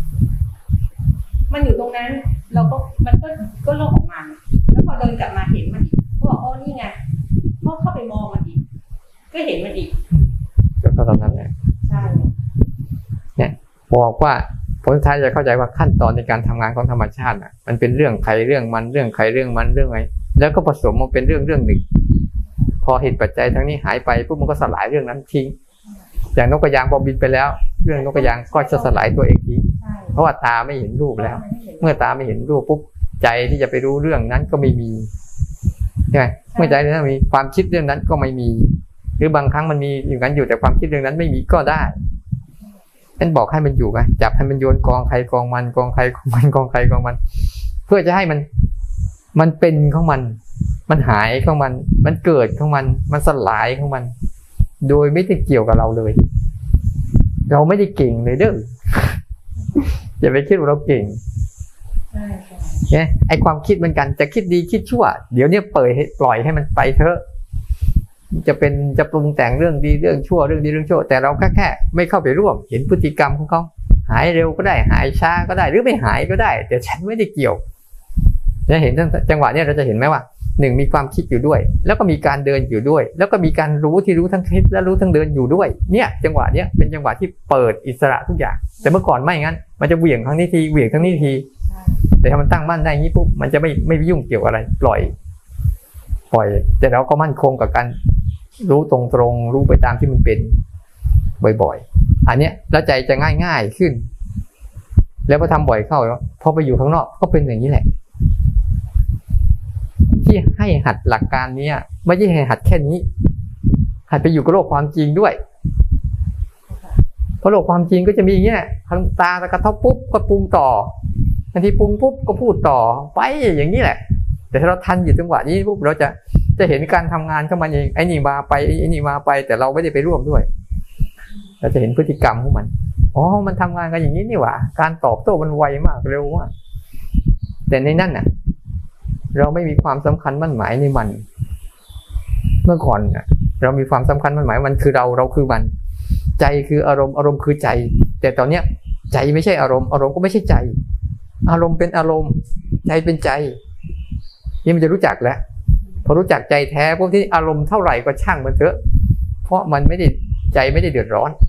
มันอยู่ตรงนั้นเราก็มันก็โลกของมันแล้วพอเดินกลับมาเห็นมันอีกก็บอกอ๋อนี่ไงก็เข้าไปมองมันอีกก็เห็นมันอีกก็ตอนนั้นแหละใช่เนี่ยบอกว่าผลท้ายจะเข้าใจว่าขั้นตอนในการทำงานของธรรมชาติมันเป็นเรื่องใครเรื่องมันเรื่องใครเรื่องมันเรื่องอะไรแล้วก็ผสมมาเป็นเรื่องหนึ่งพอเหตุปัจจัยทั้งนี้หายไปปุ๊บมันก็สลายเรื่องนั้นทิ้งอย่างนกกระยางพอบินไปแล้วเรื่องนกกระยางก็จะสลายตัวเองทิ้งเพราะว่าตาไม่เห็นรูปแล้วเมื่อตาไม่เห็นรูปปุ๊บใจที่จะไปรู้เรื่องนั้นก็ไม่มีใช่ไหมเมื่อใจนั้นมีความคิดเรื่องนั้นก็ไม่มีหรือบางครั้งมันมีอย่างนั้นอยู่แต่ความคิดเรื่องนั้นไม่มีก็ได้ฉันบอกให้มันอยู่ไงจับให้มันโยนกองใครกองมันกองใครกองมันกองใครกองมันเพื่อจะให้มันเป็นของมันหายของมันเกิดของมันสลายของมันโดยไม่ได้เกี่ยวกับเราเลยเราไม่ได้เก่งเลยเด้ออย่าไปคิดว่าเราเก่งเนี่ยไอความคิดเหมือนกันจะคิดดีคิดชั่วเดี๋ยวนี้ปล่อยให้มันไปเถอะจะปรุงแต่งเรื่องดีเรื่องชั่วเรื่องดีเรื่องชั่วแต่เราแค่ไม่เข้าไปร่วมเห็นพฤติกรรมของเขาหายเร็วก็ได้หายช้าก็ได้หรือไม่หายก็ได้แต่ฉันไม่ได้เกี่ยวจะเห็นจังหวะนี้เราจะเห็นไหมว่าหนึ่งมีความคิดอยู่ด้วยแล้วก็มีการเดินอยู่ด้วยแล้วก็มีการรู้ที่รู้ทั้งคิดและรู้ทั้งเดินอยู่ด้วยเนี่ยจังหวะนี้เป็นจังหวะที่เปิดอิสระทุกอย่างแต่เมื่อก่อนไม่งั้นมันจะเหวี่ยงครั้งนี้ทีเหวี่ยงครั้งนี้ทีแต่ถ้ามันตั้งมั่นได้อย่างนี้ปุ๊บมันจะไม่ยุ่งเกี่ยวอะไรปล่อยแต่เราก็มั่นคงกับการรู้ตรงๆรู้ไปตามที่มันเป็นบ่อยๆอันเนี้ยแล้วใจจะง่ายขึ้นแล้วพอทำบ่อยเข้าพอไปอยู่ข้างนอกก็เป็นอย่างนี้แหละที่ให้หัดหลักการนี้ไม่ใช่ให้หัดแค่นี้หัดไปอยู่กับโลกความจริงด้วยเพราะโลกความจริงก็จะมีอย่างนี้แหละทางตากระทบปุ๊บก็ปรุงต่อบางทีปรุงปุ๊บก็พูดต่อไปอย่างนี้แหละแต่ถ้าเราทันอยู่จังหวะนี้ปุ๊บเราจะเห็นการทำงานของมันเองไอ้นี่มาไปไอ้นี่มาไปแต่เราไม่ได้ไปร่วมด้วยเราจะเห็นพฤติกรรมของมันอ๋อมันทำงานกันอย่างนี้นี่หว่าการตอบโต้มันไวมากเร็วมากแต่ในนั้นน่ะเราไม่มีความสำคัญมั่นหมายในมันเมื่อก่อนน่ะเรามีความสำคัญมั่นหมายมันคือเราคือมันใจคืออารมณ์คือใจแต่ตอนเนี้ยใจไม่ใช่อารมณ์ก็ไม่ใช่ใจอารมณ์เป็นอารมณ์ใจเป็นใจนี่มันจะรู้จักแล้วพอรู้จักใจแท้พวกที่อารมณ์เท่าไหร่ก็ช่างมันเถอะเพราะมันไม่ได้ใจไม่ได้เดือดร้อน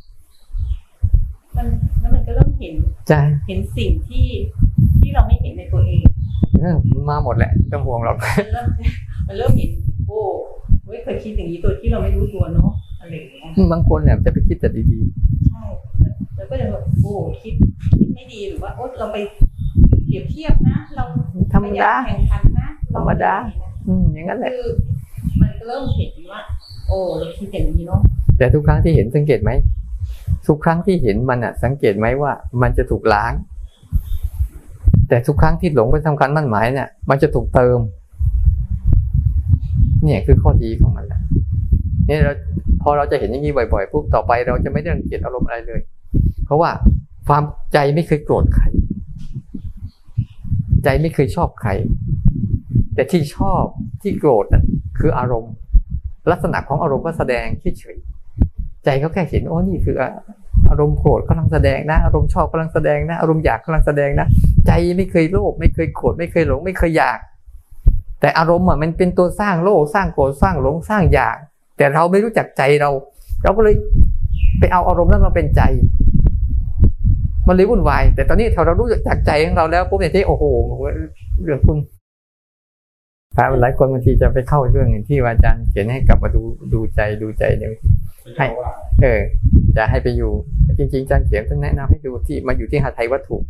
แล้วมันก็เริ่มเห็นสิ่งที่เราไม่เห็นในตัวเองมาหมดแหละต้องห่วงเรามันเริ่มเห็นโอ้ไม่เคยคิดอย่างนี้ตัวที่เราไม่รู้ตัวเนาะอะไรอย่างเงี้ยบางคนเนี่ยจะไปคิดแต่ดีๆใช่แล้วก็จะแบบโอ้คิดไม่ดีหรือว่าโอ้เราไปเปรียบเทียบนะเราธรรมดาแข่งขันนะธรรมดาอย่างนั้นแหละคือมันเริ่มเห็นว่าโอ้เราคิดอย่างนี้เนาะแต่ทุกครั้งที่เห็นสังเกตไหมทุกครั้งที่เห็นมันสังเกตไหมว่ามันจะถูกล้างแต่ทุกครั้งที่หลงไปสำคัญมั่นหมายเนี่ยมันจะถูกเติมเนี่ยคือข้อดีของมันแหละนี่พอเราจะเห็นอย่างนี้บ่อยๆปุ๊บต่อไปเราจะไม่ได้รังเกียจอารมณ์อะไรเลยเพราะว่าความใจไม่เคยโกรธใครใจไม่เคยชอบใครแต่ที่ชอบที่โกรธนั่นคืออารมณ์ลักษณะของอารมณ์ก็แสดงเฉยๆใจเขาแค่เห็นโอ้นี่คืออารมณ์โกรธกำลังแสดงนะอารมณ์ชอบกำลังแสดงนะอารมณ์อยากกำลังแสดงนะใจไม่เคยโลภไม่เคยโกรธไม่เคยหลงไม่เคยอยากแต่อารมณ์มันเป็นตัวสร้างโลภสร้างโกรธสร้างหลงสร้างอยากแต่เราไม่รู้จักใจเราก็เลยไปเอาอารมณ์นั้นมาเป็นใจมันเลยวุ่นวายแต่ตอนนี้เรารู้จักใจของเราแล้วปุ๊บเนี่ยที่โอ้โหเรื่องคุณหลายคนบางทีจะไปเข้าเรื่องที่อาจารย์เขียนให้กลับมาดูใจเนี่ยให้จะให้ไปอยู่จริงๆอาจารย์เขียนท่านแนะนำให้ดูที่มาอยู่ที่หาไทยวัตถุ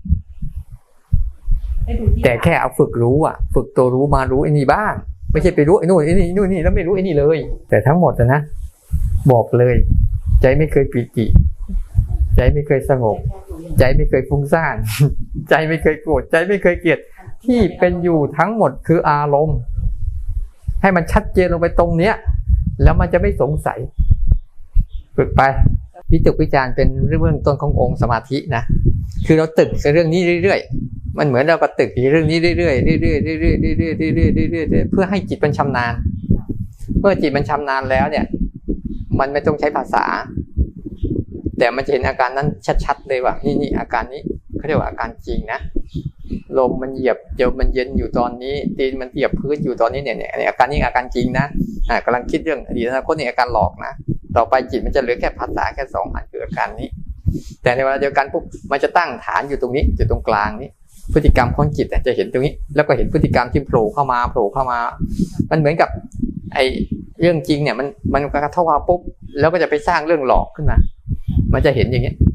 แต่แค่เอาฝึกรู้ฝึกตัวรู้มารู้ไอ้นี่บ้างไม่ใช่ไปรู้ไอ้นู่นนี่แล้วไม่รู้ไอ้นี่เลยแต่ทั้งหมดนะบอกเลยใจไม่เคยปีติใจไม่เคยสงบใจไม่เคยฟุ้งซ่านใจไม่เคยโกรธใจไม่เคยเกลียดที่เป็นอยู่ทั้งหมดคืออารมณ์ให้มันชัดเจนลงไปตรงเนี้ยแล้วมันจะไม่สงสัยฝึกไปวิตกวิจารเป็นเรื่องต้นขององค์สมาธินะคือเราตึกเรื่องนี้เรื่อยๆมันเหมือนเราก็ตึกเรื่องนี้เรื่อยๆเรื่อยๆเรื่อยๆเพื่อให้จิตมันชำนาญเมื่อจิตมันชำนาญแล้วเนี่ยมันไม่ต้องใช้ภาษาแต่มันจะเห็นอาการนั้นชัดๆเลยว่านี่อาการนี้เขาเรียกว่าอาการจริงนะลมมันเหยียบเดี๋ยวมันเย็นอยู่ตอนนี้ตีนมันเหยียบพื้นอยู่ตอนนี้เนี่ยอาการนี้อาการจริงนะกำลังคิดเรื่องอดีตอนาคตนี่อาการหลอกนะต่อไปจิตมันจะเหลือแค่ภาษาแค่2 อันคืออาการนี้แต่ในเวลาเดียวกันปุ๊บมันจะตั้งฐานอยู่ตรงนี้อยู่ตรงกลางนี้พฤติกรรมของจิตจะเห็นตรงนี้แล้วก็เห็นพฤติกรรมที่โผล่เข้ามามันเหมือนกับไอ้เรื่องจริงเนี่ยมันกระทบมาปุ๊บแล้วก็จะไปสร้างเรื่องหลอกขึ้นมามันจะเห็นอย่างเงี้ย